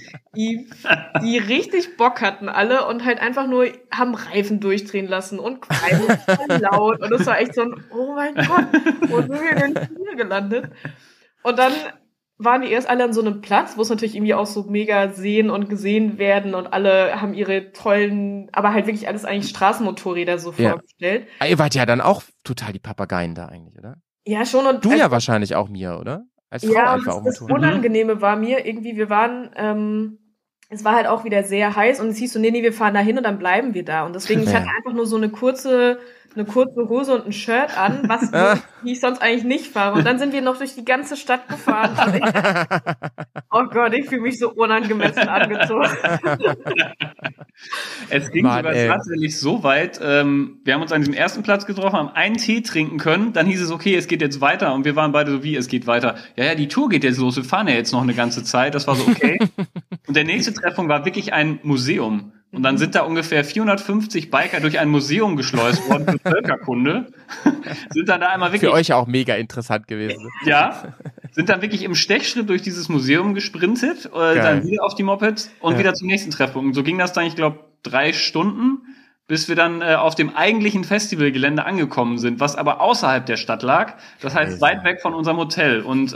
die richtig Bock hatten alle und halt einfach nur haben Reifen durchdrehen lassen und qualmen voll laut. Und es war echt so ein, oh mein Gott, wo sind wir denn hier gelandet? Und dann waren die erst alle an so einem Platz, wo es natürlich irgendwie auch so mega sehen und gesehen werden und alle haben ihre tollen, aber halt wirklich alles eigentlich Straßenmotorräder so vorgestellt. Ihr wart ja dann auch total die Papageien da eigentlich, oder? Ja, schon. Und du ja wahrscheinlich auch, Mia, oder? Als Frau einfach und das Unangenehme war mir irgendwie, wir waren, es war halt auch wieder sehr heiß und es hieß so, nee, wir fahren da hin und dann bleiben wir da. Und deswegen, ich hatte einfach nur so eine kurze Hose und ein Shirt an, was die ich sonst eigentlich nicht fahre. Und dann sind wir noch durch die ganze Stadt gefahren. Oh Gott, ich fühle mich so unangemessen angezogen. Es ging sogar tatsächlich so weit, wir haben uns an diesem ersten Platz getroffen, haben einen Tee trinken können, dann hieß es, okay, es geht jetzt weiter und wir waren beide so, wie, es geht weiter? Ja, die Tour geht jetzt los, wir fahren ja jetzt noch eine ganze Zeit, das war so, okay. Und der nächste Treffpunkt war wirklich ein Museum. Und dann sind da ungefähr 450 Biker durch ein Museum geschleust worden für Völkerkunde. Sind dann da einmal wirklich... Für euch auch mega interessant gewesen. Ja, sind dann wirklich im Stechschritt durch dieses Museum gesprintet, dann wieder auf die Mopeds und wieder zum nächsten Treffpunkt. Und so ging das dann, ich glaube, 3 Stunden, bis wir dann auf dem eigentlichen Festivalgelände angekommen sind, was aber außerhalb der Stadt lag. Das heißt, weit weg von unserem Hotel. Und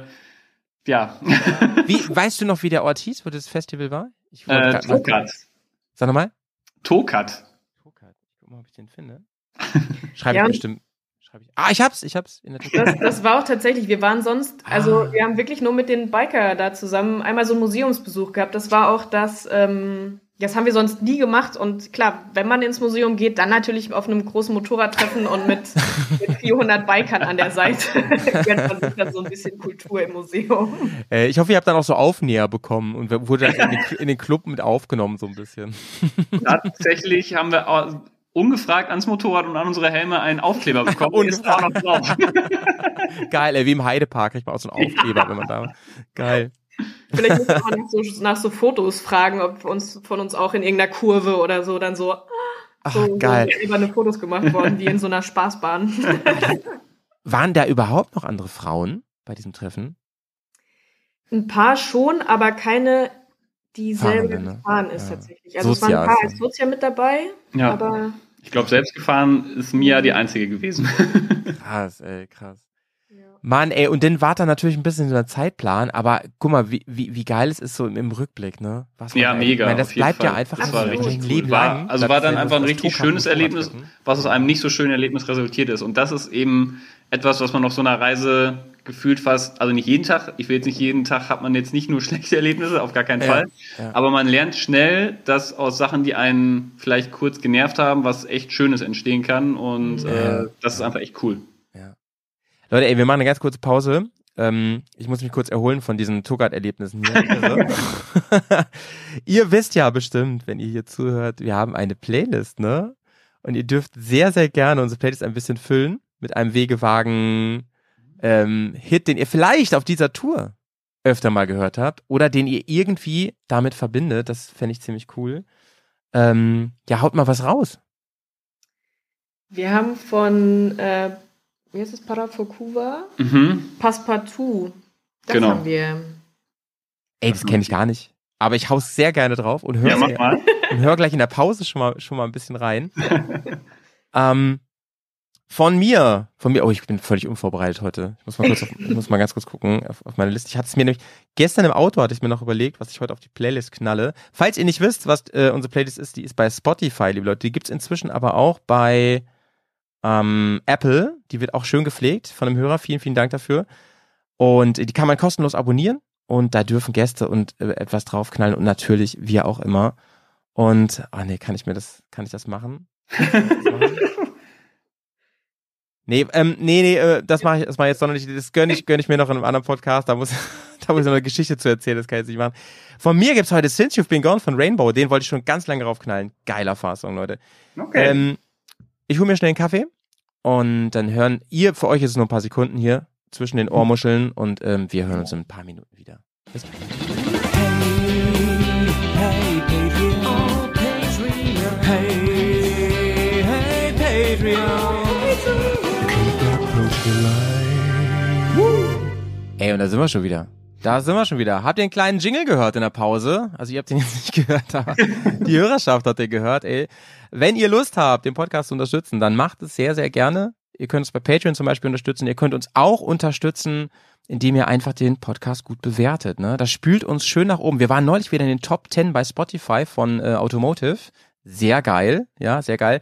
ja. Weißt du noch, wie der Ort hieß, wo das Festival war? Tokat. Sag nochmal. Tokat. Ich guck mal, ob ich den finde. Schreibe ich bestimmt. Ich hab's. In der das war auch tatsächlich, wir waren sonst, also wir haben wirklich nur mit den Biker da zusammen einmal so einen Museumsbesuch gehabt. Das war auch das haben wir sonst nie gemacht. Und klar, wenn man ins Museum geht, dann natürlich auf einem großen Motorradtreffen und mit 400 Bikern an der Seite. Gönnt man sich dann so ein bisschen Kultur im Museum. Ich hoffe, ihr habt dann auch so Aufnäher bekommen und wurde dann in den Club mit aufgenommen so ein bisschen. Tatsächlich haben wir ungefragt ans Motorrad und an unsere Helme einen Aufkleber bekommen. Und ist auch noch drauf. Geil, wie im Heidepark kriegt man auch so einen Aufkleber, wenn man da war. Geil. Vielleicht muss man nach so Fotos fragen, ob von uns auch in irgendeiner Kurve oder so dann geil. So eine Fotos gemacht worden, wie in so einer Spaßbahn. Waren da überhaupt noch andere Frauen bei diesem Treffen? Ein paar schon, aber keine, die selber gefahren ist tatsächlich. Also es waren ein paar als Sozia mit dabei, aber... Ich glaube, selbst gefahren ist Mia die Einzige gewesen. Krass. Mann, und dann war da natürlich ein bisschen so ein Zeitplan, aber guck mal, wie geil es ist so im Rückblick, ne? Mega. Ich meine, das bleibt ja einfach ein Leben lang. Also war dann einfach ein richtig schönes Erlebnis, was aus einem nicht so schönen Erlebnis resultiert ist. Und das ist eben etwas, was man auf so einer Reise gefühlt fast, also nicht jeden Tag, ich will jetzt nicht jeden Tag, hat man jetzt nicht nur schlechte Erlebnisse, auf gar keinen Fall. Ja. Aber man lernt schnell, dass aus Sachen, die einen vielleicht kurz genervt haben, was echt Schönes entstehen kann. Und das ist einfach echt cool. Leute, wir machen eine ganz kurze Pause. Ich muss mich kurz erholen von diesen Tokat-Erlebnissen hier. Ihr wisst ja bestimmt, wenn ihr hier zuhört, wir haben eine Playlist, ne? Und ihr dürft sehr, sehr gerne unsere Playlist ein bisschen füllen mit einem Wegewagen-Hit, den ihr vielleicht auf dieser Tour öfter mal gehört habt oder den ihr irgendwie damit verbindet. Das fände ich ziemlich cool. Haut mal was raus. Wir haben von... wie heißt es? Parafokuva? Passepartout. Das haben wir. Das kenne ich gar nicht. Aber ich hau's sehr gerne drauf und hör gleich in der Pause schon mal ein bisschen rein. Von mir. Ich bin völlig unvorbereitet heute. Ich muss mal ganz kurz gucken auf meine Liste. Ich hatte es mir nämlich, gestern im Auto hatte ich mir noch überlegt, was ich heute auf die Playlist knalle. Falls ihr nicht wisst, was unsere Playlist ist, die ist bei Spotify, liebe Leute. Die gibt's inzwischen aber auch bei Apple, die wird auch schön gepflegt von einem Hörer, vielen, vielen Dank dafür. Und die kann man kostenlos abonnieren und da dürfen Gäste und etwas draufknallen und natürlich wir auch immer. Und, kann ich das machen? Das mache ich jetzt noch nicht. Das gönn ich mir noch in einem anderen Podcast, da muss ich noch eine Geschichte zu erzählen, das kann ich jetzt nicht machen. Von mir gibt's heute Since You've Been Gone von Rainbow, den wollte ich schon ganz lange draufknallen. Geiler Fahrsong, Leute. Okay. Ich hole mir schnell einen Kaffee und dann für euch ist es nur ein paar Sekunden hier zwischen den Ohrmuscheln und wir hören uns in ein paar Minuten wieder. Bis gleich. Hey, Patreon. Und da sind wir schon wieder. Habt ihr einen kleinen Jingle gehört in der Pause? Also ihr habt den jetzt nicht gehört, aber die Hörerschaft hat den gehört. Wenn ihr Lust habt, den Podcast zu unterstützen, dann macht es sehr, sehr gerne. Ihr könnt uns bei Patreon zum Beispiel unterstützen. Ihr könnt uns auch unterstützen, indem ihr einfach den Podcast gut bewertet. Ne? Das spült uns schön nach oben. Wir waren neulich wieder in den Top 10 bei Spotify von Automotive. Sehr geil. Ja, sehr geil.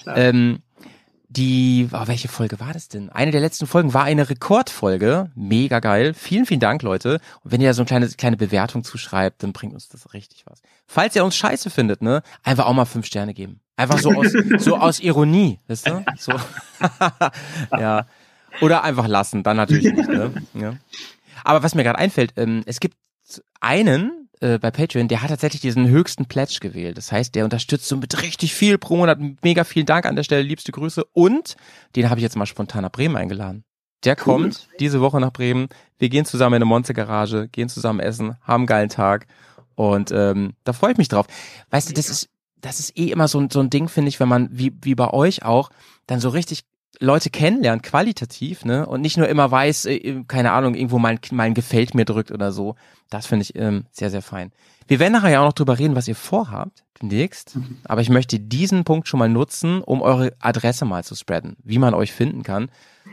Welche Folge war das denn? Eine der letzten Folgen war eine Rekordfolge. Mega geil. Vielen, vielen Dank, Leute. Und wenn ihr da so eine kleine Bewertung zuschreibt, dann bringt uns das richtig was. Falls ihr uns scheiße findet, ne, einfach auch mal 5 Sterne geben. Einfach so aus Ironie, wisst ihr? So. Ja. Oder einfach lassen, dann natürlich nicht. Ne? Ja. Aber was mir gerade einfällt, es gibt einen bei Patreon, der hat tatsächlich diesen höchsten Pledge gewählt. Das heißt, der unterstützt so mit richtig viel pro Monat. Mega vielen Dank an der Stelle, liebste Grüße. Und den habe ich jetzt mal spontan nach Bremen eingeladen. Der kommt diese Woche nach Bremen. Wir gehen zusammen in eine Monster-Garage, gehen zusammen essen, haben einen geilen Tag. Und da freue ich mich drauf. Weißt du, das ist eh immer so ein Ding, finde ich, wenn man, wie bei euch auch, dann so richtig Leute kennenlernt, qualitativ, ne, und nicht nur immer weiß, keine Ahnung, irgendwo mal ein Gefällt mir drückt oder so. Das finde ich sehr, sehr fein. Wir werden nachher ja auch noch drüber reden, was ihr vorhabt demnächst, aber ich möchte diesen Punkt schon mal nutzen, um eure Adresse mal zu spreaden, wie man euch finden kann.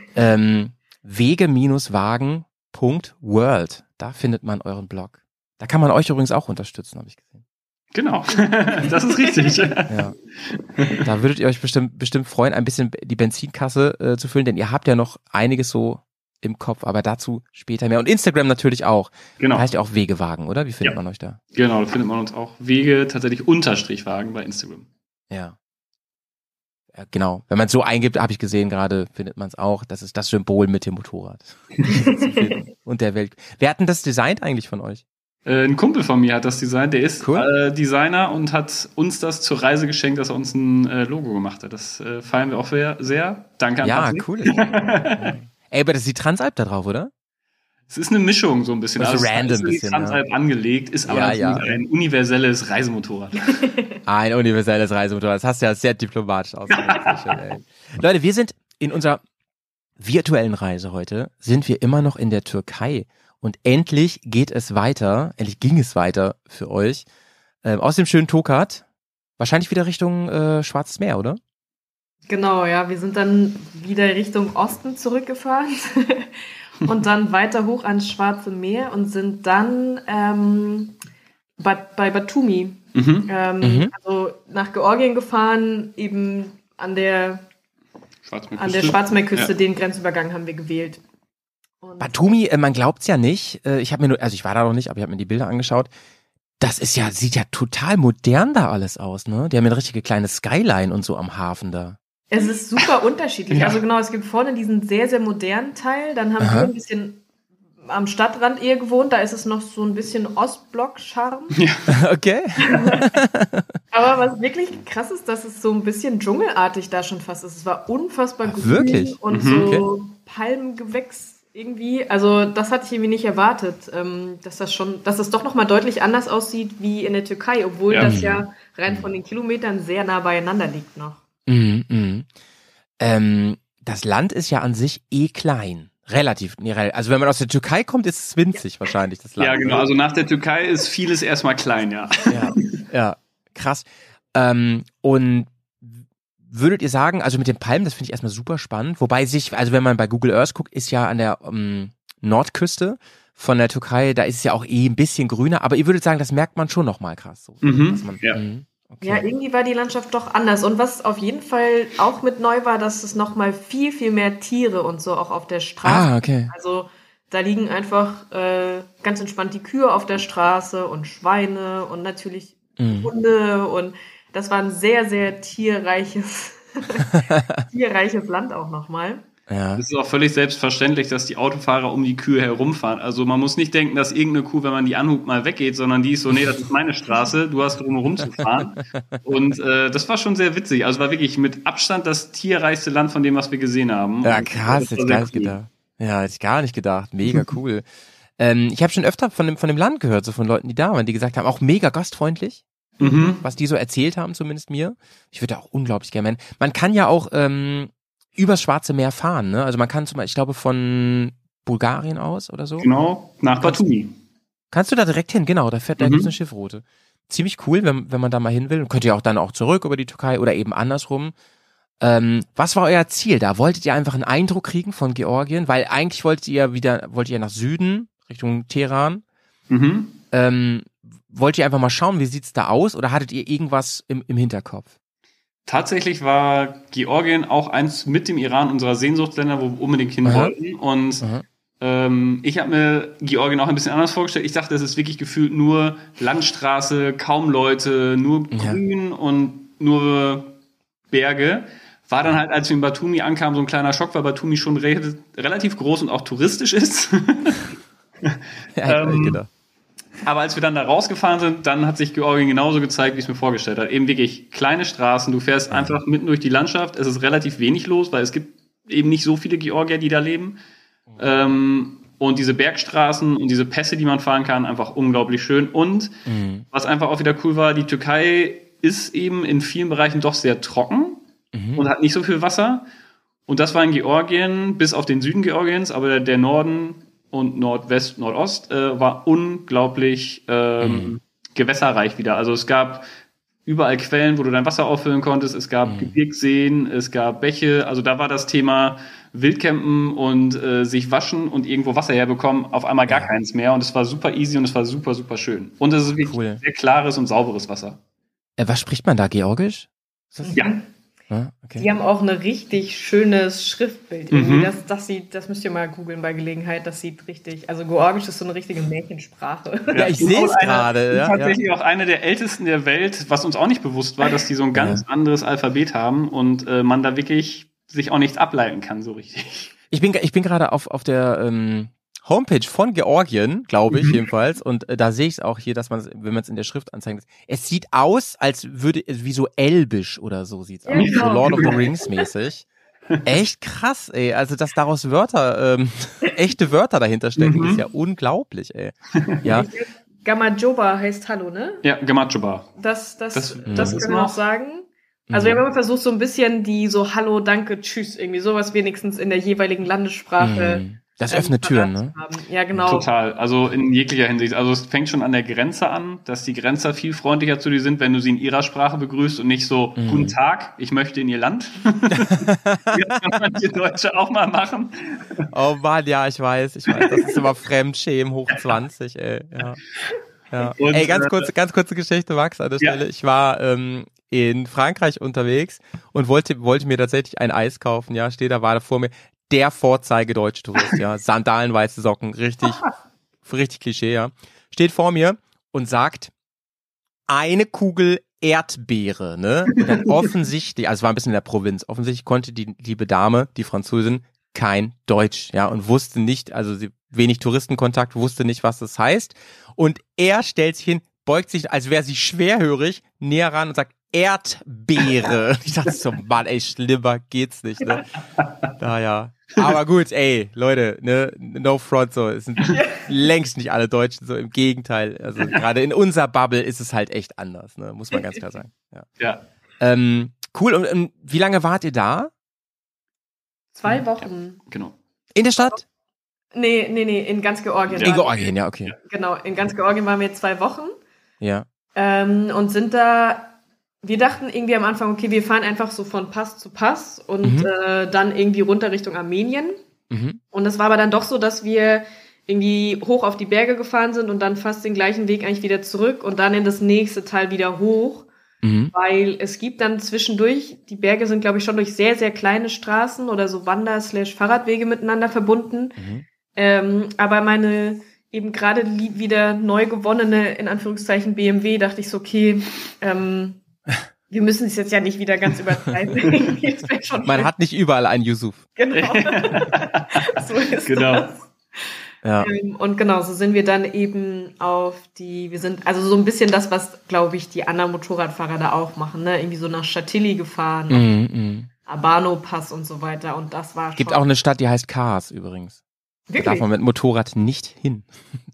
Wege-wagen.world, da findet man euren Blog. Da kann man euch übrigens auch unterstützen, habe ich gesehen. Genau, das ist richtig. Ja. Da würdet ihr euch bestimmt freuen, ein bisschen die Benzinkasse zu füllen, denn ihr habt ja noch einiges so im Kopf, aber dazu später mehr. Und Instagram natürlich auch. Genau. Da heißt ja auch Wegewagen, oder? Wie findet man euch da? Genau, da findet man uns auch Wege tatsächlich _Wagen bei Instagram. Ja. Ja, genau. Wenn man es so eingibt, habe ich gesehen gerade, findet man es auch. Das ist das Symbol mit dem Motorrad. Und der Welt. Wer hat denn das designt eigentlich von euch? Ein Kumpel von mir hat das designt, der ist Designer und hat uns das zur Reise geschenkt, dass er uns ein Logo gemacht hat. Das feiern wir auch sehr. Danke an Patrick. Ja, cool. Ey, aber das ist die Transalp da drauf, oder? Es ist eine Mischung so ein bisschen. Also random ist die Transalp angelegt, ist aber ein universelles Reisemotorrad. Ein universelles Reisemotorrad. Das hast du ja sehr diplomatisch ausgedrückt. Leute, wir sind in unserer virtuellen Reise heute, sind wir immer noch in der Türkei. Und endlich ging es weiter für euch. Aus dem schönen Tokat, wahrscheinlich wieder Richtung Schwarzes Meer, oder? Genau, ja, wir sind dann wieder Richtung Osten zurückgefahren und dann weiter hoch ans Schwarze Meer und sind dann bei Batumi, also nach Georgien gefahren, eben an der Schwarzmeerküste, den Grenzübergang haben wir gewählt. Und Batumi, man glaubt's ja nicht. Ich war da noch nicht, aber ich habe mir die Bilder angeschaut. Das sieht ja total modern da alles aus, ne? Die haben ja eine richtige kleine Skyline und so am Hafen da. Es ist super unterschiedlich. Ja. Also genau, es gibt vorne diesen sehr, sehr modernen Teil. Dann haben wir ein bisschen am Stadtrand eher gewohnt. Da ist es noch so ein bisschen Ostblock-Charme. Ja. Okay. Aber was wirklich krass ist, dass es so ein bisschen dschungelartig da schon fast ist. Es war unfassbar grün wirklich? Und so Palmengewächs irgendwie. Also das hatte ich irgendwie nicht erwartet, dass es doch nochmal deutlich anders aussieht wie in der Türkei, obwohl das ja rein von den Kilometern sehr nah beieinander liegt noch. Das Land ist ja an sich klein. Relativ. Also wenn man aus der Türkei kommt, ist es winzig wahrscheinlich, das Land. Ja, genau. Also nach der Türkei ist vieles erstmal klein, ja. Ja, krass. Und würdet ihr sagen, also mit den Palmen, das finde ich erstmal super spannend, wobei also wenn man bei Google Earth guckt, ist ja an der Nordküste von der Türkei, da ist es ja auch ein bisschen grüner, aber ihr würdet sagen, das merkt man schon nochmal krass. So, Okay. Ja, irgendwie war die Landschaft doch anders. Und was auf jeden Fall auch mit neu war, dass es nochmal viel, viel mehr Tiere und so auch auf der Straße. Okay. Also da liegen einfach ganz entspannt die Kühe auf der Straße und Schweine und natürlich Hunde. Und das war ein sehr, sehr tierreiches Land auch nochmal. Ja. Es ist auch völlig selbstverständlich, dass die Autofahrer um die Kühe herumfahren. Also man muss nicht denken, dass irgendeine Kuh, wenn man die anhubt, mal weggeht, sondern die ist so, nee, das ist meine Straße, du hast drumherum zu fahren. Und das war schon sehr witzig. Also war wirklich mit Abstand das tierreichste Land von dem, was wir gesehen haben. Ja, krass, hätte ich gar nicht gedacht. Ja, hätte ich gar nicht gedacht. Mega cool. Ich habe schon öfter von dem Land gehört, so von Leuten, die da waren, die gesagt haben, auch mega gastfreundlich. Was die so erzählt haben, zumindest mir. Ich würde auch unglaublich gerne. Man kann ja auch übers Schwarze Meer fahren, ne? Also man kann zum Beispiel, ich glaube, von Bulgarien aus oder so. Genau, nach Batumi. Kannst du da direkt hin, genau, da gibt's eine Schiffroute. Ziemlich cool, wenn man da mal hin will. Und könnt ihr auch dann auch zurück über die Türkei oder eben andersrum. Was war euer Ziel da? Wolltet ihr einfach einen Eindruck kriegen von Georgien? Weil eigentlich wollt ihr nach Süden, Richtung Teheran. Wollt ihr einfach mal schauen, wie sieht's da aus? Oder hattet ihr irgendwas im Hinterkopf? Tatsächlich war Georgien auch eins mit dem Iran unserer Sehnsuchtsländer, wo wir unbedingt hin wollten. Und ich habe mir Georgien auch ein bisschen anders vorgestellt. Ich dachte, es ist wirklich gefühlt nur Landstraße, kaum Leute, nur Grün und nur Berge. War dann halt, als wir in Batumi ankamen, so ein kleiner Schock, weil Batumi schon relativ groß und auch touristisch ist. Genau. Aber als wir dann da rausgefahren sind, dann hat sich Georgien genauso gezeigt, wie ich es mir vorgestellt habe. Eben wirklich kleine Straßen, du fährst einfach mitten durch die Landschaft, es ist relativ wenig los, weil es gibt eben nicht so viele Georgier, die da leben. Und diese Bergstraßen und diese Pässe, die man fahren kann, einfach unglaublich schön. Und was einfach auch wieder cool war, die Türkei ist eben in vielen Bereichen doch sehr trocken und hat nicht so viel Wasser. Und das war in Georgien, bis auf den Süden Georgiens, aber der Norden und Nordwest, Nordost war unglaublich gewässerreich wieder. Also es gab überall Quellen, wo du dein Wasser auffüllen konntest. Es gab Gebirgsseen, es gab Bäche. Also da war das Thema Wildcampen und sich waschen und irgendwo Wasser herbekommen auf einmal gar keins mehr. Und es war super easy und es war super, super schön. Und es ist wirklich sehr klares und sauberes Wasser. Was spricht man da, Georgisch? Ja. Okay. Die haben auch ein richtig schönes Schriftbild. Irgendwie. Das müsst ihr mal googeln bei Gelegenheit. Das sieht richtig, also Georgisch ist so eine richtige Märchensprache. Ja, ich sehe es gerade. Ja, tatsächlich auch eine der ältesten der Welt, was uns auch nicht bewusst war, dass die so ein ganz anderes Alphabet haben und man da wirklich sich auch nichts ableiten kann, so richtig. Ich bin gerade auf der Homepage von Georgien, glaube ich jedenfalls, und da sehe ich es auch hier, dass man, wenn man es in der Schrift anzeigt, es sieht aus, als würde es wie so elbisch oder so sieht's aus, so Lord of the Rings mäßig. Echt krass, ey, also dass daraus Wörter, echte Wörter dahinter stecken, ist ja unglaublich, ey. Ja. Gamajoba heißt Hallo, ne? Ja, Gamajoba. Das können wir auch sagen. Also wir haben immer versucht, so ein bisschen die so Hallo, Danke, Tschüss, irgendwie sowas wenigstens in der jeweiligen Landessprache. Das öffnet Türen, ne? Ja, genau. Total, also in jeglicher Hinsicht. Also es fängt schon an der Grenze an, dass die Grenzer viel freundlicher zu dir sind, wenn du sie in ihrer Sprache begrüßt und nicht so, Guten Tag, ich möchte in ihr Land. Das kann man die Deutsche auch mal machen. Oh Mann, ja, ich weiß, das ist immer Fremdschämen hoch 20, ey. Ja. Und, ey, ganz kurze Geschichte, Max, an der Stelle. Ich war in Frankreich unterwegs und wollte mir tatsächlich ein Eis kaufen, ja, war da vor mir. Der Vorzeige-Deutsch-Tourist, ja. Sandalen, weiße Socken, richtig Klischee, ja. Steht vor mir und sagt, eine Kugel Erdbeere, ne? Und dann offensichtlich, also es war ein bisschen in der Provinz, offensichtlich konnte die liebe Dame, die Französin, kein Deutsch, ja, und wusste nicht, also wenig Touristenkontakt, wusste nicht, was das heißt. Und er stellt sich hin, beugt sich, als wäre sie schwerhörig, näher ran und sagt, Erdbeere. Ich dachte so, Mann, ey, schlimmer geht's nicht, ne? Naja. Aber gut, ey, Leute, ne, no front, so, es sind längst nicht alle Deutschen so, im Gegenteil. Also gerade in unserer Bubble ist es halt echt anders, ne, muss man ganz klar sagen. Ja. Cool, und wie lange wart ihr da? 2 Wochen. Ja, genau. In der Stadt? Nee, in ganz Georgien. In Georgien, ja, okay. Genau, in ganz Georgien waren wir 2 Wochen. Ja. Und sind da, wir dachten irgendwie am Anfang, okay, wir fahren einfach so von Pass zu Pass und dann irgendwie runter Richtung Armenien. Und es war aber dann doch so, dass wir irgendwie hoch auf die Berge gefahren sind und dann fast den gleichen Weg eigentlich wieder zurück und dann in das nächste Tal wieder hoch. Weil es gibt dann zwischendurch, die Berge sind, glaube ich, schon durch sehr, sehr kleine Straßen oder so Wander-/Fahrradwege miteinander verbunden. Aber meine eben gerade wieder neu gewonnene, in Anführungszeichen, BMW, dachte ich so, okay, wir müssen es jetzt ja nicht wieder ganz übertreiben. Man hat nicht überall einen Yusuf. Genau. So ist das. Ja. Und genau, so sind wir dann eben wir sind also so ein bisschen das, was, glaube ich, die anderen Motorradfahrer da auch machen, ne? Irgendwie so nach Chatilly gefahren, Abano-Pass und so weiter. Und das war Gibt auch eine Stadt, die heißt Kars übrigens. Wirklich? Da darf man mit Motorrad nicht hin.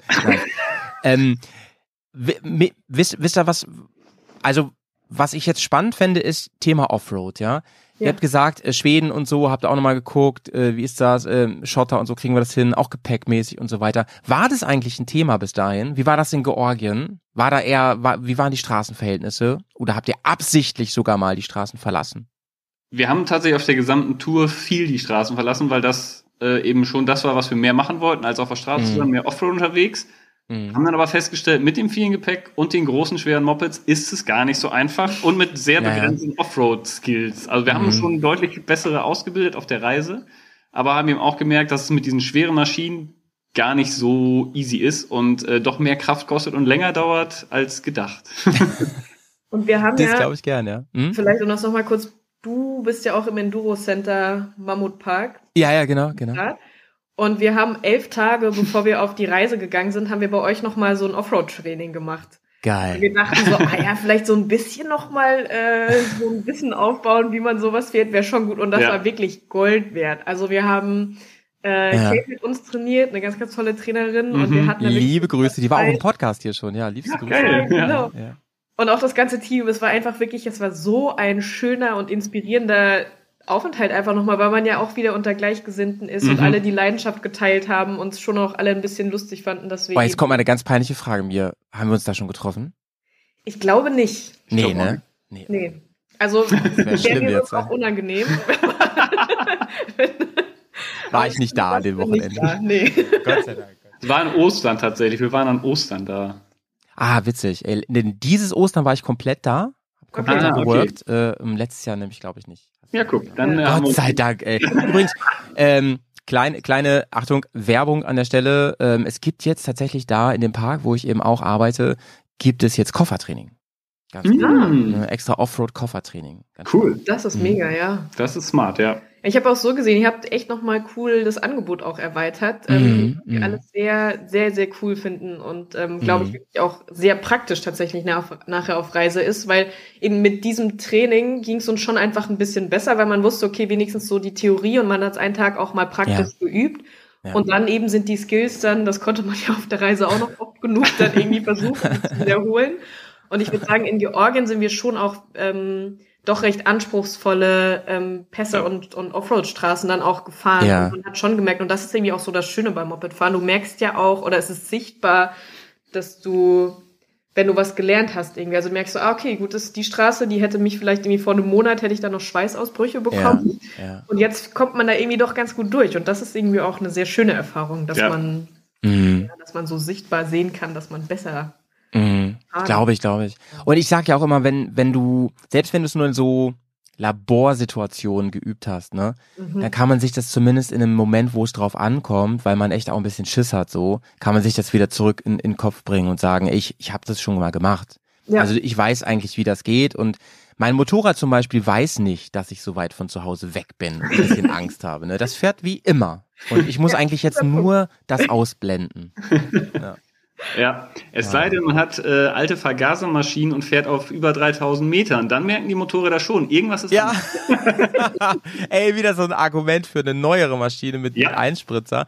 Wisst ihr was, also was ich jetzt spannend fände, ist Thema Offroad, ja. Ihr habt gesagt, Schweden und so, habt ihr auch nochmal geguckt, wie ist das, Schotter und so, kriegen wir das hin, auch gepäckmäßig und so weiter. War das eigentlich ein Thema bis dahin? Wie war das in Georgien? Wie waren die Straßenverhältnisse? Oder habt ihr absichtlich sogar mal die Straßen verlassen? Wir haben tatsächlich auf der gesamten Tour viel die Straßen verlassen, weil das eben schon das war, was wir mehr machen wollten, als auf der Straße zu sein, mehr Offroad unterwegs. Haben dann aber festgestellt, mit dem vielen Gepäck und den großen, schweren Mopeds ist es gar nicht so einfach und mit sehr begrenzten Offroad-Skills. Also wir haben schon deutlich bessere ausgebildet auf der Reise, aber haben eben auch gemerkt, dass es mit diesen schweren Maschinen gar nicht so easy ist und doch mehr Kraft kostet und länger dauert als gedacht. Und wir haben das glaube ich gern, ja. Vielleicht um das nochmal kurz du bist ja auch im Enduro Center Mammutpark. Ja, genau. Und wir haben 11 Tage, bevor wir auf die Reise gegangen sind, haben wir bei euch nochmal so ein Offroad-Training gemacht. Geil. Und wir dachten so, vielleicht so ein bisschen nochmal so ein Wissen aufbauen, wie man sowas fährt, wäre schon gut. Und das war wirklich Gold wert. Also wir haben Kate mit uns trainiert, eine ganz, ganz tolle Trainerin. Und wir hatten liebe Grüße, die war auch im Podcast hier schon. Ja, liebste Grüße. Geil. Genau. Ja. Und auch das ganze Team, es war einfach wirklich, es war so ein schöner und inspirierender Aufenthalt einfach nochmal, weil man ja auch wieder unter Gleichgesinnten ist und alle die Leidenschaft geteilt haben und schon auch alle ein bisschen lustig fanden, dass wir. Boah, jetzt kommt mal eine ganz peinliche Frage mir. Haben wir uns da schon getroffen? Ich glaube nicht. Nee, ne? Nee. Also, wäre mir das auch unangenehm. War ich nicht da an dem Wochenende. Nee. Gott sei Dank. Es war an Ostern tatsächlich. Wir waren an Ostern da. Ah, witzig. Ey, denn dieses Ostern war ich komplett da. Komplett geworkt. Letztes Jahr nämlich, glaube ich, nicht. Ja, guck. Dann, Gott sei Dank, ey. Übrigens, kleine, Achtung, Werbung an der Stelle. Es gibt jetzt tatsächlich da in dem Park, wo ich eben auch arbeite, gibt es jetzt Koffertraining. Ganz extra Offroad-Koffertraining. Cool. Das ist mega, ja. Das ist smart, ja. Ich habe auch so gesehen, ihr habt echt nochmal cool das Angebot auch erweitert, die alles sehr, sehr, sehr cool finden und glaube ich wirklich auch sehr praktisch tatsächlich nachher auf Reise ist, weil eben mit diesem Training ging es uns schon einfach ein bisschen besser, weil man wusste, okay, wenigstens so die Theorie und man hat es einen Tag auch mal praktisch geübt. Ja. Und dann eben sind die Skills dann, das konnte man ja auf der Reise auch noch oft genug dann irgendwie versuchen zu wiederholen. Und ich würde sagen, in Georgien sind wir schon auch doch recht anspruchsvolle Pässe und Offroad-Straßen dann auch gefahren. Ja. Und man hat schon gemerkt, und das ist irgendwie auch so das Schöne beim Mopedfahren, du merkst ja auch, oder es ist sichtbar, dass du, wenn du was gelernt hast irgendwie, also du merkst du, okay, gut, das ist die Straße, die hätte mich vielleicht irgendwie vor einem Monat, hätte ich da noch Schweißausbrüche bekommen. Ja. Und jetzt kommt man da irgendwie doch ganz gut durch. Und das ist irgendwie auch eine sehr schöne Erfahrung, dass man dass man so sichtbar sehen kann, dass man besser Glaube ich. Und ich sag ja auch immer, wenn du, selbst wenn du es nur in so Laborsituationen geübt hast, ne, dann kann man sich das zumindest in einem Moment, wo es drauf ankommt, weil man echt auch ein bisschen Schiss hat, so, kann man sich das wieder zurück in den Kopf bringen und sagen, ich habe das schon mal gemacht. Ja. Also ich weiß eigentlich, wie das geht und mein Motorrad zum Beispiel weiß nicht, dass ich so weit von zu Hause weg bin und ein bisschen Angst habe. Ne? Das fährt wie immer. Und ich muss eigentlich jetzt nur das ausblenden. Ja. Ja, es sei denn, man hat alte Vergasermaschinen und fährt auf über 3000 Metern. Dann merken die Motorräder schon, irgendwas ist ja. Ey, wieder so ein Argument für eine neuere Maschine mit Einspritzer.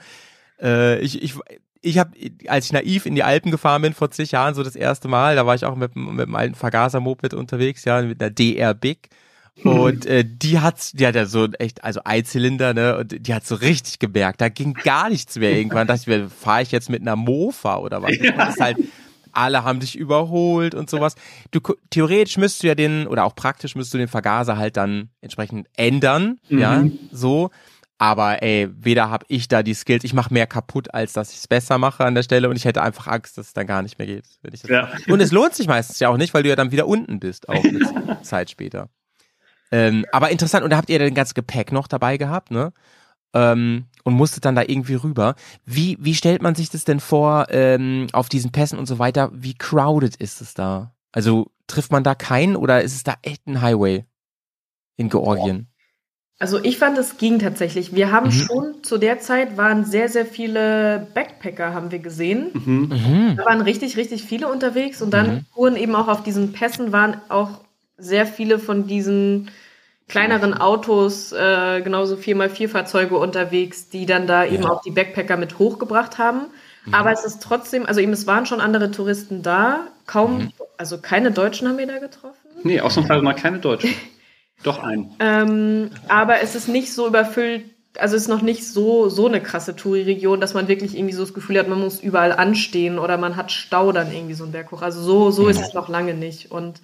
Ich habe, als ich naiv in die Alpen gefahren bin vor zig Jahren, so das erste Mal, da war ich auch mit einem alten Vergaser-Moped unterwegs, ja, mit einer DR Big. Und die hat ja so echt, also Einzylinder, ne, und die hat so richtig gemerkt, da ging gar nichts mehr irgendwann. Da dachte ich, fahre ich jetzt mit einer Mofa oder was? Ja. Das ist halt, alle haben dich überholt und sowas. Theoretisch müsstest du ja oder auch praktisch müsstest du den Vergaser halt dann entsprechend ändern, ja, so. Aber ey, weder habe ich da die Skills, ich mache mehr kaputt, als dass ich es besser mache an der Stelle und ich hätte einfach Angst, dass es dann gar nicht mehr geht. Wenn ich das mache. Und es lohnt sich meistens ja auch nicht, weil du ja dann wieder unten bist, auch eine Zeit später. Aber interessant, und da habt ihr dann ganz Gepäck noch dabei gehabt, ne? Und musstet dann da irgendwie rüber. Wie stellt man sich das denn vor, auf diesen Pässen und so weiter? Wie crowded ist es da? Also trifft man da keinen oder ist es da echt ein Highway in Georgien? Also ich fand, es ging tatsächlich. Wir haben schon, zu der Zeit waren sehr, sehr viele Backpacker, haben wir gesehen. Da waren richtig, richtig viele unterwegs und dann fuhren eben auch auf diesen Pässen, waren auch sehr viele von diesen kleineren Autos, genauso 4x4-Fahrzeuge unterwegs, die dann da eben auch die Backpacker mit hochgebracht haben. Aber es ist trotzdem, also eben es waren schon andere Touristen da, also keine Deutschen haben wir da getroffen. Nee, ausnahmsweise mal keine Deutschen. Doch einen. Aber es ist nicht so überfüllt, also es ist noch nicht so eine krasse Touri-Region, dass man wirklich irgendwie so das Gefühl hat, man muss überall anstehen oder man hat Stau dann irgendwie so einen Berg hoch. Also so ist es noch lange nicht. Und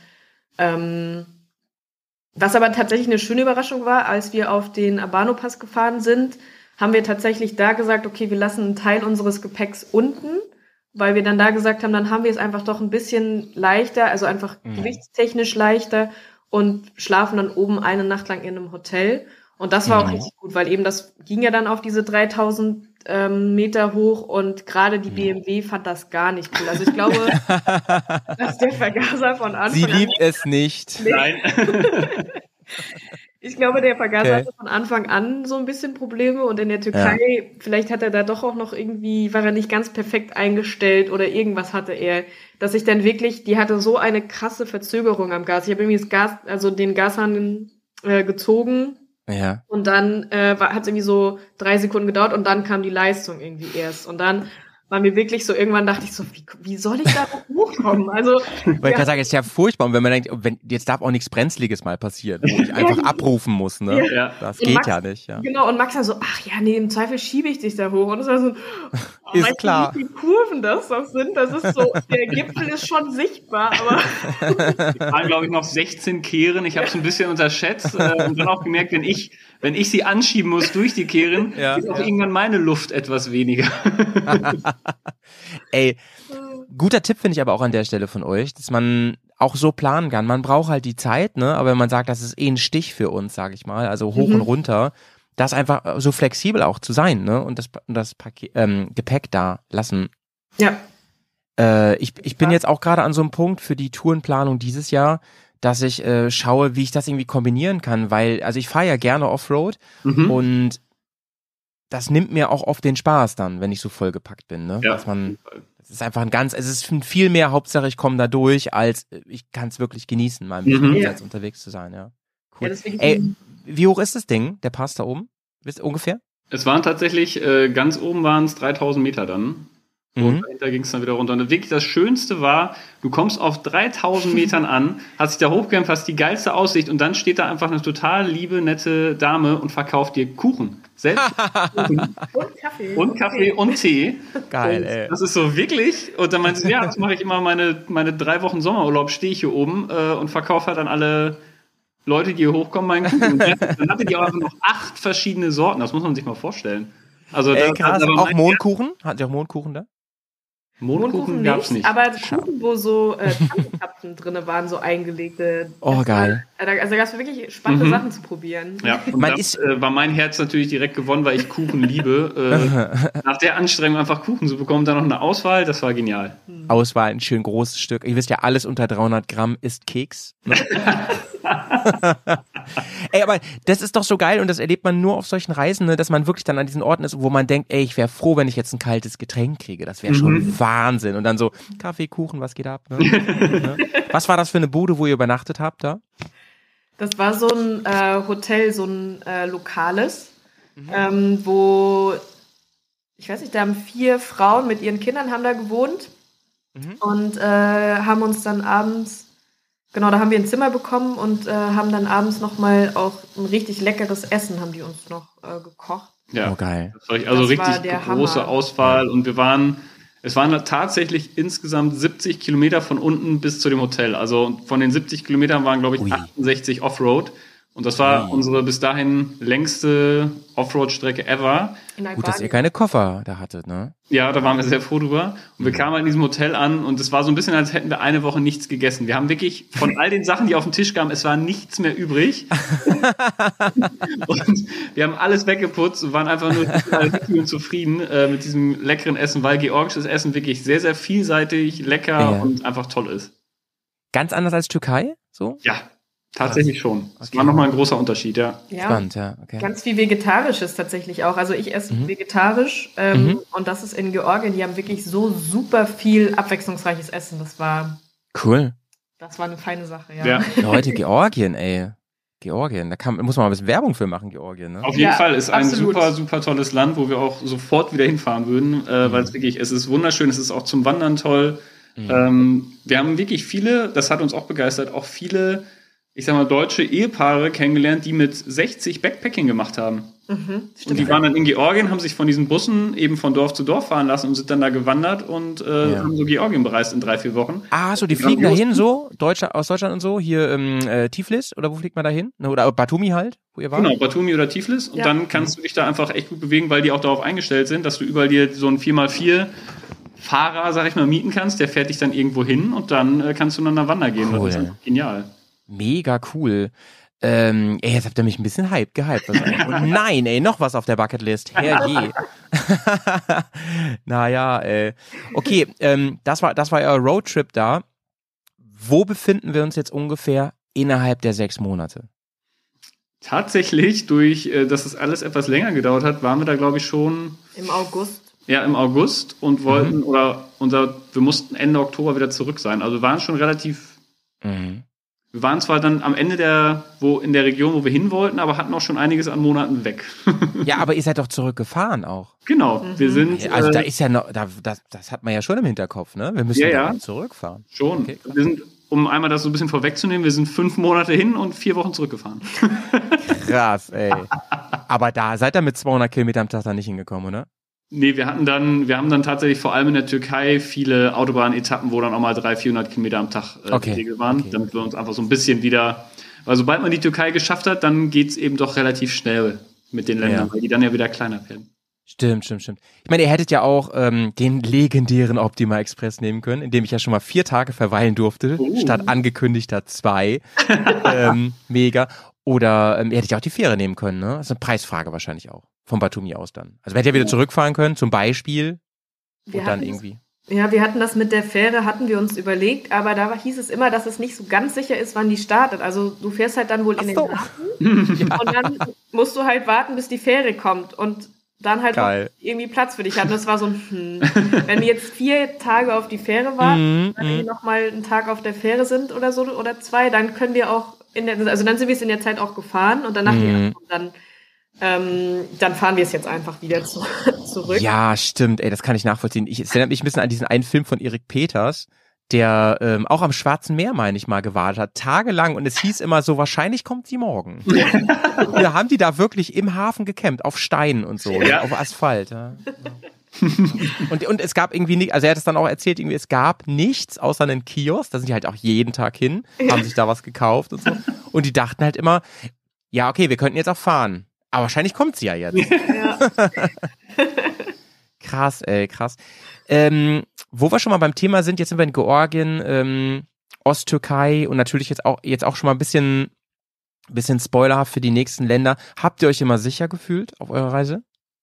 was aber tatsächlich eine schöne Überraschung war, als wir auf den Abano-Pass gefahren sind, haben wir tatsächlich da gesagt, okay, wir lassen einen Teil unseres Gepäcks unten, weil wir dann da gesagt haben, dann haben wir es einfach doch ein bisschen leichter, also einfach gewichtstechnisch leichter und schlafen dann oben eine Nacht lang in einem Hotel. Und das war auch richtig gut, weil eben das ging ja dann auf diese 3000 Meter hoch und gerade die BMW fand das gar nicht cool. Also ich glaube, dass der Vergaser von Anfang an... Sie liebt es nicht. Nein. Ich glaube, der Vergaser hatte von Anfang an so ein bisschen Probleme und in der Türkei, vielleicht hat er da doch auch noch irgendwie, war er nicht ganz perfekt eingestellt oder irgendwas hatte er, dass ich dann wirklich, die hatte so eine krasse Verzögerung am Gas. Ich habe irgendwie das Gas, also den Gashahn gezogen und dann hat es irgendwie so 3 Sekunden gedauert und dann kam die Leistung irgendwie erst und dann war mir wirklich so, irgendwann dachte ich so, wie soll ich da noch hochkommen? Also, weil ich kann sagen, es ist ja furchtbar. Und wenn man denkt, jetzt darf auch nichts Brenzliges mal passieren, wo ich einfach abrufen muss, ne? Ja. Das und geht Max, ja nicht, ja. Genau, und Max dann so, ach ja, nee, im Zweifel schiebe ich dich da hoch. Und das war so, ist weißt klar. du, wie viele Kurven das sind? Das ist so, der Gipfel ist schon sichtbar, aber. Es waren, glaube ich, noch 16 Kehren. Ich habe es ein bisschen unterschätzt und dann auch gemerkt, wenn ich sie anschieben muss durch die Kehren, ist auch irgendwann meine Luft etwas weniger. Ey, guter Tipp finde ich aber auch an der Stelle von euch, dass man auch so planen kann. Man braucht halt die Zeit, ne? Aber wenn man sagt, das ist ein Stich für uns, sage ich mal, also hoch und runter, das einfach so flexibel auch zu sein, ne? Und das Gepäck da lassen. Ja. Ich bin jetzt auch gerade an so einem Punkt für die Tourenplanung dieses Jahr, dass ich schaue, wie ich das irgendwie kombinieren kann, weil, also ich fahre ja gerne Offroad und das nimmt mir auch oft den Spaß dann, wenn ich so vollgepackt bin, ne? Ja. Es ist einfach es ist viel mehr Hauptsache, ich komme da durch, als ich kann es wirklich genießen, mal ein bisschen abseits unterwegs zu sein, ja. Cool. Ja, ey, wie hoch ist das Ding, der Pass da oben? Wisst ihr ungefähr? Es waren tatsächlich, ganz oben waren es 3000 Meter dann. Und dahinter ging es dann wieder runter. Und wirklich das Schönste war, du kommst auf 3000 Metern an, hast dich da hochgekämpft, hast die geilste Aussicht und dann steht da einfach eine total liebe, nette Dame und verkauft dir Kuchen. Selbst Kuchen. Und Kaffee und Tee. Geil, und ey. das ist so wirklich. Und dann meinst du, ja, das mache ich immer meine 3 Wochen Sommerurlaub, stehe ich hier oben und verkaufe halt an alle Leute, die hier hochkommen, meinen Kuchen. Und dann hatte die auch einfach noch 8 verschiedene Sorten. Das muss man sich mal vorstellen. Also krass. Auch Mondkuchen? Hat ihr auch Mondkuchen da? Mondkuchen gab's nicht. Aber Kuchen, wo so Tannenzapfen drin waren, so eingelegte. Oh, geil. Also da gab es wirklich spannende Sachen zu probieren. Ja, und das war mein Herz natürlich direkt gewonnen, weil ich Kuchen liebe. Nach der Anstrengung einfach Kuchen zu bekommen, dann noch eine Auswahl, das war genial. Auswahl, ein schön großes Stück. Ihr wisst ja, alles unter 300 Gramm ist Keks. Ne? Ey, aber das ist doch so geil und das erlebt man nur auf solchen Reisen, ne, dass man wirklich dann an diesen Orten ist, wo man denkt, ey, ich wäre froh, wenn ich jetzt ein kaltes Getränk kriege. Das wäre schon Wahnsinn. Und dann so, Kaffee, Kuchen, was geht ab? Ne? Was war das für eine Bude, wo ihr übernachtet habt da? Das war so ein Hotel, so ein lokales, wo, ich weiß nicht, da haben 4 Frauen mit ihren Kindern haben da gewohnt und haben uns dann abends, genau, da haben wir ein Zimmer bekommen und haben dann abends nochmal auch ein richtig leckeres Essen, haben die uns noch gekocht. Ja, oh, geil. Das war also Das richtig war der große Hammer. Auswahl und es waren tatsächlich insgesamt 70 Kilometer von unten bis zu dem Hotel. Also von den 70 Kilometern waren, glaube ich, 68 Offroad. Und das war unsere bis dahin längste Offroad-Strecke ever. Gut, dass ihr keine Koffer da hattet, ne? Ja, da waren wir sehr froh drüber. Und wir kamen halt in diesem Hotel an und es war so ein bisschen, als hätten wir eine Woche nichts gegessen. Wir haben wirklich von all den Sachen, die auf den Tisch kamen, es war nichts mehr übrig. Und wir haben alles weggeputzt und waren einfach nur happy und zufrieden mit diesem leckeren Essen, weil georgisches Essen wirklich sehr, sehr vielseitig, lecker und einfach toll ist. Ganz anders als Türkei, so? Ja. Tatsächlich schon. Das war nochmal ein großer Unterschied, ja. Spannend, ja. Okay. Ganz viel Vegetarisches tatsächlich auch. Also ich esse vegetarisch und das ist in Georgien. Die haben wirklich so super viel abwechslungsreiches Essen. Das war eine feine Sache, ja. Leute, Georgien, ey. Georgien, muss man mal ein bisschen Werbung für machen, Georgien, ne? Auf jeden Fall ist absolut. ein super, super tolles Land, wo wir auch sofort wieder hinfahren würden, weil es ist wunderschön, es ist auch zum Wandern toll. Wir haben wirklich das hat uns auch begeistert, auch viele, ich sag mal, deutsche Ehepaare kennengelernt, die mit 60 Backpacking gemacht haben. Und die waren dann in Georgien, haben sich von diesen Bussen eben von Dorf zu Dorf fahren lassen und sind dann da gewandert und haben so Georgien bereist in 3-4 Wochen. Ah, so, die fliegen dahin so? Aus Deutschland und so? Hier Tiflis? Oder wo fliegt man da hin? Oder Batumi halt, wo ihr wart? Genau, Batumi oder Tiflis. Und dann kannst du dich da einfach echt gut bewegen, weil die auch darauf eingestellt sind, dass du überall dir so ein 4x4 Fahrer, sag ich mal, mieten kannst. Der fährt dich dann irgendwo hin und dann kannst du dann da wandern gehen. Cool. Das ist einfach genial. Mega cool. Jetzt habt ihr mich ein bisschen gehypt. Und nein, noch was auf der Bucketlist. Herrje. Naja, okay, das war euer Roadtrip da. Wo befinden wir uns jetzt ungefähr innerhalb der 6 Monate? Tatsächlich, dass es alles etwas länger gedauert hat, waren wir da, glaube ich, schon Im August. Ja, im August und wollten, wir mussten Ende Oktober wieder zurück sein. Also wir waren schon relativ, wir waren zwar dann am Ende in der Region, wo wir hin wollten, aber hatten auch schon einiges an Monaten weg. Ja, aber ihr seid doch zurückgefahren auch. Genau, wir sind... Also da ist ja noch, das hat man ja schon im Hinterkopf, ne? Wir müssen ja zurückfahren. Schon. Okay, wir sind, um einmal das so ein bisschen vorwegzunehmen, wir sind 5 Monate hin und 4 Wochen zurückgefahren. Krass, ey. Aber seid ihr mit 200 Kilometer am Tag da nicht hingekommen, oder? Nee, wir haben dann tatsächlich vor allem in der Türkei viele Autobahnetappen, wo dann auch mal 300-400 Kilometer am Tag Wege waren, damit wir uns einfach so ein bisschen wieder, weil sobald man die Türkei geschafft hat, dann geht's eben doch relativ schnell mit den Ländern, weil die dann ja wieder kleiner werden. Stimmt. Ich meine, ihr hättet ja auch den legendären Optima Express nehmen können, in dem ich ja schon mal 4 Tage verweilen durfte, statt angekündigter 2. Mega. Oder ihr hättet ja auch die Fähre nehmen können, ne? Das ist eine Preisfrage wahrscheinlich auch. Von Batumi aus dann. Also hättet ihr wieder zurückfahren können, zum Beispiel. Wir hatten das mit der Fähre, hatten wir uns überlegt, aber da hieß es immer, dass es nicht so ganz sicher ist, wann die startet. Also du fährst halt dann wohl in den Hafen und dann musst du halt warten, bis die Fähre kommt und dann halt irgendwie Platz für dich hat. Und das war so wenn wir jetzt 4 Tage auf die Fähre warten, wenn wir nochmal einen Tag auf der Fähre sind oder so, oder 2, dann können wir auch dann sind wir es in der Zeit auch gefahren und danach dann fahren wir es jetzt einfach wieder zurück. Ja, stimmt, ey, das kann ich nachvollziehen. Es erinnert mich ein bisschen an diesen einen Film von Erik Peters, der auch am Schwarzen Meer, meine ich mal, gewartet hat, tagelang, und es hieß immer so, wahrscheinlich kommt sie morgen. Da haben die da wirklich im Hafen gecampt, auf Steinen und so, auf Asphalt. Ja. Und es gab irgendwie nicht, also er hat es dann auch erzählt, irgendwie es gab nichts außer einen Kiosk, da sind die halt auch jeden Tag hin, haben sich da was gekauft und so. Und die dachten halt immer, ja, okay, wir könnten jetzt auch fahren. Aber wahrscheinlich kommt sie ja jetzt. Ja. Krass, ey, krass. Wo wir schon mal beim Thema sind, jetzt sind wir in Georgien, Osttürkei und natürlich jetzt auch schon mal ein bisschen spoilerhaft für die nächsten Länder. Habt ihr euch immer sicher gefühlt auf eurer Reise?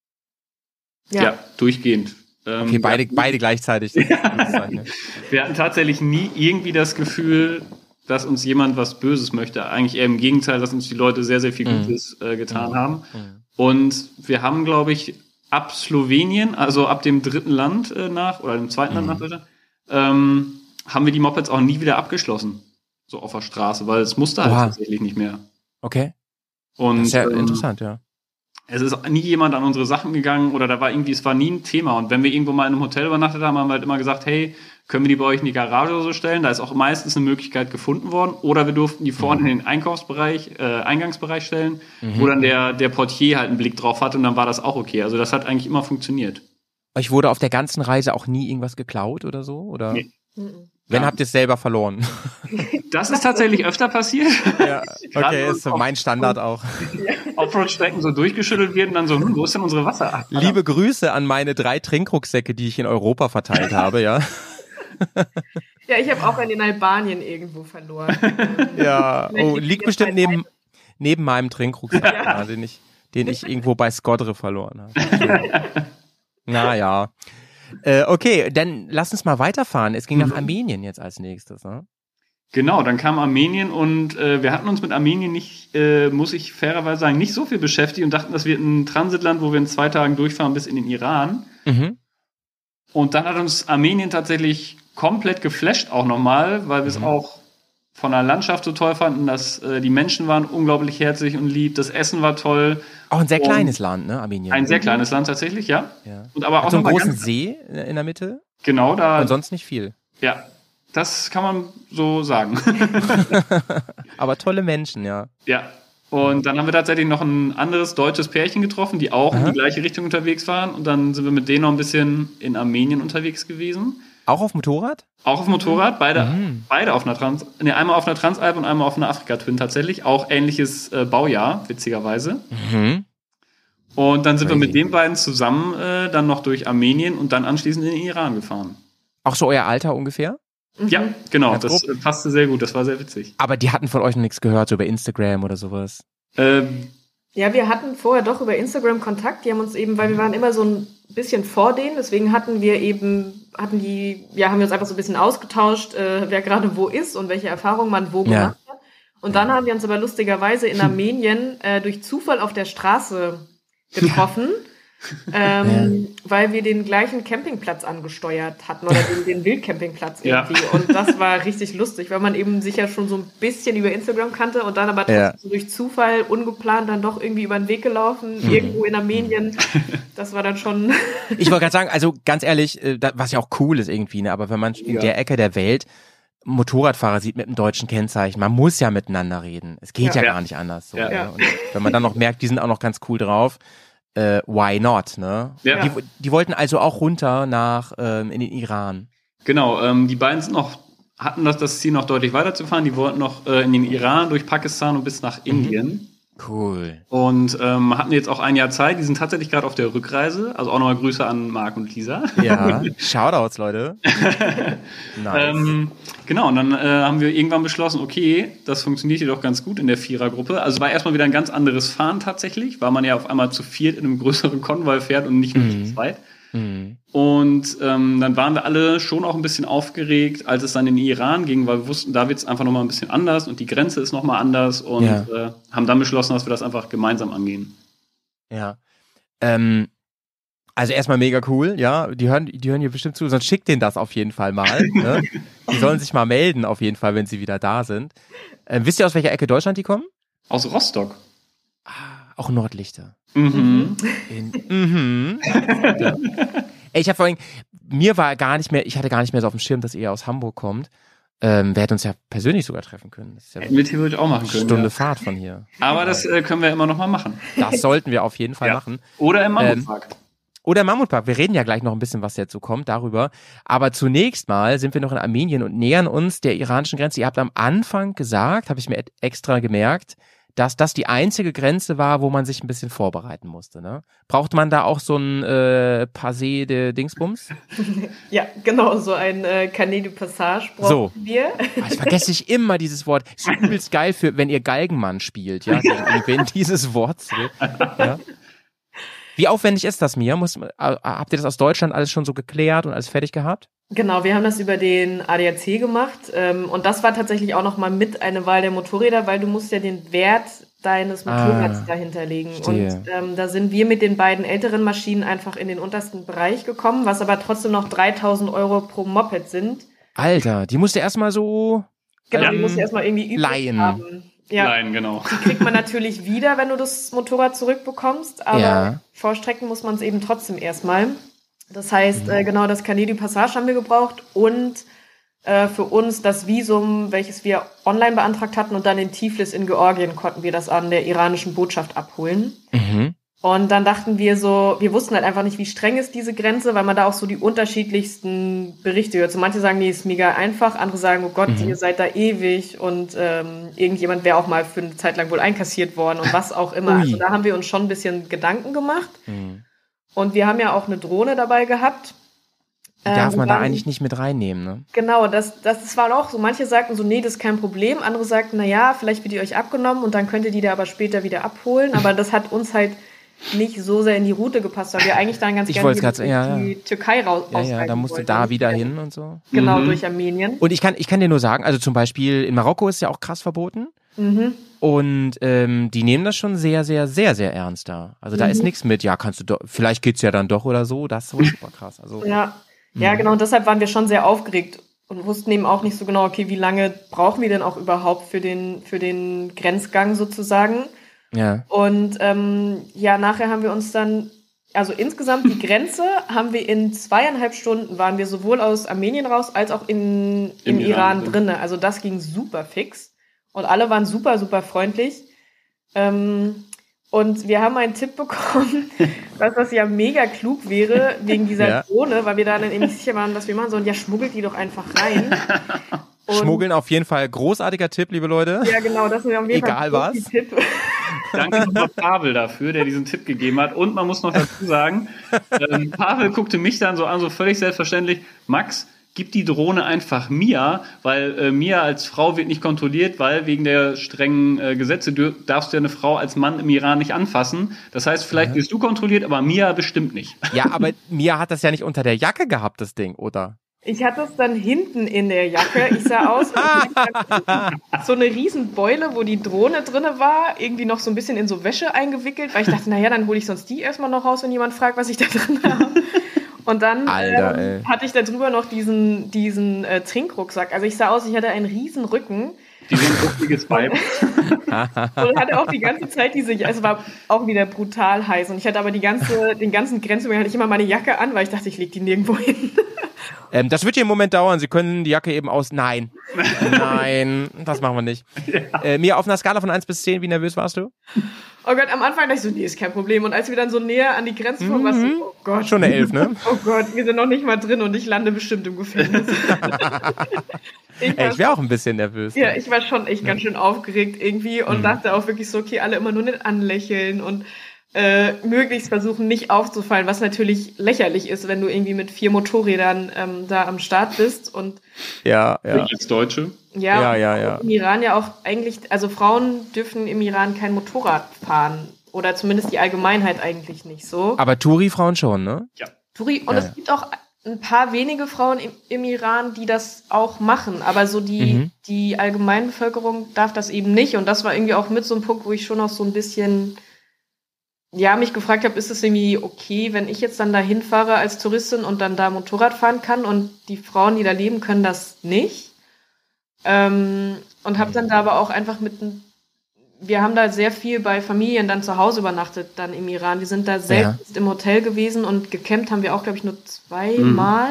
Ja, durchgehend. Okay, beide gleichzeitig. Wir hatten tatsächlich nie irgendwie das Gefühl, dass uns jemand was Böses möchte. Eigentlich eher im Gegenteil, dass uns die Leute sehr, sehr viel Gutes getan haben. Und wir haben, glaube ich, ab Slowenien, also ab dem 3. Land dem 2. Land nach Deutschland, haben wir die Mopeds auch nie wieder abgeschlossen. So auf der Straße, weil es musste halt tatsächlich nicht mehr. Okay. Und, das ist ja interessant, ja. Es ist nie jemand an unsere Sachen gegangen oder es war nie ein Thema. Und wenn wir irgendwo mal in einem Hotel übernachtet haben, haben wir halt immer gesagt, hey, können wir die bei euch in die Garage oder so stellen? Da ist auch meistens eine Möglichkeit gefunden worden. Oder wir durften die vorne in den Eingangsbereich stellen, wo dann der Portier halt einen Blick drauf hatte und dann war das auch okay. Also das hat eigentlich immer funktioniert. Euch wurde auf der ganzen Reise auch nie irgendwas geklaut oder so? Oder? Nee. Wenn habt ihr es selber verloren? Das ist tatsächlich öfter passiert. Ja, okay, ist mein Standard auch. Offroad-Strecken so durchgeschüttelt werden und dann so, wo ist denn unsere Wasser? Liebe Grüße an meine 3 Trinkrucksäcke, die ich in Europa verteilt habe, ja. Ja, ich habe auch einen in Albanien irgendwo verloren. Ja, liegt bestimmt neben meinem Trinkrucksack, den ich irgendwo bei Skodre verloren habe. Naja. Okay, dann lass uns mal weiterfahren. Es ging nach Armenien jetzt als nächstes, ne? Genau, dann kam Armenien und wir hatten uns mit Armenien nicht, muss ich fairerweise sagen, nicht so viel beschäftigt und dachten, das wird ein Transitland, wo wir in 2 Tagen durchfahren bis in den Iran. Und dann hat uns Armenien tatsächlich komplett geflasht auch nochmal, weil wir es auch von der Landschaft so toll fanden, dass die Menschen waren unglaublich herzlich und lieb, das Essen war toll. Auch ein sehr kleines Land, ne, Armenien? Ein sehr kleines Land tatsächlich, ja. Und aber auch so einen großen See in der Mitte? Genau, da. Und sonst nicht viel. Ja, das kann man so sagen. Aber tolle Menschen, ja. Ja. Und dann haben wir tatsächlich noch ein anderes deutsches Pärchen getroffen, die auch in die gleiche Richtung unterwegs waren. Und dann sind wir mit denen noch ein bisschen in Armenien unterwegs gewesen. Auch auf Motorrad? Auch auf Motorrad, beide auf einer einmal auf einer Transalp und einmal auf einer Afrika-Twin tatsächlich. Auch ähnliches Baujahr, witzigerweise. Und dann sind wir mit den beiden zusammen dann noch durch Armenien und dann anschließend in den Iran gefahren. Auch so euer Alter ungefähr? Ja, genau, das passte sehr gut, das war sehr witzig. Aber die hatten von euch noch nichts gehört, so über Instagram oder sowas? Ja, wir hatten vorher doch über Instagram Kontakt, die haben uns eben, weil wir waren immer so ein bisschen vor denen, deswegen haben wir uns einfach so ein bisschen ausgetauscht, wer gerade wo ist und welche Erfahrungen man wo gemacht hat. Und dann haben wir uns aber lustigerweise in Armenien durch Zufall auf der Straße getroffen, weil wir den gleichen Campingplatz angesteuert hatten oder den Wildcampingplatz irgendwie. Ja. Und das war richtig lustig, weil man eben sich ja schon so ein bisschen über Instagram kannte und dann aber trotzdem so durch Zufall ungeplant dann doch irgendwie über den Weg gelaufen, irgendwo in Armenien. Das war dann schon... Ich wollte gerade sagen, also ganz ehrlich, was ja auch cool ist irgendwie, ne, aber wenn man in der Ecke der Welt Motorradfahrer sieht mit einem deutschen Kennzeichen, man muss ja miteinander reden. Es geht ja gar nicht anders. So, ne? Und wenn man dann noch merkt, die sind auch noch ganz cool drauf, why not, ne? Ja. Die wollten also auch runter in den Iran. Genau, die beiden hatten das Ziel, noch deutlich weiterzufahren. Die wollten noch in den Iran, durch Pakistan und bis nach Indien. Cool. Und hatten jetzt auch ein Jahr Zeit. Die sind tatsächlich gerade auf der Rückreise. Also auch nochmal Grüße an Marc und Lisa. Ja, Shoutouts, Leute. Nice. Genau, und dann haben wir irgendwann beschlossen, okay, das funktioniert hier doch ganz gut in der Vierergruppe. Also war erstmal wieder ein ganz anderes Fahren tatsächlich, weil man ja auf einmal zu viert in einem größeren Konvoi fährt und nicht nur zu zweit. Und dann waren wir alle schon auch ein bisschen aufgeregt, als es dann in den Iran ging, weil wir wussten, da wird es einfach nochmal ein bisschen anders und die Grenze ist nochmal anders und haben dann beschlossen, dass wir das einfach gemeinsam angehen. Ja. Also erstmal mega cool, ja. Die hören hier bestimmt zu, sonst schickt denen das auf jeden Fall mal. Ne? Die sollen sich mal melden, auf jeden Fall, wenn sie wieder da sind. Wisst ihr, aus welcher Ecke Deutschland die kommen? Aus Rostock. Auch Nordlichter. Mhm. Ja. Ey, ich hatte gar nicht mehr so auf dem Schirm, dass ihr aus Hamburg kommt. Wir hätten uns ja persönlich sogar treffen können. Das ist ja hätten wir theoretisch auch machen können. Stunde Fahrt von hier. Aber das können wir immer noch mal machen. Das sollten wir auf jeden Fall machen. Oder im Mammutpark. Oder im Mammutpark. Wir reden ja gleich noch ein bisschen, was jetzt so kommt, darüber. Aber zunächst mal sind wir noch in Armenien und nähern uns der iranischen Grenze. Ihr habt am Anfang gesagt, habe ich mir extra gemerkt, dass das die einzige Grenze war, wo man sich ein bisschen vorbereiten musste, ne? Braucht man da auch so ein Passé de Dingsbums? Ja, genau, so ein Carnet de Passage brauchen wir. Ich vergesse ich immer dieses Wort. Ist übelst geil für, wenn ihr Galgenmann spielt, ja? Wenn dieses Wort zählt. Ja? Wie aufwendig ist das, Mia? Habt ihr das aus Deutschland alles schon so geklärt und alles fertig gehabt? Genau, wir haben das über den ADAC gemacht und das war tatsächlich auch nochmal mit eine Wahl der Motorräder, weil du musst ja den Wert deines Motorrads dahinterlegen. Und da sind wir mit den beiden älteren Maschinen einfach in den untersten Bereich gekommen, was aber trotzdem noch 3.000 € pro Moped sind. Alter, die musst du erstmal so die musst du erstmal irgendwie übrig leihen haben. Ja, Nein, genau. Die kriegt man natürlich wieder, wenn du das Motorrad zurückbekommst, aber vorstrecken muss man es eben trotzdem erstmal. Das heißt, genau das Carnet de Passage haben wir gebraucht und für uns das Visum, welches wir online beantragt hatten und dann in Tiflis in Georgien konnten wir das an der iranischen Botschaft abholen. Mhm. Und dann dachten wir so, wir wussten halt einfach nicht, wie streng ist diese Grenze, weil man da auch so die unterschiedlichsten Berichte hört. So manche sagen, nee, ist mega einfach, andere sagen, oh Gott, ihr seid da ewig und irgendjemand wäre auch mal für eine Zeit lang wohl einkassiert worden und was auch immer. Also da haben wir uns schon ein bisschen Gedanken gemacht. Und wir haben ja auch eine Drohne dabei gehabt. Die darf man da eigentlich nicht mit reinnehmen, ne? Genau, das war auch so. Manche sagten so, nee, das ist kein Problem. Andere sagten, na vielleicht wird die euch abgenommen und dann könnt ihr die da aber später wieder abholen. Aber das hat uns halt nicht so sehr in die Route gepasst, weil wir eigentlich dann ganz gerne die Türkei ausreisen Ja, da musst du da wieder hin und so. Genau, durch Armenien. Und ich kann dir nur sagen, also zum Beispiel in Marokko ist ja auch krass verboten. Und die nehmen das schon sehr, sehr, sehr, sehr ernst da. Also da ist nichts mit, kannst du doch, vielleicht geht's ja dann doch oder so. Das ist so super krass. Also, ja, genau. Und deshalb waren wir schon sehr aufgeregt und wussten eben auch nicht so genau, okay, wie lange brauchen wir denn auch überhaupt für den Grenzgang sozusagen. Ja. Und nachher haben wir uns dann, also insgesamt die Grenze haben wir in 2,5 Stunden waren wir sowohl aus Armenien raus als auch im Iran drinne. Also das ging super fix. Und alle waren super, super freundlich. Und wir haben einen Tipp bekommen, dass das ja mega klug wäre, wegen dieser Drohne, weil wir da dann eben nicht sicher waren, was wir machen sollen. Ja, schmuggelt die doch einfach rein. Und Schmuggeln auf jeden Fall großartiger Tipp, liebe Leute. Ja, genau, das ist auf jeden Fall was. Tipp. Danke nochmal Pavel dafür, der diesen Tipp gegeben hat. Und man muss noch dazu sagen, Pavel guckte mich dann so an, so völlig selbstverständlich, Max, gib die Drohne einfach Mia, weil Mia als Frau wird nicht kontrolliert, weil wegen der strengen Gesetze darfst du ja eine Frau als Mann im Iran nicht anfassen. Das heißt, vielleicht wirst du kontrolliert, aber Mia bestimmt nicht. Ja, aber Mia hat das ja nicht unter der Jacke gehabt, das Ding, oder? Ich hatte es dann hinten in der Jacke. Ich sah aus, als so eine riesen Beule, wo die Drohne drinne war, irgendwie noch so ein bisschen in so Wäsche eingewickelt, weil ich dachte, naja, dann hole ich sonst die erstmal noch raus, wenn jemand fragt, was ich da drin habe. Und dann hatte ich da drüber noch diesen Trinkrucksack. Also ich sah aus, ich hatte einen riesen Rücken. Wie so ein ruckliges Weib. Und hatte auch die ganze Zeit es war auch wieder brutal heiß. Und ich hatte aber den ganzen Grenzübergang hatte ich immer meine Jacke an, weil ich dachte, ich lege die nirgendwo hin. Das wird hier im Moment dauern. Sie können die Jacke eben Nein, das machen wir nicht. Ja. Mia, auf einer Skala von 1 bis 10, wie nervös warst du? Oh Gott, am Anfang dachte ich so, nee, ist kein Problem. Und als wir dann so näher an die Grenze fuhren, war es so, oh Gott. Schon eine 11, ne? Oh Gott, wir sind noch nicht mal drin und ich lande bestimmt im Gefängnis. Ich wäre auch ein bisschen nervös. Ja, ich war schon echt ganz schön aufgeregt irgendwie und dachte auch wirklich so, okay, alle immer nur nicht anlächeln und möglichst versuchen, nicht aufzufallen, was natürlich lächerlich ist, wenn du irgendwie mit 4 Motorrädern da am Start bist. Und ja. Als Deutsche. Ja. Im Iran ja auch eigentlich, also Frauen dürfen im Iran kein Motorrad fahren. Oder zumindest die Allgemeinheit eigentlich nicht so. Aber Touri-Frauen schon, ne? Ja. Es gibt auch ein paar wenige Frauen im Iran, die das auch machen. Aber so die Allgemeinbevölkerung darf das eben nicht. Und das war irgendwie auch mit so einem Punkt, wo ich schon noch so ein bisschen mich gefragt habe, ist es irgendwie okay, wenn ich jetzt dann da hinfahre als Touristin und dann da Motorrad fahren kann und die Frauen, die da leben, können das nicht. Und habe dann da aber auch einfach wir haben da sehr viel bei Familien dann zu Hause übernachtet, dann im Iran. Wir sind da selbst im Hotel gewesen und gecampt haben wir auch, glaube ich, nur 2 Mal.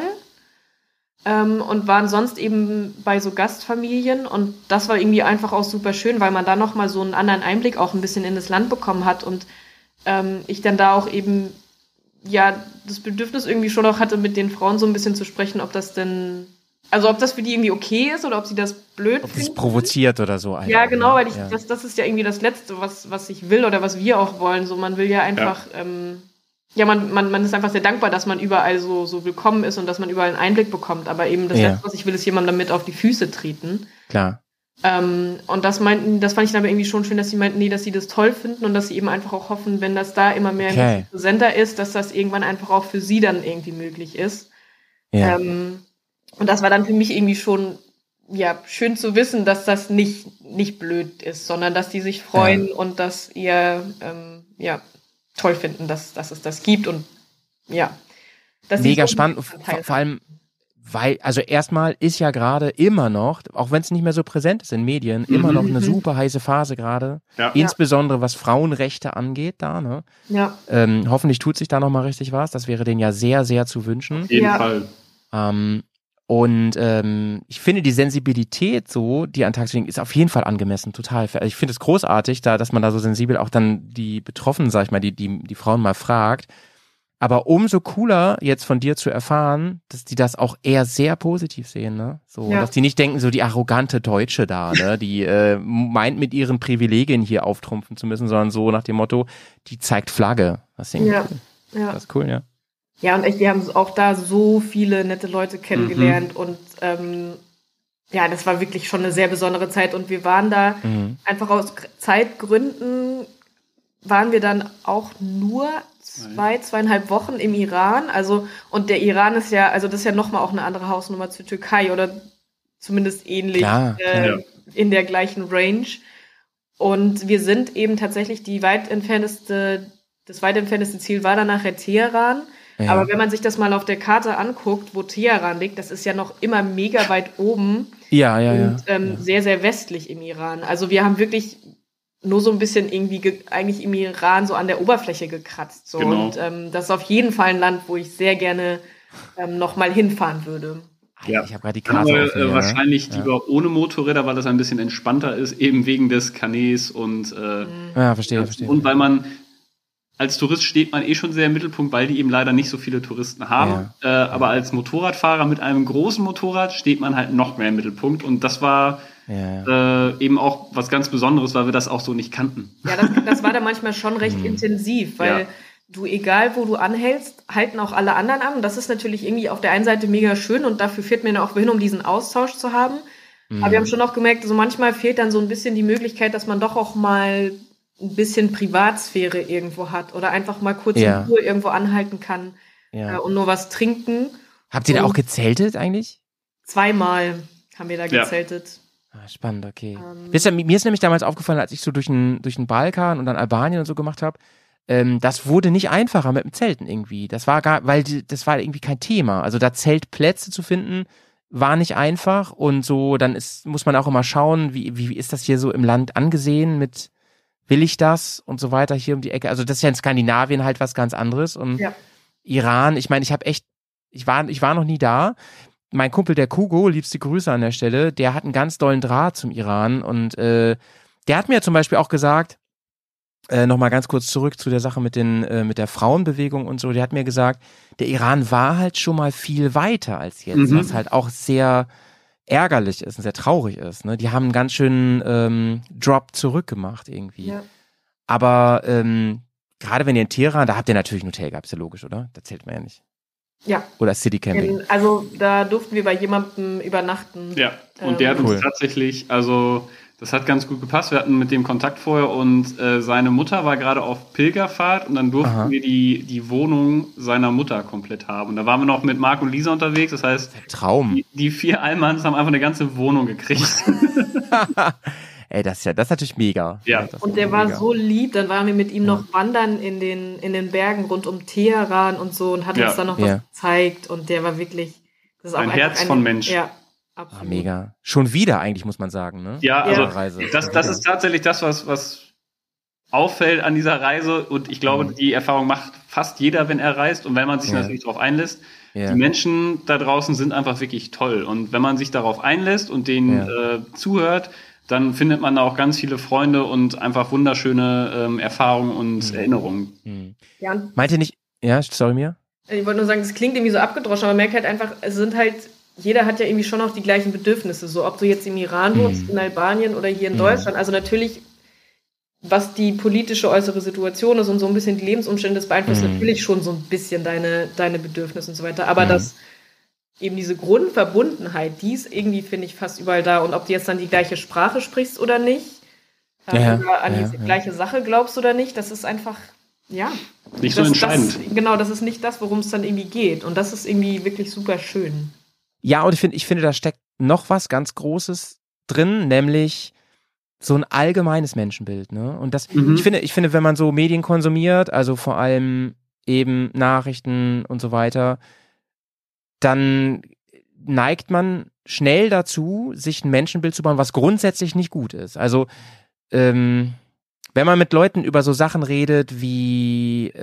Und waren sonst eben bei so Gastfamilien und das war irgendwie einfach auch super schön, weil man da nochmal so einen anderen Einblick auch ein bisschen in das Land bekommen hat und ich dann da auch eben das Bedürfnis irgendwie schon auch hatte, mit den Frauen so ein bisschen zu sprechen, ob das für die irgendwie okay ist oder ob sie das blöd finden. Ob das provoziert oder so. Ja, genau, weil das ist ja irgendwie das Letzte, was ich will oder was wir auch wollen. So, man will ja einfach, man ist einfach sehr dankbar, dass man überall so willkommen ist und dass man überall einen Einblick bekommt. Aber eben das Letzte, was ich will, ist jemandem damit auf die Füße treten. Klar. Und das fand ich dann aber irgendwie schon schön, dass sie meinten, nee, dass sie das toll finden und dass sie eben einfach auch hoffen, wenn das da immer mehr präsenter ist, dass das irgendwann einfach auch für sie dann irgendwie möglich ist. Ja. Und das war dann für mich irgendwie schon schön zu wissen, dass das nicht blöd ist, sondern dass die sich freuen und dass ihr toll finden, dass es das gibt und dass mega spannend, vor allem weil, also erstmal ist ja gerade immer noch, auch wenn es nicht mehr so präsent ist in Medien, immer noch eine super heiße Phase gerade. Ja. Insbesondere was Frauenrechte angeht da, ne? Ja. Hoffentlich tut sich da nochmal richtig was. Das wäre denen ja sehr, sehr zu wünschen. Auf jeden Fall. Ich finde die Sensibilität so, die an den Tag zu legen, ist auf jeden Fall angemessen, total. Ich finde es großartig, dass man da so sensibel auch dann die Betroffenen, sag ich mal, die Frauen mal fragt. Aber umso cooler jetzt von dir zu erfahren, dass die das auch eher sehr positiv sehen, ne? So, dass die nicht denken, so die arrogante Deutsche da, ne? Die meint mit ihren Privilegien hier auftrumpfen zu müssen, sondern so nach dem Motto, die zeigt Flagge. Das ist cool. Ja. Das ist cool, ja. Ja, und wir haben auch da so viele nette Leute kennengelernt und das war wirklich schon eine sehr besondere Zeit und wir waren da einfach aus Zeitgründen waren wir dann auch nur 2,5 Wochen im Iran, und der Iran ist das ist ja nochmal auch eine andere Hausnummer zur Türkei oder zumindest ähnlich in der gleichen Range. Und wir sind eben tatsächlich das weit entfernteste Ziel war dann nachher Teheran. Ja. Aber wenn man sich das mal auf der Karte anguckt, wo Teheran liegt, das ist ja noch immer mega weit oben und sehr, sehr westlich im Iran. Also wir haben wirklich nur so ein bisschen irgendwie eigentlich im Iran so an der Oberfläche gekratzt. So. Genau. Und das ist auf jeden Fall ein Land, wo ich sehr gerne noch mal hinfahren würde. Ja, ich habe gerade die Karte offen, wahrscheinlich lieber ohne Motorräder, weil das ein bisschen entspannter ist, eben wegen des Kanäs und verstehe. Und weil man als Tourist steht man schon sehr im Mittelpunkt, weil die eben leider nicht so viele Touristen haben. Ja. Aber als Motorradfahrer mit einem großen Motorrad steht man halt noch mehr im Mittelpunkt. Und das war eben auch was ganz Besonderes, weil wir das auch so nicht kannten. Ja, das war da manchmal schon recht intensiv, weil du, egal wo du anhältst, halten auch alle anderen an. Und das ist natürlich irgendwie auf der einen Seite mega schön und dafür fährt man auch hin, um diesen Austausch zu haben. Aber wir haben schon auch gemerkt, so manchmal fehlt dann so ein bisschen die Möglichkeit, dass man doch auch mal ein bisschen Privatsphäre irgendwo hat oder einfach mal kurz in Ruhe irgendwo anhalten kann und nur was trinken. Habt ihr da auch gezeltet eigentlich? 2-mal haben wir da gezeltet. Spannend, okay. Wisst ihr, mir ist nämlich damals aufgefallen, als ich so durch den Balkan und dann Albanien und so gemacht habe, das wurde nicht einfacher mit dem Zelten irgendwie. Das war das war irgendwie kein Thema. Also da Zeltplätze zu finden, war nicht einfach und so, dann muss man auch immer schauen, wie ist das hier so im Land angesehen mit, will ich das und so weiter hier um die Ecke. Also das ist ja in Skandinavien halt was ganz anderes und Iran, ich meine, ich war noch nie da. Mein Kumpel, der Kugo, liebste Grüße an der Stelle, der hat einen ganz dollen Draht zum Iran und der hat mir zum Beispiel auch gesagt, nochmal ganz kurz zurück zu der Sache mit der Frauenbewegung und so, der hat mir gesagt, der Iran war halt schon mal viel weiter als jetzt, was halt auch sehr ärgerlich ist und sehr traurig ist. Ne? Die haben einen ganz schönen Drop zurückgemacht irgendwie. Ja. Aber gerade wenn ihr in Teheran, da habt ihr natürlich ein Hotel gehabt, ist ja logisch, oder? Da zählt man ja nicht. Ja. Oder City Camping. Also da durften wir bei jemandem übernachten. Ja, und der hat uns tatsächlich, also das hat ganz gut gepasst. Wir hatten mit dem Kontakt vorher und seine Mutter war gerade auf Pilgerfahrt und dann durften wir die Wohnung seiner Mutter komplett haben. Und da waren wir noch mit Marc und Lisa unterwegs. Das heißt, Traum. Die 4 Allmanns haben einfach eine ganze Wohnung gekriegt. Ey, das ist natürlich mega. Ja. Und der war so lieb, dann waren wir mit ihm noch wandern in den Bergen rund um Teheran und so und hat uns dann noch was gezeigt und der war wirklich, das ist auch ein Herz von Mensch. Ja, absolut. Mega. Schon wieder eigentlich, muss man sagen, ne? Ja, also das ist tatsächlich das, was auffällt an dieser Reise und ich glaube, die Erfahrung macht fast jeder, wenn er reist und wenn man sich natürlich darauf einlässt. Die Menschen da draußen sind einfach wirklich toll und wenn man sich darauf einlässt und denen zuhört, dann findet man da auch ganz viele Freunde und einfach wunderschöne Erfahrungen und Erinnerungen. Ja. Meint ihr nicht, sorry, Mia? Ich wollte nur sagen, es klingt irgendwie so abgedroschen, aber man merkt halt einfach, es sind halt, jeder hat ja irgendwie schon auch die gleichen Bedürfnisse, so ob du jetzt im Iran wohnst, in Albanien oder hier in Deutschland, also natürlich, was die politische äußere Situation ist und so ein bisschen die Lebensumstände, das beeinflusst natürlich schon so ein bisschen deine Bedürfnisse und so weiter, aber das eben diese Grundverbundenheit, die ist irgendwie, finde ich, fast überall da. Und ob du jetzt dann die gleiche Sprache sprichst oder nicht, oder an die gleiche Sache glaubst oder nicht, das ist einfach, nicht so entscheidend. Das ist nicht das, worum es dann irgendwie geht. Und das ist irgendwie wirklich super schön. Ja, und ich finde, da steckt noch was ganz Großes drin, nämlich so ein allgemeines Menschenbild. Ne? Und das, ich finde, wenn man so Medien konsumiert, also vor allem eben Nachrichten und so weiter, dann neigt man schnell dazu, sich ein Menschenbild zu bauen, was grundsätzlich nicht gut ist. Also wenn man mit Leuten über so Sachen redet wie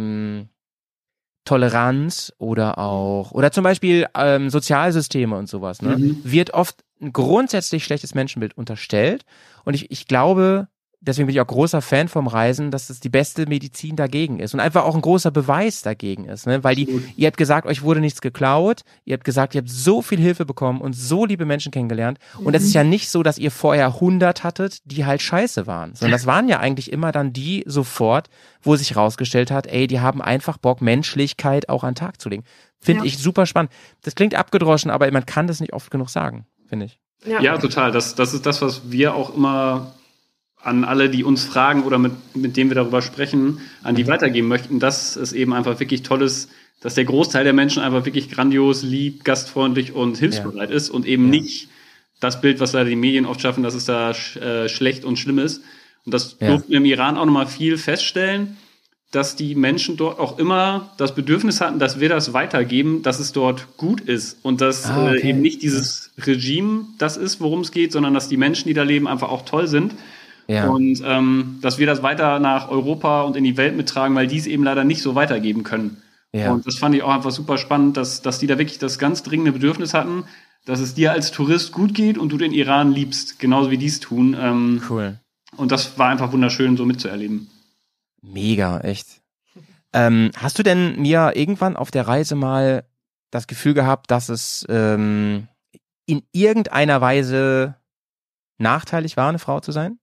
Toleranz oder zum Beispiel Sozialsysteme und sowas, ne, wird oft ein grundsätzlich schlechtes Menschenbild unterstellt. Und ich glaube, deswegen bin ich auch großer Fan vom Reisen, dass das die beste Medizin dagegen ist und einfach auch ein großer Beweis dagegen ist, ne? Weil ihr habt gesagt, euch wurde nichts geklaut, ihr habt gesagt, ihr habt so viel Hilfe bekommen und so liebe Menschen kennengelernt und es ist ja nicht so, dass ihr vorher 100 hattet, die halt scheiße waren, sondern das waren ja eigentlich immer dann die sofort, wo sich rausgestellt hat, ey, die haben einfach Bock, Menschlichkeit auch an den Tag zu legen. Finde ich super spannend. Das klingt abgedroschen, aber man kann das nicht oft genug sagen, finde ich. Ja, total. Das ist das, was wir auch immer an alle, die uns fragen oder mit denen wir darüber sprechen, an die weitergeben möchten, dass es eben einfach wirklich toll ist, dass der Großteil der Menschen einfach wirklich grandios, lieb, gastfreundlich und hilfsbereit ist und eben nicht das Bild, was leider die Medien oft schaffen, dass es da schlecht und schlimm ist. Und das durften wir im Iran auch nochmal viel feststellen, dass die Menschen dort auch immer das Bedürfnis hatten, dass wir das weitergeben, dass es dort gut ist und dass eben nicht dieses Regime das ist, worum es geht, sondern dass die Menschen, die da leben, einfach auch toll sind. Ja. Und dass wir das weiter nach Europa und in die Welt mittragen, weil die es eben leider nicht so weitergeben können. Ja. Und das fand ich auch einfach super spannend, dass die da wirklich das ganz dringende Bedürfnis hatten, dass es dir als Tourist gut geht und du den Iran liebst, genauso wie die es tun. Cool. Und das war einfach wunderschön, so mitzuerleben. Mega, echt. Hast du denn, Mia, irgendwann auf der Reise mal das Gefühl gehabt, dass es in irgendeiner Weise nachteilig war, eine Frau zu sein?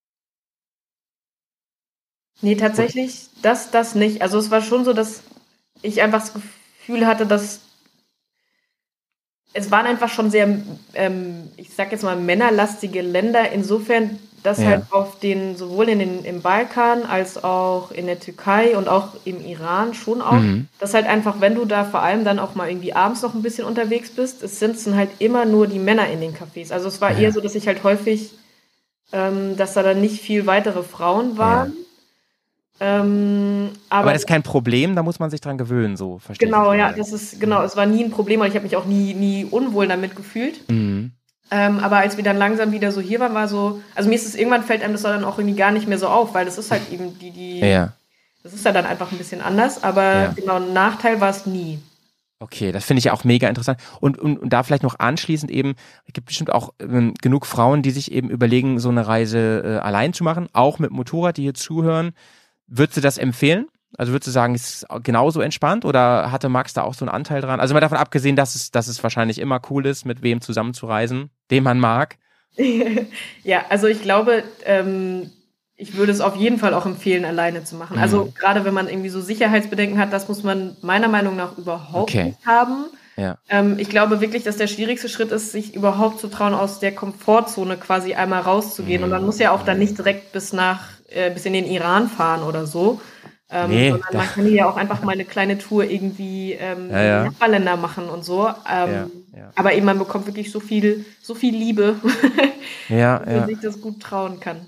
Nee, tatsächlich das nicht. Also es war schon so, dass ich einfach das Gefühl hatte, dass es waren einfach schon sehr, ich sag jetzt mal, männerlastige Länder, insofern, dass halt sowohl im Balkan als auch in der Türkei und auch im Iran schon auch, dass halt einfach, wenn du da vor allem dann auch mal irgendwie abends noch ein bisschen unterwegs bist, es sind halt immer nur die Männer in den Cafés. Also es war eher so, dass ich halt häufig, dass da dann nicht viel weitere Frauen waren. Aber das ist kein Problem, da muss man sich dran gewöhnen, so verstehe ich. Genau, ja, es war nie ein Problem und ich habe mich auch nie unwohl damit gefühlt. Aber als wir dann langsam wieder so hier waren, war so, also mir ist es irgendwann fällt einem das dann auch irgendwie gar nicht mehr so auf, weil das ist halt eben das ist ja dann einfach ein bisschen anders, aber genau, ein Nachteil war es nie. Okay, das finde ich ja auch mega interessant. Und da vielleicht noch anschließend eben, es gibt bestimmt auch genug Frauen, die sich eben überlegen, so eine Reise allein zu machen, auch mit Motorrad, die hier zuhören. Würdest du das empfehlen? Also würdest du sagen, ist es genauso entspannt oder hatte Max da auch so einen Anteil dran? Also mal davon abgesehen, dass es wahrscheinlich immer cool ist, mit wem zusammen zu reisen, den man mag. Ja, also ich glaube, ich würde es auf jeden Fall auch empfehlen, alleine zu machen. Also gerade wenn man irgendwie so Sicherheitsbedenken hat, das muss man meiner Meinung nach überhaupt nicht haben. Ja. Ich glaube wirklich, dass der schwierigste Schritt ist, sich überhaupt zu trauen, aus der Komfortzone quasi einmal rauszugehen. Und man muss ja auch dann nicht direkt bis in den Iran fahren oder so. Sondern man kann ja auch einfach mal eine kleine Tour irgendwie in Nachbarländer machen und so. Aber eben man bekommt wirklich so viel Liebe, dass man sich das gut trauen kann.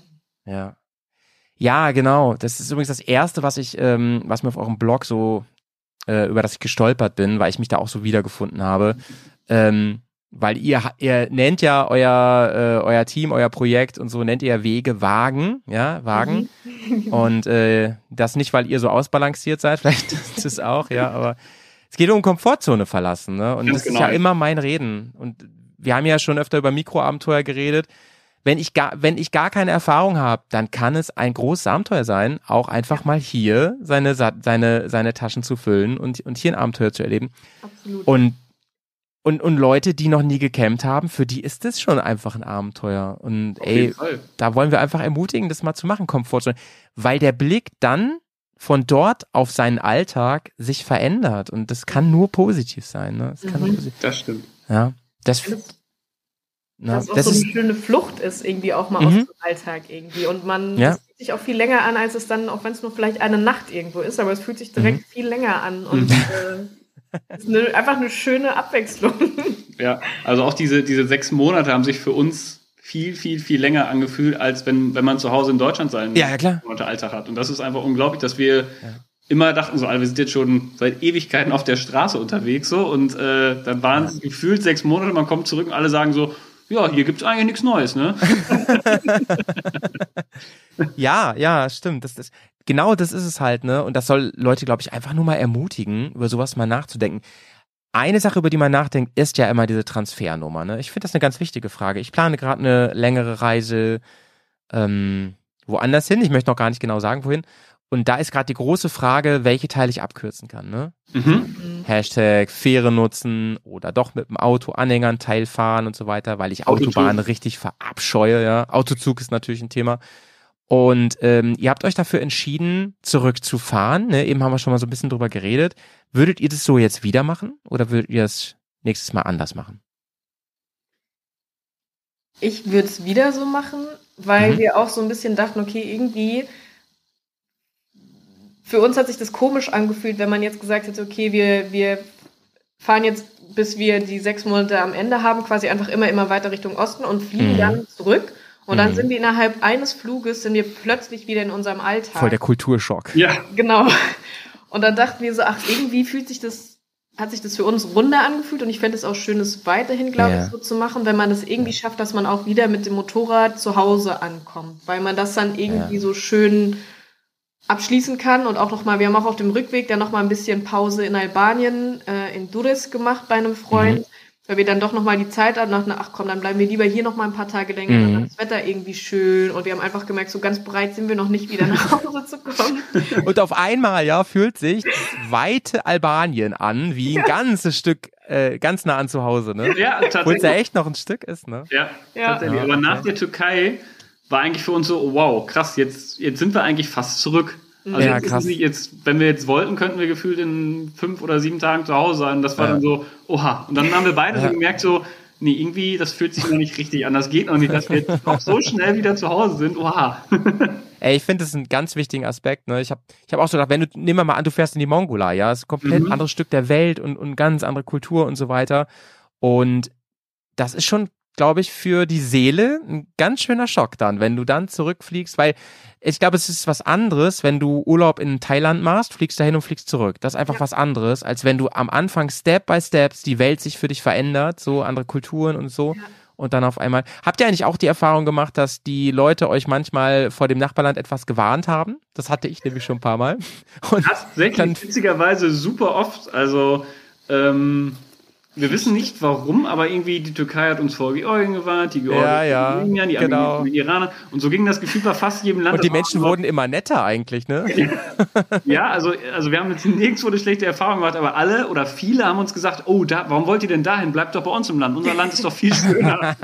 Ja, genau. Das ist übrigens das Erste, was mir auf eurem Blog so über das ich gestolpert bin, weil ich mich da auch so wiedergefunden habe. Weil ihr nennt ja euer Team, euer Projekt und so, nennt ihr ja Wege Wagen, Wagen. Und das nicht, weil ihr so ausbalanciert seid, vielleicht ist es auch, aber es geht um Komfortzone verlassen, ne? Und das ist ja immer mein Reden. Und wir haben ja schon öfter über Mikroabenteuer geredet. Wenn ich gar keine Erfahrung habe, dann kann es ein großes Abenteuer sein, auch einfach mal hier seine Taschen zu füllen und hier ein Abenteuer zu erleben. Absolut. Und Leute, die noch nie gecampt haben, für die ist das schon einfach ein Abenteuer. Und da wollen wir einfach ermutigen, das mal zu machen, Komfortzone. Weil der Blick dann von dort auf seinen Alltag sich verändert. Und das kann nur positiv sein. Ne? Das stimmt. Ja, das auch so eine schöne Flucht ist, irgendwie auch mal aus dem Alltag irgendwie. Und das fühlt sich auch viel länger an, als es dann, auch wenn es nur vielleicht eine Nacht irgendwo ist, aber es fühlt sich direkt viel länger an. Und es ist einfach eine schöne Abwechslung. Ja, also auch diese 6 Monate haben sich für uns viel, viel, viel länger angefühlt, als wenn man zu Hause in Deutschland seinen Monate Alltag hat. Und das ist einfach unglaublich, dass wir immer dachten so, wir sind jetzt schon seit Ewigkeiten auf der Straße unterwegs so und dann waren es gefühlt 6 Monate, man kommt zurück und alle sagen so, ja, hier gibt's eigentlich nichts Neues, ne? Ja, stimmt. Genau das ist es halt, ne? Und das soll Leute, glaube ich, einfach nur mal ermutigen, über sowas mal nachzudenken. Eine Sache, über die man nachdenkt, ist ja immer diese Transfernummer, ne? Ich finde das eine ganz wichtige Frage. Ich plane gerade eine längere Reise woanders hin. Ich möchte noch gar nicht genau sagen, wohin. Und da ist gerade die große Frage, welche Teile ich abkürzen kann, ne? Hashtag Fähre nutzen oder doch mit dem Auto Anhängern Teil fahren und so weiter, weil ich Autobahnen richtig verabscheue, ja. Autozug ist natürlich ein Thema. Und ihr habt euch dafür entschieden, zurückzufahren, ne? Eben haben wir schon mal so ein bisschen drüber geredet. Würdet ihr das so jetzt wieder machen oder würdet ihr das nächstes Mal anders machen? Ich würde es wieder so machen, weil wir auch so ein bisschen dachten, okay, irgendwie für uns hat sich das komisch angefühlt, wenn man jetzt gesagt hätte, okay, wir fahren jetzt, bis wir die 6 Monate am Ende haben, quasi einfach immer weiter Richtung Osten und fliegen dann zurück. Und dann sind wir innerhalb eines Fluges, plötzlich wieder in unserem Alltag. Voll der Kulturschock. Ja. Genau. Und dann dachten wir so, irgendwie hat sich das für uns runder angefühlt und ich fände es auch schön, es weiterhin, glaube ich, so zu machen, wenn man es irgendwie schafft, dass man auch wieder mit dem Motorrad zu Hause ankommt. Weil man das dann irgendwie so schön abschließen kann und auch nochmal, wir haben auch auf dem Rückweg dann nochmal ein bisschen Pause in Albanien, in Durrës gemacht bei einem Freund, weil wir dann doch nochmal die Zeit hatten, dachten, ach komm, dann bleiben wir lieber hier nochmal ein paar Tage länger, dann ist das Wetter irgendwie schön und wir haben einfach gemerkt, so ganz bereit sind wir noch nicht wieder nach Hause zu kommen. Und auf einmal, fühlt sich das weite Albanien an, wie ein ganzes Stück, ganz nah an zu Hause, ne? Ja, tatsächlich. Obwohl es ja echt noch ein Stück ist, ne? Ja, tatsächlich. Aber nach der Türkei war eigentlich für uns so, oh, wow, krass, jetzt sind wir eigentlich fast zurück. Also krass. Wenn wir jetzt wollten, könnten wir gefühlt in 5 oder 7 Tagen zu Hause sein. Das war dann so, oha. Und dann haben wir beide so gemerkt, so, nee, irgendwie, das fühlt sich noch nicht richtig an. Das geht noch nicht, dass wir jetzt auch so schnell wieder zu Hause sind. Wow. Ey, ich finde, das ist ein ganz wichtiger Aspekt. Ne? Ich hab auch so gedacht, nehmen wir mal an, du fährst in die Mongolei, ja, das ist ein komplett anderes Stück der Welt und ganz andere Kultur und so weiter. Und das ist schon, glaube ich, für die Seele ein ganz schöner Schock dann, wenn du dann zurückfliegst, weil ich glaube, es ist was anderes, wenn du Urlaub in Thailand machst, fliegst dahin und fliegst zurück. Das ist einfach was anderes, als wenn du am Anfang Step by Step die Welt sich für dich verändert, so andere Kulturen und so. Ja. Und dann auf einmal. Habt ihr eigentlich auch die Erfahrung gemacht, dass die Leute euch manchmal vor dem Nachbarland etwas gewarnt haben? Das hatte ich nämlich schon ein paar Mal. Und tatsächlich, witzigerweise super oft. Also, wir wissen nicht warum, aber irgendwie die Türkei hat uns vor Georgien gewarnt, die Georgier, die Armenier, die Iraner. Und so ging das Gefühl bei fast jedem Land. Und die Menschen wurden immer netter eigentlich, ne? Ja, also wir haben jetzt nirgendwo eine schlechte Erfahrung gemacht, aber alle oder viele haben uns gesagt, warum wollt ihr denn dahin? Bleibt doch bei uns im Land. Unser Land ist doch viel schöner.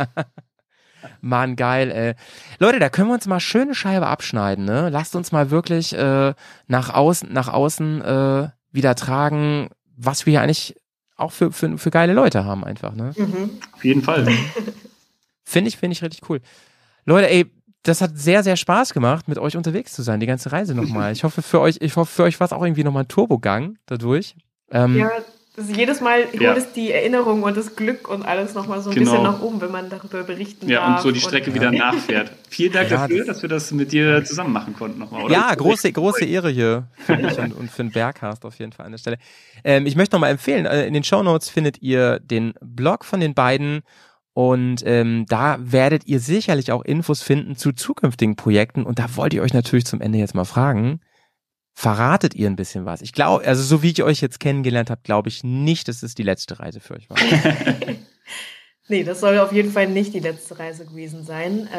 Mann, geil, ey. Leute, da können wir uns mal schöne Scheibe abschneiden, ne? Lasst uns mal wirklich nach außen wieder tragen, was wir hier eigentlich auch für geile Leute haben einfach, ne? Auf jeden Fall. Finde ich richtig cool. Leute, ey, das hat sehr, sehr Spaß gemacht, mit euch unterwegs zu sein, die ganze Reise nochmal. Ich hoffe, für euch war es auch irgendwie nochmal ein Turbogang dadurch. Ja, das jedes Mal holt es die Erinnerung und das Glück und alles nochmal so ein bisschen nach oben, wenn man darüber berichten darf. Ja, und so die Strecke wieder nachfährt. Vielen Dank dafür, dass wir das mit dir zusammen machen konnten nochmal, oder? Ja, große Ehre hier für mich und für den Bergcast auf jeden Fall an der Stelle. Ich möchte nochmal empfehlen, in den Shownotes findet ihr den Blog von den beiden und da werdet ihr sicherlich auch Infos finden zu zukünftigen Projekten und da wollte ich euch natürlich zum Ende jetzt mal fragen, verratet ihr ein bisschen was? Ich glaube, also so wie ich euch jetzt kennengelernt habe, glaube ich nicht, dass es die letzte Reise für euch war. Nee, das soll auf jeden Fall nicht die letzte Reise gewesen sein.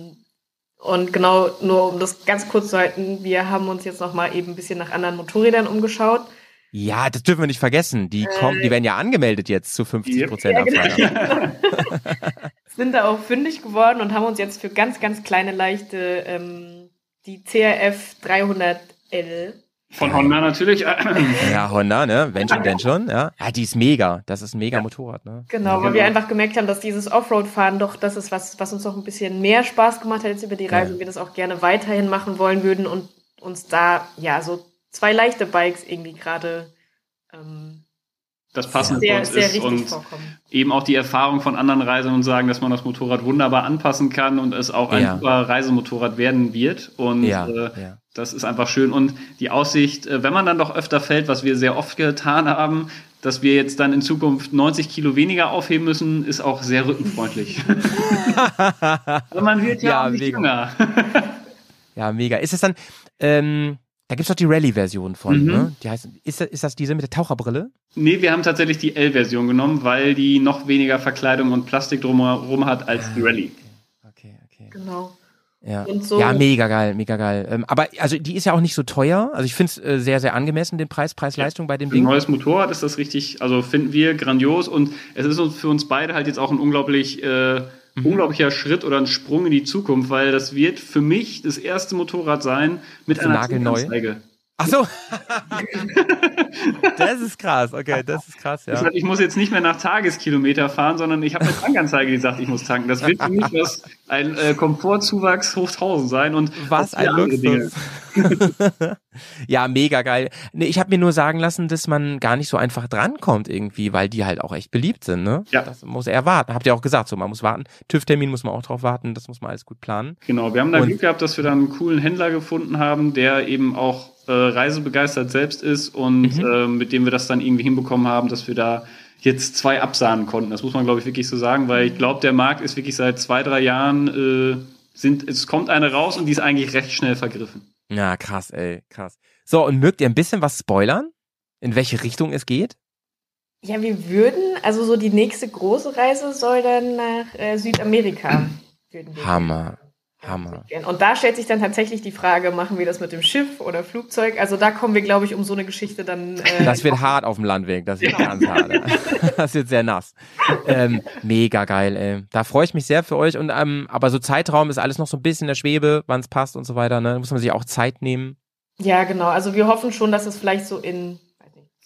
Und genau, nur um das ganz kurz zu halten, wir haben uns jetzt nochmal eben ein bisschen nach anderen Motorrädern umgeschaut. Ja, das dürfen wir nicht vergessen. Die werden ja angemeldet jetzt zu 50% Abfrage. Sind da auch fündig geworden und haben uns jetzt für ganz, ganz kleine, leichte die CRF 300L von Honda natürlich. Ja, Honda, ne? Wenn schon, denn schon. Ja, die ist mega. Das ist ein mega Motorrad, ne? Genau, weil wir einfach gemerkt haben, dass dieses Offroad-Fahren doch das ist, was uns noch ein bisschen mehr Spaß gemacht hat jetzt über die Reise und wir das auch gerne weiterhin machen wollen würden und uns da, so 2 leichte Bikes irgendwie gerade das passend für uns ist und vorkommen. Eben auch die Erfahrung von anderen Reisern und sagen, dass man das Motorrad wunderbar anpassen kann und es auch ein super Reisemotorrad werden wird und das ist einfach schön und die Aussicht, wenn man dann doch öfter fällt, was wir sehr oft getan haben, dass wir jetzt dann in Zukunft 90 Kilo weniger aufheben müssen, ist auch sehr rückenfreundlich. Aber man wird auch nicht jünger. Ja, mega. Ist es dann da gibt's doch die Rallye-Version von, ne? Die heißt, ist das diese mit der Taucherbrille? Nee, wir haben tatsächlich die L-Version genommen, weil die noch weniger Verkleidung und Plastik drumherum hat als die Rallye. Okay. Genau. Ja. Ja, mega geil. Aber also die ist ja auch nicht so teuer. Also ich finde es sehr, sehr angemessen, den Preis-Leistung bei dem Ding. Für ein neues Motorrad ist das richtig, also finden wir grandios und es ist für uns beide halt jetzt auch ein unglaublicher Schritt oder ein Sprung in die Zukunft, weil das wird für mich das erste Motorrad sein mit einer Zunganzeige. Ach so. Das ist krass, okay, das ist krass, ja. Das heißt, ich muss jetzt nicht mehr nach Tageskilometer fahren, sondern ich habe eine Tankanzeige, die sagt, ich muss tanken. Das wird für mich ein Komfortzuwachs hoch 1000 sein und was ein Luxus. Ja, mega geil. Nee, ich habe mir nur sagen lassen, dass man gar nicht so einfach drankommt irgendwie, weil die halt auch echt beliebt sind, ne? Ja. Das muss er warten. Habt ihr auch gesagt, so man muss warten. TÜV-Termin muss man auch drauf warten, das muss man alles gut planen. Genau, wir haben da Glück gehabt, dass wir da einen coolen Händler gefunden haben, der eben auch reisebegeistert selbst ist und mit dem wir das dann irgendwie hinbekommen haben, dass wir da jetzt 2 absahnen konnten. Das muss man, glaube ich, wirklich so sagen, weil ich glaube, der Markt ist wirklich seit 2-3 Jahren, es kommt eine raus und die ist eigentlich recht schnell vergriffen. Ja, krass, ey, krass. So, und mögt ihr ein bisschen was spoilern? In welche Richtung es geht? Ja, wir würden, also so die nächste große Reise soll dann nach Südamerika. Hammer. Und da stellt sich dann tatsächlich die Frage, machen wir das mit dem Schiff oder Flugzeug? Also da kommen wir, glaube ich, um so eine Geschichte dann... das wird hart auf dem Landweg, das wird ganz hart. Das wird sehr nass. Mega geil, ey. Da freue ich mich sehr für euch. Und aber so Zeitraum ist alles noch so ein bisschen in der Schwebe, wann es passt und so weiter. Ne? Da muss man sich auch Zeit nehmen. Ja, genau. Also wir hoffen schon, dass es vielleicht so in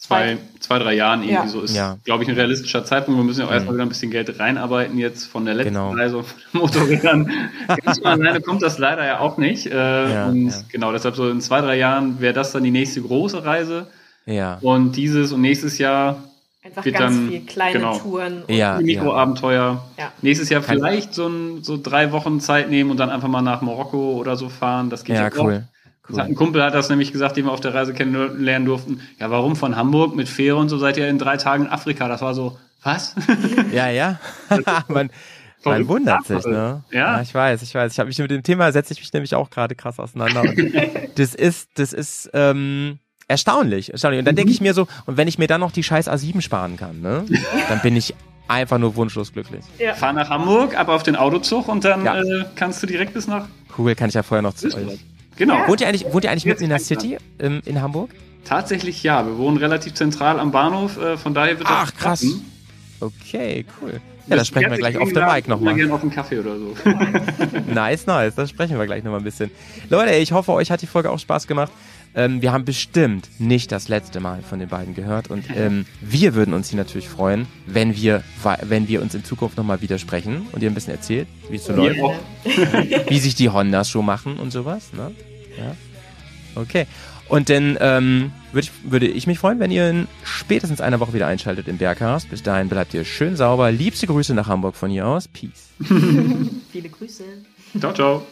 2-3 Jahren irgendwie so ist, Ja. glaube ich, ein realistischer Zeitpunkt. Wir müssen ja auch erstmal wieder ein bisschen Geld reinarbeiten jetzt von der letzten Reise und von den Motorrädern. Ganz alleine kommt das leider ja auch nicht. Genau, deshalb so in 2-3 Jahren wäre das dann die nächste große Reise. Ja. Und dieses und nächstes Jahr Einfach wird ganz dann, viel kleine Touren. Und Mikroabenteuer. Ja. Nächstes Jahr vielleicht so 3 Wochen Zeit nehmen und dann einfach mal nach Marokko oder so fahren. Das geht ja cool. Ein Kumpel hat das nämlich gesagt, den wir auf der Reise kennenlernen durften. Ja, warum von Hamburg mit Fähre und so seid ihr in 3 Tagen in Afrika? Das war so, was? Ja. man wundert sich, ne? Ja. Ich weiß. Ich habe mich mit dem Thema, setze ich mich nämlich auch gerade krass auseinander. Und das ist erstaunlich. Und dann denke ich mir so, und wenn ich mir dann noch die scheiß A7 sparen kann, ne? Dann bin ich einfach nur wunschlos glücklich. Ja. Fahr nach Hamburg, ab auf den Autozug und dann kannst du direkt bis nach... Cool, kann ich ja vorher noch zu euch. Genau. Wohnt ihr eigentlich mitten in der City in Hamburg? Tatsächlich ja. Wir wohnen relativ zentral am Bahnhof, von daher wird das... Ach, krass. Okay, cool. Ja, das sprechen wir gleich auf der Bike nochmal. Gerne auf einen Kaffee oder so. Nice. Das sprechen wir gleich nochmal ein bisschen. Leute, ich hoffe, euch hat die Folge auch Spaß gemacht. Wir haben bestimmt nicht das letzte Mal von den beiden gehört und wir würden uns hier natürlich freuen, wenn wir uns in Zukunft nochmal widersprechen und ihr ein bisschen erzählt, wie es so läuft, wie sich die Hondas so machen und sowas. Ne? Ja. Okay. Und dann würde ich mich freuen, wenn ihr in spätestens einer Woche wieder einschaltet im Bergcast. Bis dahin bleibt ihr schön sauber. Liebste Grüße nach Hamburg von hier aus. Peace. Viele Grüße. Ciao, ciao.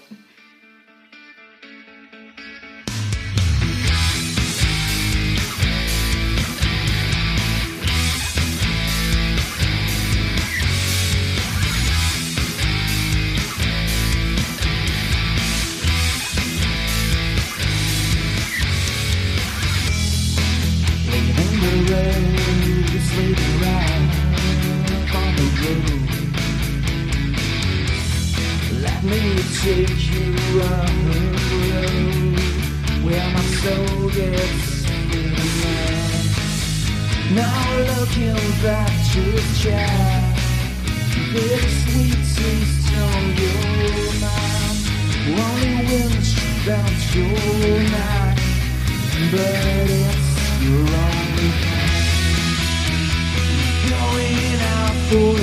Take you on the road where my soul gets living. Now looking back to the child, bittersweet taste on your mind. Only winds bounce your night, but it's your only kind. Going out for